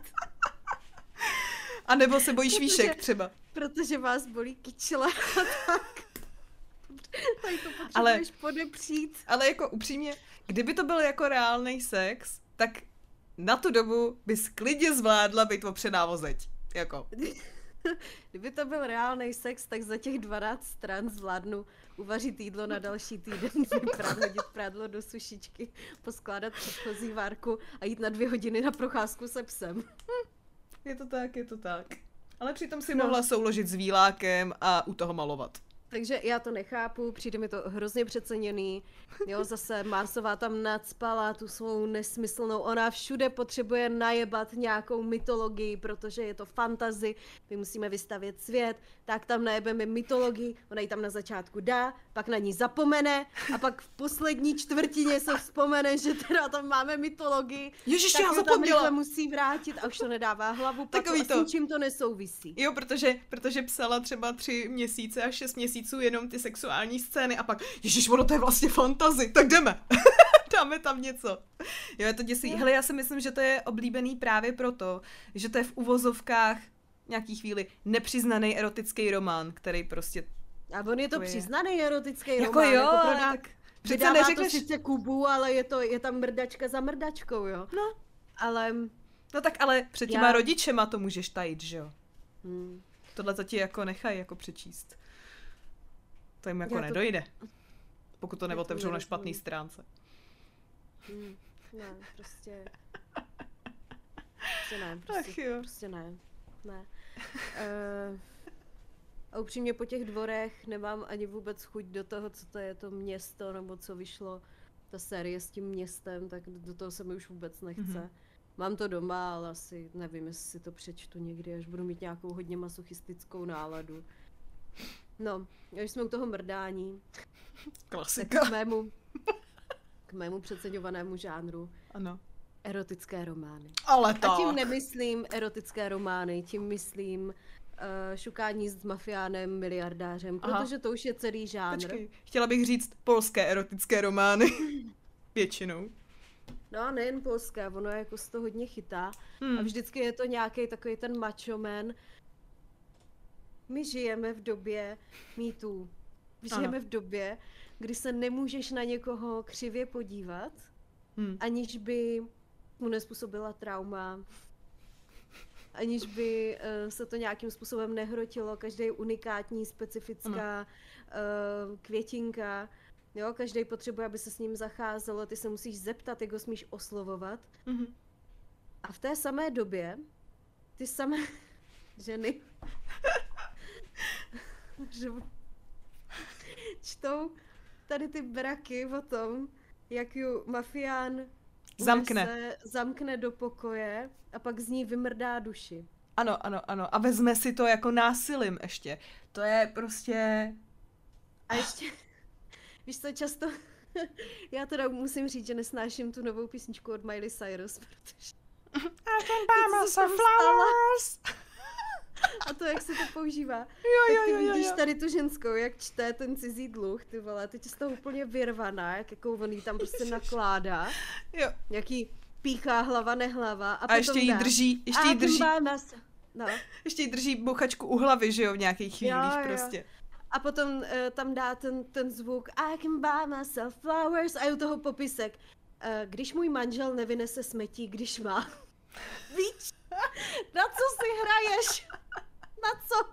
A nebo se bojíš výšek třeba. Protože vás bolí kyčle a tak. Tady to potřebuješ ale, podepřít. Ale jako upřímně, kdyby to byl jako reálný sex, tak na tu dobu bys klidně zvládla být opřená vozeď. Jako... Kdyby to byl reálný sex, tak za těch dvanáct stran zvládnu uvařit jídlo na další týden, hodit prádlo do sušičky, poskládat předchozí várku a jít na dvě hodiny na procházku se psem. Je to tak, je to tak. Ale přitom si no. mohla souložit s výlákem a u toho malovat. Takže já to nechápu, přijde mi to hrozně přeceněný. Jo, zase Marsová tam nacpala tu svou nesmyslnou, ona všude potřebuje najebat nějakou mytologii, protože je to fantasy, my musíme vystavět svět, tak tam najebeme mytologii, ona ji tam na začátku dá, pak na ní zapomene a pak v poslední čtvrtině se vzpomene, že teda tam máme mytologii. Ježiš, tak já zapomněla. Tak musí vrátit a už to nedává hlavu, pak to. S ničím to nesouvisí. Jo, protože, protože psala třeba tři měsíce a šest měsíců jenom ty sexuální scény a pak, ježiš, ono to je vlastně fantasy, tak jdeme. Dáme tam něco. Jo, je to děsí. Hele, já si myslím, že to je oblíbený právě proto, že to je v uvozovkách nějaký chvíli nepřiznaný erotický román, který prostě... A on je to je... přiznaný erotický jako román. Jo, jako prodá... tak přece neřekneš... to sice Kubu, ale je, to, je tam mrdačka za mrdačkou, jo. No. Ale... No tak ale před těma já... rodičema to můžeš tajit, že jo. Hmm. Tohle to ti jako nechají jako přečíst. To jim jako já nedojde. To... Pokud to neotevřou to na špatný stránce. Hmm. Ne, prostě... Prostě ne, prostě, Ach jo. prostě ne. Ne. Uh, a upřímně po těch dvorech nemám ani vůbec chuť do toho, co to je to město, nebo co vyšlo. ta série s tím městem, tak do toho se mi už vůbec nechce. Mhm. Mám to doma, ale asi nevím, jestli si to přečtu někdy, až budu mít nějakou hodně masochistickou náladu. No, když jsme u toho mrdání, tak Klasika. k mému, k mému přeceňovanému žánru, Ano. erotické romány. Ale to. A tím nemyslím erotické romány, tím myslím uh, šukání s mafiánem, miliardářem, Aha. protože to už je celý žánr. Počkej, chtěla bych říct polské erotické romány. Většinou. No a nejen polské, ono jako se to hodně chytá. Hmm. A vždycky je to nějaký takový ten macho man. My žijeme v době mýtů. Žijeme Ano. v době, kdy se nemůžeš na někoho křivě podívat, Hmm. aniž by mu nespůsobila trauma, aniž by uh, se to nějakým způsobem nehrotilo. Každý je unikátní, specifická uh, květinka. Jo, každý potřebuje, aby se s ním zacházelo, ty se musíš zeptat, jak ho smíš oslovovat. Mhm. A v té samé době ty samé ženy že čtou tady ty braky o tom, jak ju mafián Zamkne. unese, zamkne do pokoje a pak z ní vymrdá duši. Ano, ano, ano. A vezme si to jako násilím ještě. To je prostě... A ještě, víš co, často, já teda musím říct, že nesnáším tu novou písničku od Miley Cyrus, protože I can buy To, co se tam myself flowers. a to, jak se to používá. Jo, Tak jo, ty jo, jo, vidíš jo. tady tu ženskou, jak čte ten cizí dluh, ty vole, teď je z toho úplně vyrvaná, jak jako on jí tam prostě nakládá, Jo. jak jí píchá hlava, nehlava. A, A ještě jí drží, ještě jí drží, No. ještě jí drží bouchačku u hlavy, že jo, v nějakých chvílích Jo, jo. prostě. A potom uh, tam dá ten, ten zvuk I can buy myself flowers a je u toho popisek. Uh, když můj manžel nevynese smetí, když má. Víš, na co si hraješ? Na co?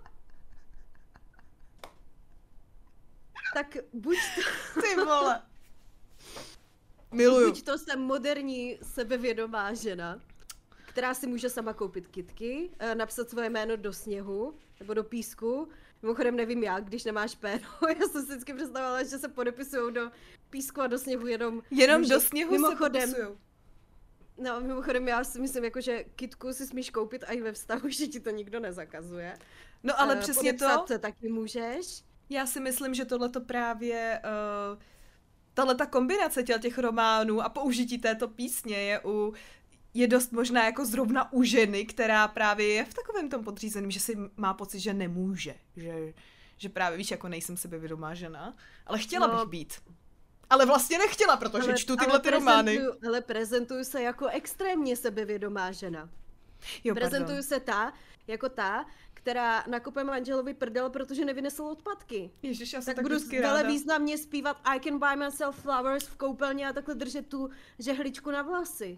Tak buď to, Ty vole. Miluju. buď to jsem moderní, sebevědomá žena, která si může sama koupit kytky, uh, napsat svoje jméno do sněhu nebo do písku. Mimochodem nevím jak, když nemáš péro. Já jsem si vždycky představovala, že se podepisují do písku a do sněhu jenom Jenom muži. do sněhu mimochodem, se popisujou. No, mimochodem já si myslím, jako, že kytku si smíš koupit i ve vztahu, že ti to nikdo nezakazuje. No ale Eh, přesně to, podepsat se taky můžeš. já si myslím, že tohleto právě, uh, tahleta kombinace těl těch románů a použití této písně je u, je dost možná jako zrovna u ženy, která právě je v takovém tom podřízeném, že si má pocit, že nemůže, že, že právě víš, jako nejsem sebevědomá žena, ale chtěla No. bych být. Ale vlastně nechtěla, protože Ale- čtu ale tyhle ty romány. prezentuju- Ale prezentuju se jako extrémně sebevědomá žena. Jo, Prezentuju pardon. se ta, jako ta, která nakope manželovi prdel, protože nevynesl odpadky. Ježiš, já jsem Tak, tak budu vždycky vele ráda. významně zpívat I can buy myself flowers v koupelně a takhle držet tu žehličku na vlasy.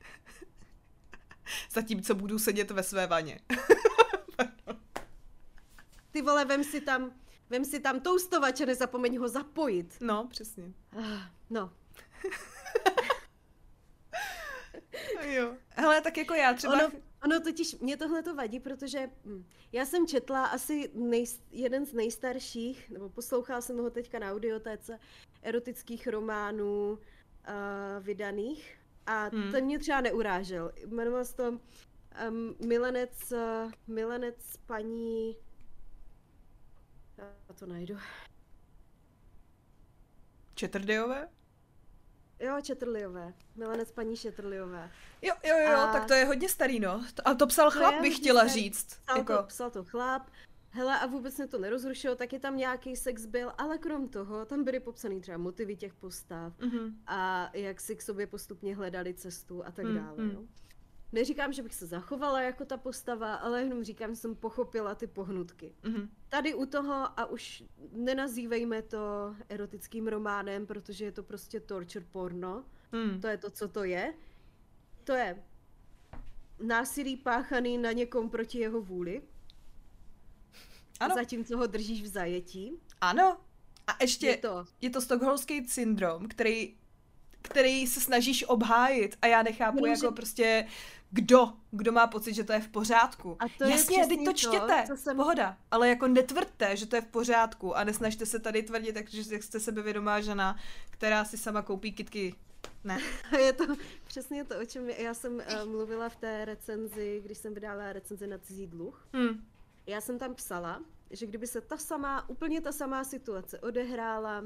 Zatímco budu sedět ve své vaně. Ty vole, vem si tam, vem si tam toustovač a nezapomeň ho zapojit. No, přesně. Ah, No, Jo. Hele, tak jako já třeba... ono, ono totiž, mě tohle to vadí, protože hm, já jsem četla asi nej, jeden z nejstarších, nebo poslouchala jsem ho teďka na audiotéce, erotických románů uh, vydaných a Hmm. ten mě třeba neurážel. Jmenoval se to um, Milenec, uh, Milenec paní... Já to najdu. Četrdyové? Jo, Četrliové. Milenec paní Četrliové. Jo, jo, jo, A- tak to je hodně starý, no. To- Ale to psal To chlap, je bych hodně chtěla starý. říct. Psal, Jako, to, psal to chlap. Hele, a vůbec mě to nerozrušilo, taky tam nějaký sex byl, ale krom toho, tam byly popsaný třeba motivy těch postav mhm. a jak si k sobě postupně hledali cestu a tak Mm, dále. mm. Jo. Neříkám, že bych se zachovala jako ta postava, ale jenom říkám, že jsem pochopila ty pohnutky. Mhm. Tady u toho, a už nenazývejme to erotickým románem, protože je to prostě torture porno, Mm. to je to, co to je. To je násilí páchaný na někom proti jeho vůli, Ano, zatímco ho držíš v zajetí. ano. A ještě Je to, je to stockholmský syndrom, který, který se snažíš obhájit a já nechápu no, jako že... prostě kdo, kdo má pocit, že to je v pořádku. A to jasně, je teď to čtěte, to, jsem... pohoda, ale jako netvrďte, že to je v pořádku a nesnažte se tady tvrdit, že jste sebevědomá žena, která si sama koupí kytky. Ne. Je to přesně to, o čem já jsem uh, mluvila v té recenzi, když jsem vydala recenzi na Cizí dluh. Hmm. Já jsem tam psala, že kdyby se ta samá, úplně ta samá situace odehrála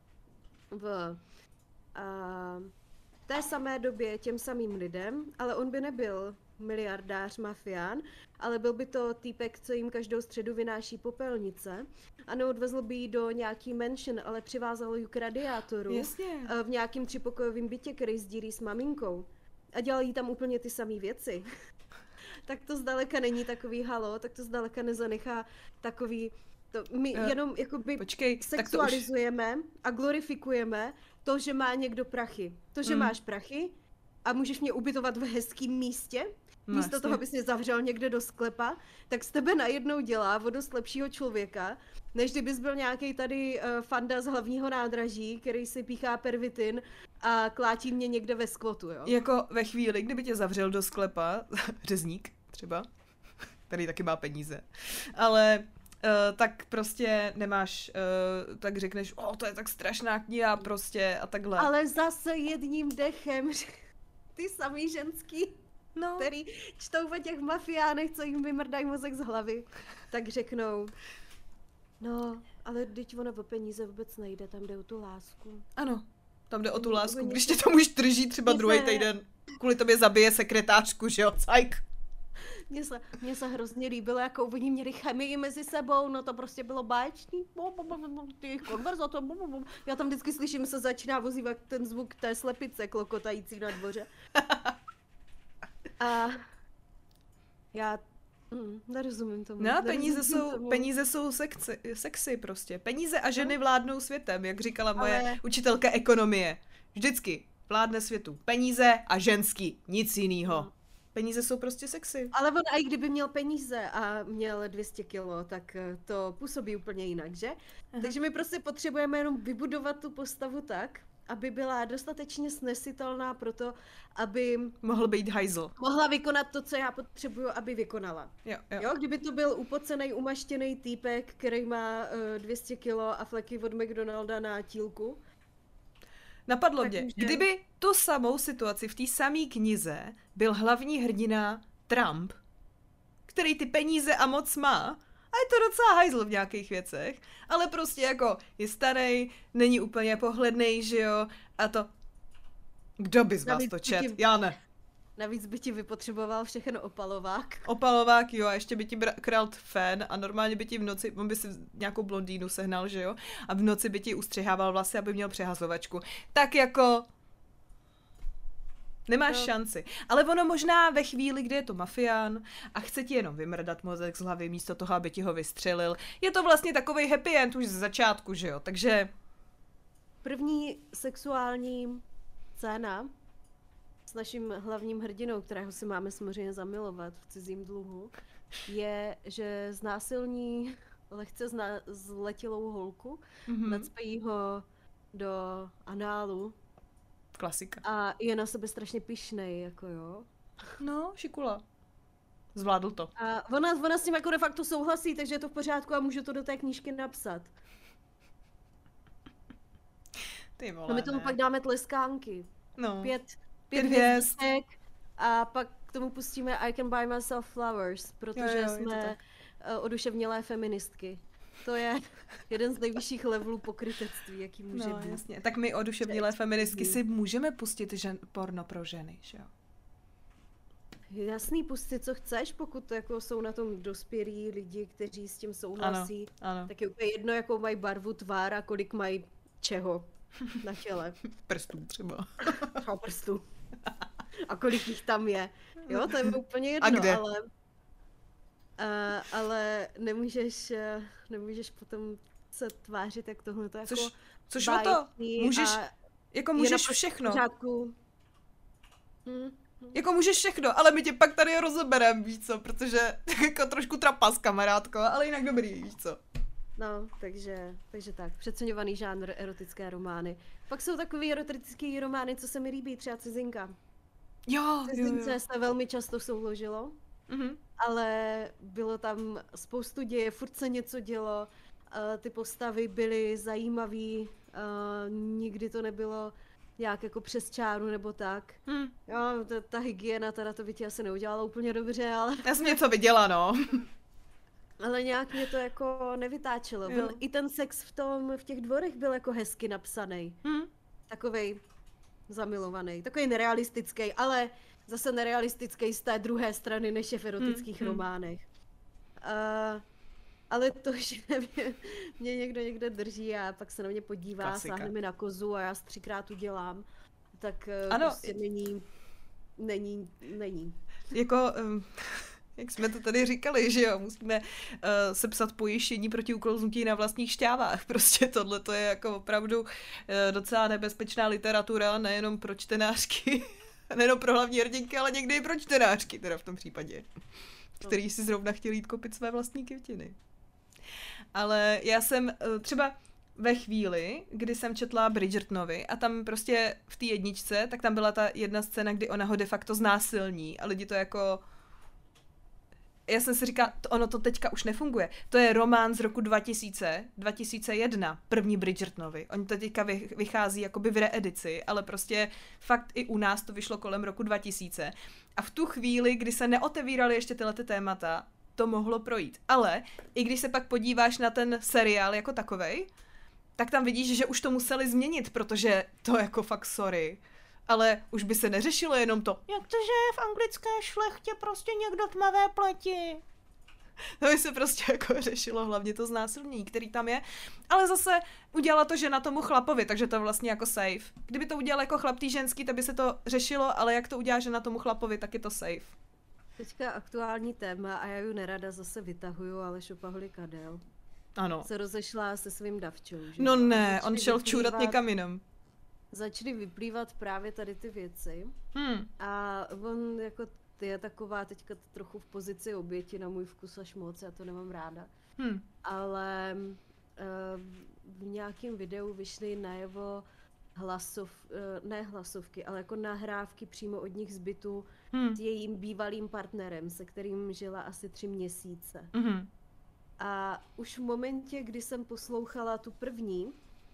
v uh, té samé době těm samým lidem, ale on by nebyl miliardář, mafián, ale byl by to týpek, co jim každou středu vynáší popelnice a neodvezl by ji do nějaký mansion, ale přivázal ji k radiátoru. Jasně. V nějakým třipokojovým bytě, který sdílí s maminkou a dělal jí tam úplně ty samé věci. Tak to zdaleka není takový halo, tak to zdaleka nezanechá takový, to my uh, jenom jakoby počkej, sexualizujeme už... a glorifikujeme to, že má někdo prachy. To, že mm. máš prachy a můžeš mě ubytovat v hezkém místě, no, místo jasně. toho, abys mě zavřel někde do sklepa, tak z tebe najednou dělá o dost lepšího člověka, než kdybys byl nějaký tady uh, fanda z hlavního nádraží, který si píchá pervitin a klátí mě někde ve skvotu, jo? Jako ve chvíli, kdyby tě zavřel do sklepa, řezník třeba, který taky má peníze, ale uh, tak prostě nemáš, uh, tak řekneš, o, to je tak strašná kniha prostě a takhle. Ale zase jedním dechem ty samý ženský, no. který čtou o těch mafiánech, co jim vymrdají mozek z hlavy, tak řeknou, no, ale teď ono o peníze vůbec nejde, tam jde o tu lásku. Ano, tam jde o tu lásku, když tě tam už drží třeba druhý týden, kvůli tobě zabije sekretářku, že jo, cajk. Mně se, mně se hrozně líbilo, jako oni měli chemii mezi sebou, no to prostě bylo báječný, ty jejich konverzace, já tam vždycky slyším, se začíná vozívat ten zvuk té slepice klokotající na dvoře. A já mm, nerozumím tomu. No, peníze jsou, tomu. peníze jsou sexy, sexy prostě. Peníze a ženy no. vládnou světem, jak říkala moje Ale... učitelka ekonomie. Vždycky vládne světu peníze a ženský, nic jinýho. No. Peníze jsou prostě sexy. Ale on i kdyby měl peníze a měl dvě stě kilo, tak to působí úplně jinak, že? Aha. Takže my prostě potřebujeme jenom vybudovat tu postavu tak, aby byla dostatečně snesitelná pro to, aby... Mohl být hajzl. Mohla vykonat to, co já potřebuju, aby vykonala. Jo, jo. Jo, kdyby to byl upocený, umaštěný týpek, který má uh, dvě stě kilo a fleky od McDonalda na tílku. Napadlo mě, může... kdyby tu samou situaci v té samé knize byl hlavní hrdina Trump, který ty peníze a moc má, a je to docela hajzl v nějakých věcech, ale prostě jako je starý, není úplně pohlednej, že jo, a to... Kdo by z vás to čet? Ti... Já ne. Navíc by ti vypotřeboval všechno opalovák. Opalovák, jo, a ještě by ti kralt fén a normálně by ti v noci, on by si nějakou blondýnu sehnal, že jo, a v noci by ti ustřihával vlasy, aby měl přehazovačku. Tak jako... Nemáš no. šanci. Ale ono možná ve chvíli, kdy je to mafián a chce ti jenom vymrdat mozek z hlavy místo toho, aby ti ho vystřelil, je to vlastně takovej happy end už z začátku, že jo, takže... První sexuální scéna s naším hlavním hrdinou, kterého si máme samozřejmě zamilovat v Cizím dluhu, je, že znásilní lehce zna- zletilou holku, mm-hmm. nacpejí ho do análu. Klasika. A je na sebe strašně pyšnej, jako jo. No, šikula. Zvládl to. A ona, ona s tím jako de facto souhlasí, takže je to v pořádku a může to do té knížky napsat. Ty vole, no my tomu ne. pak dáme tleskánky. No. Pět, pět, pět hvězdíček a pak k tomu pustíme I can buy myself flowers, protože jo, jo, jsme oduševnělé feministky. To je jeden z nejvyšších levelů pokrytectví, jaký může no, být. Jasně. Tak my oduševnělé feministky si můžeme pustit žen, porno pro ženy, že jo? Jasný, pustit, co chceš, pokud jako jsou na tom dospělí lidi, kteří s tím souhlasí. Ano, ano. Tak je úplně jedno, jakou mají barvu tvár a kolik mají čeho na těle. Prstů třeba. A prstů. A kolik jich tam je. Jo, to je úplně jedno, a kde? ale... Uh, ale nemůžeš, uh, nemůžeš potom se tvářit, jak tohle to jako Což, což o to, můžeš, jako můžeš všechno. Hmm. Jako můžeš všechno, ale my tě pak tady rozeberem, víš co, protože jako trošku trapas, kamarádko, ale jinak dobrý, víš co. No, takže, takže tak, přeceňovaný žánr erotické romány. Pak jsou takový erotický romány, co se mi líbí, třeba Cizinka. Jo, Cizince jo, jo. se velmi často souložilo, mm-hmm. ale bylo tam spoustu děje, furt se něco dělo, uh, ty postavy byly zajímavý, uh, nikdy to nebylo nějak jako přes čáru nebo tak. Hmm. Jo, ta, ta hygiena, teda to by ti asi neudělala úplně dobře, ale... Já jsem něco viděla, no. Ale nějak mě to jako nevytáčelo. Byl, i ten sex v tom, v těch dvorech byl jako hezky napsaný. Hmm. Takovej zamilovaný, takový nerealistický, ale zase nerealistický z té druhé strany, než je v erotických hmm. románech. Uh, ale to, že mě, mě někdo někde drží a pak se na mě podívá, Klasika. Sáhne mi na kozu a já třikrát udělám, tak ano, prostě není, není, není. Jako, um, jak jsme to tady říkali, že jo, musíme uh, sepsat pojištění proti uklouznutí na vlastních šťávách. Prostě tohle to je jako opravdu uh, docela nebezpečná literatura, nejenom pro čtenářky, nejenom pro hlavní hrdinky, ale někdy i pro čtenářky, teda v tom případě, který si zrovna chtěli jít kopit své vlastní květiny. Ale já jsem třeba ve chvíli, kdy jsem četla Bridgertonovi a tam prostě v té jedničce, tak tam byla ta jedna scéna, kdy ona ho de facto znásilní a lidi to jako... Já jsem si říkala, to ono to teďka už nefunguje. To je román z roku dva tisíce, dva tisíce jedna, první Bridgertonovi. Oni to teďka vychází jakoby v reedici, ale prostě fakt i u nás to vyšlo kolem roku dva tisíce. A v tu chvíli, kdy se neotevíraly ještě tyhle ty témata, to mohlo projít. Ale i když se pak podíváš na ten seriál jako takovej, tak tam vidíš, že už to museli změnit, protože to jako fakt sorry. Ale už by se neřešilo jenom to, jak to, že je v anglické šlechtě prostě někdo tmavé pleti. To by se prostě jako řešilo hlavně to znásilnění, který tam je. Ale zase udělala to žena tomu chlapovi, takže to je vlastně jako safe. Kdyby to udělal jako chlap tý ženský, tak by se to řešilo, ale jak to udělá žena tomu chlapovi, tak je to safe. Teďka aktuální téma a já ju nerada zase vytahuju, ale Šopaholik Adel. Ano. Se rozešla se svým davčou, že? No ne, on šel čůrat někam jinam. Začaly vyplývat právě tady ty věci. Hmm. A on jako je taková teďka trochu v pozici oběti na můj vkus až moc, já to nemám ráda. Hmm. Ale uh, v nějakém videu vyšly najevo hlasov, uh, ne hlasovky, ale jako nahrávky přímo od nich z bytu hmm. s jejím bývalým partnerem, se kterým žila asi tři měsíce. Hmm. A už v momentě, kdy jsem poslouchala tu první,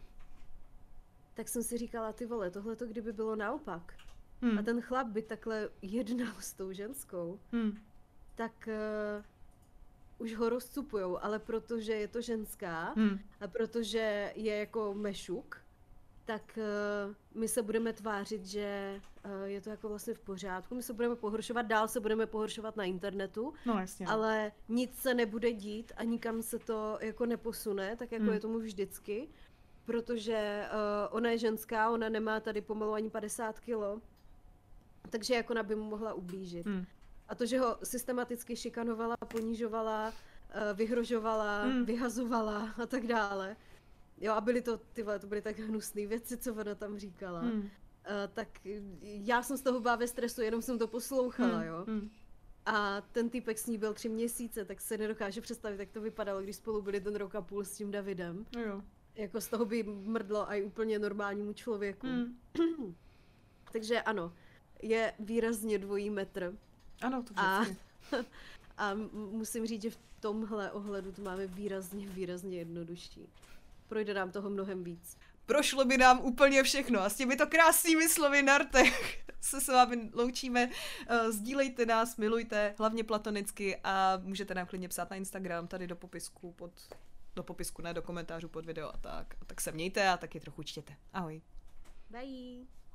tak jsem si říkala, ty vole, tohleto kdyby bylo naopak. Hmm. A ten chlap by takhle jednal s tou ženskou, hmm. tak uh, už ho rozcupujou, ale protože je to ženská hmm. a protože je jako mešuk, tak uh, my se budeme tvářit, že uh, je to jako vlastně v pořádku. My se budeme pohoršovat, dál se budeme pohoršovat na internetu, no, jasně. Ale nic se nebude dít a nikam se to jako neposune, tak jako hmm. je tomu vždycky. Protože uh, ona je ženská, ona nemá tady pomalu ani padesát kilo, takže jako ona by mu mohla ublížit. Hmm. A to, že ho systematicky šikanovala, ponižovala, uh, vyhrožovala, hmm. vyhazovala a tak dále. Jo, a byly to, ty vole, to byly tak hnusné věci, co ona tam říkala. Hmm. Uh, tak já jsem z toho byla ve stresu, jenom jsem to poslouchala, hmm. jo. Hmm. A ten týpek s ní byl tři měsíce, tak se nedokáže představit, jak to vypadalo, když spolu byli ten rok a půl s tím Davidem. Jo. Jako z toho by mrdlo i úplně normálnímu člověku. Hmm. Takže ano, je výrazně dvojí metr. Ano, to vždycky. A, a musím říct, že v tomhle ohledu to máme výrazně, výrazně jednodušší. Projde nám toho mnohem víc. Prošlo by nám úplně všechno a s těmito krásnými slovy na rtech se s vámi loučíme. Uh, sdílejte nás, milujte, hlavně platonicky a můžete nám klidně psát na Instagram, tady do popisku pod... do popisku, ne do komentářů pod video a tak. A tak se mějte a taky trochu čtěte. Ahoj. Bye.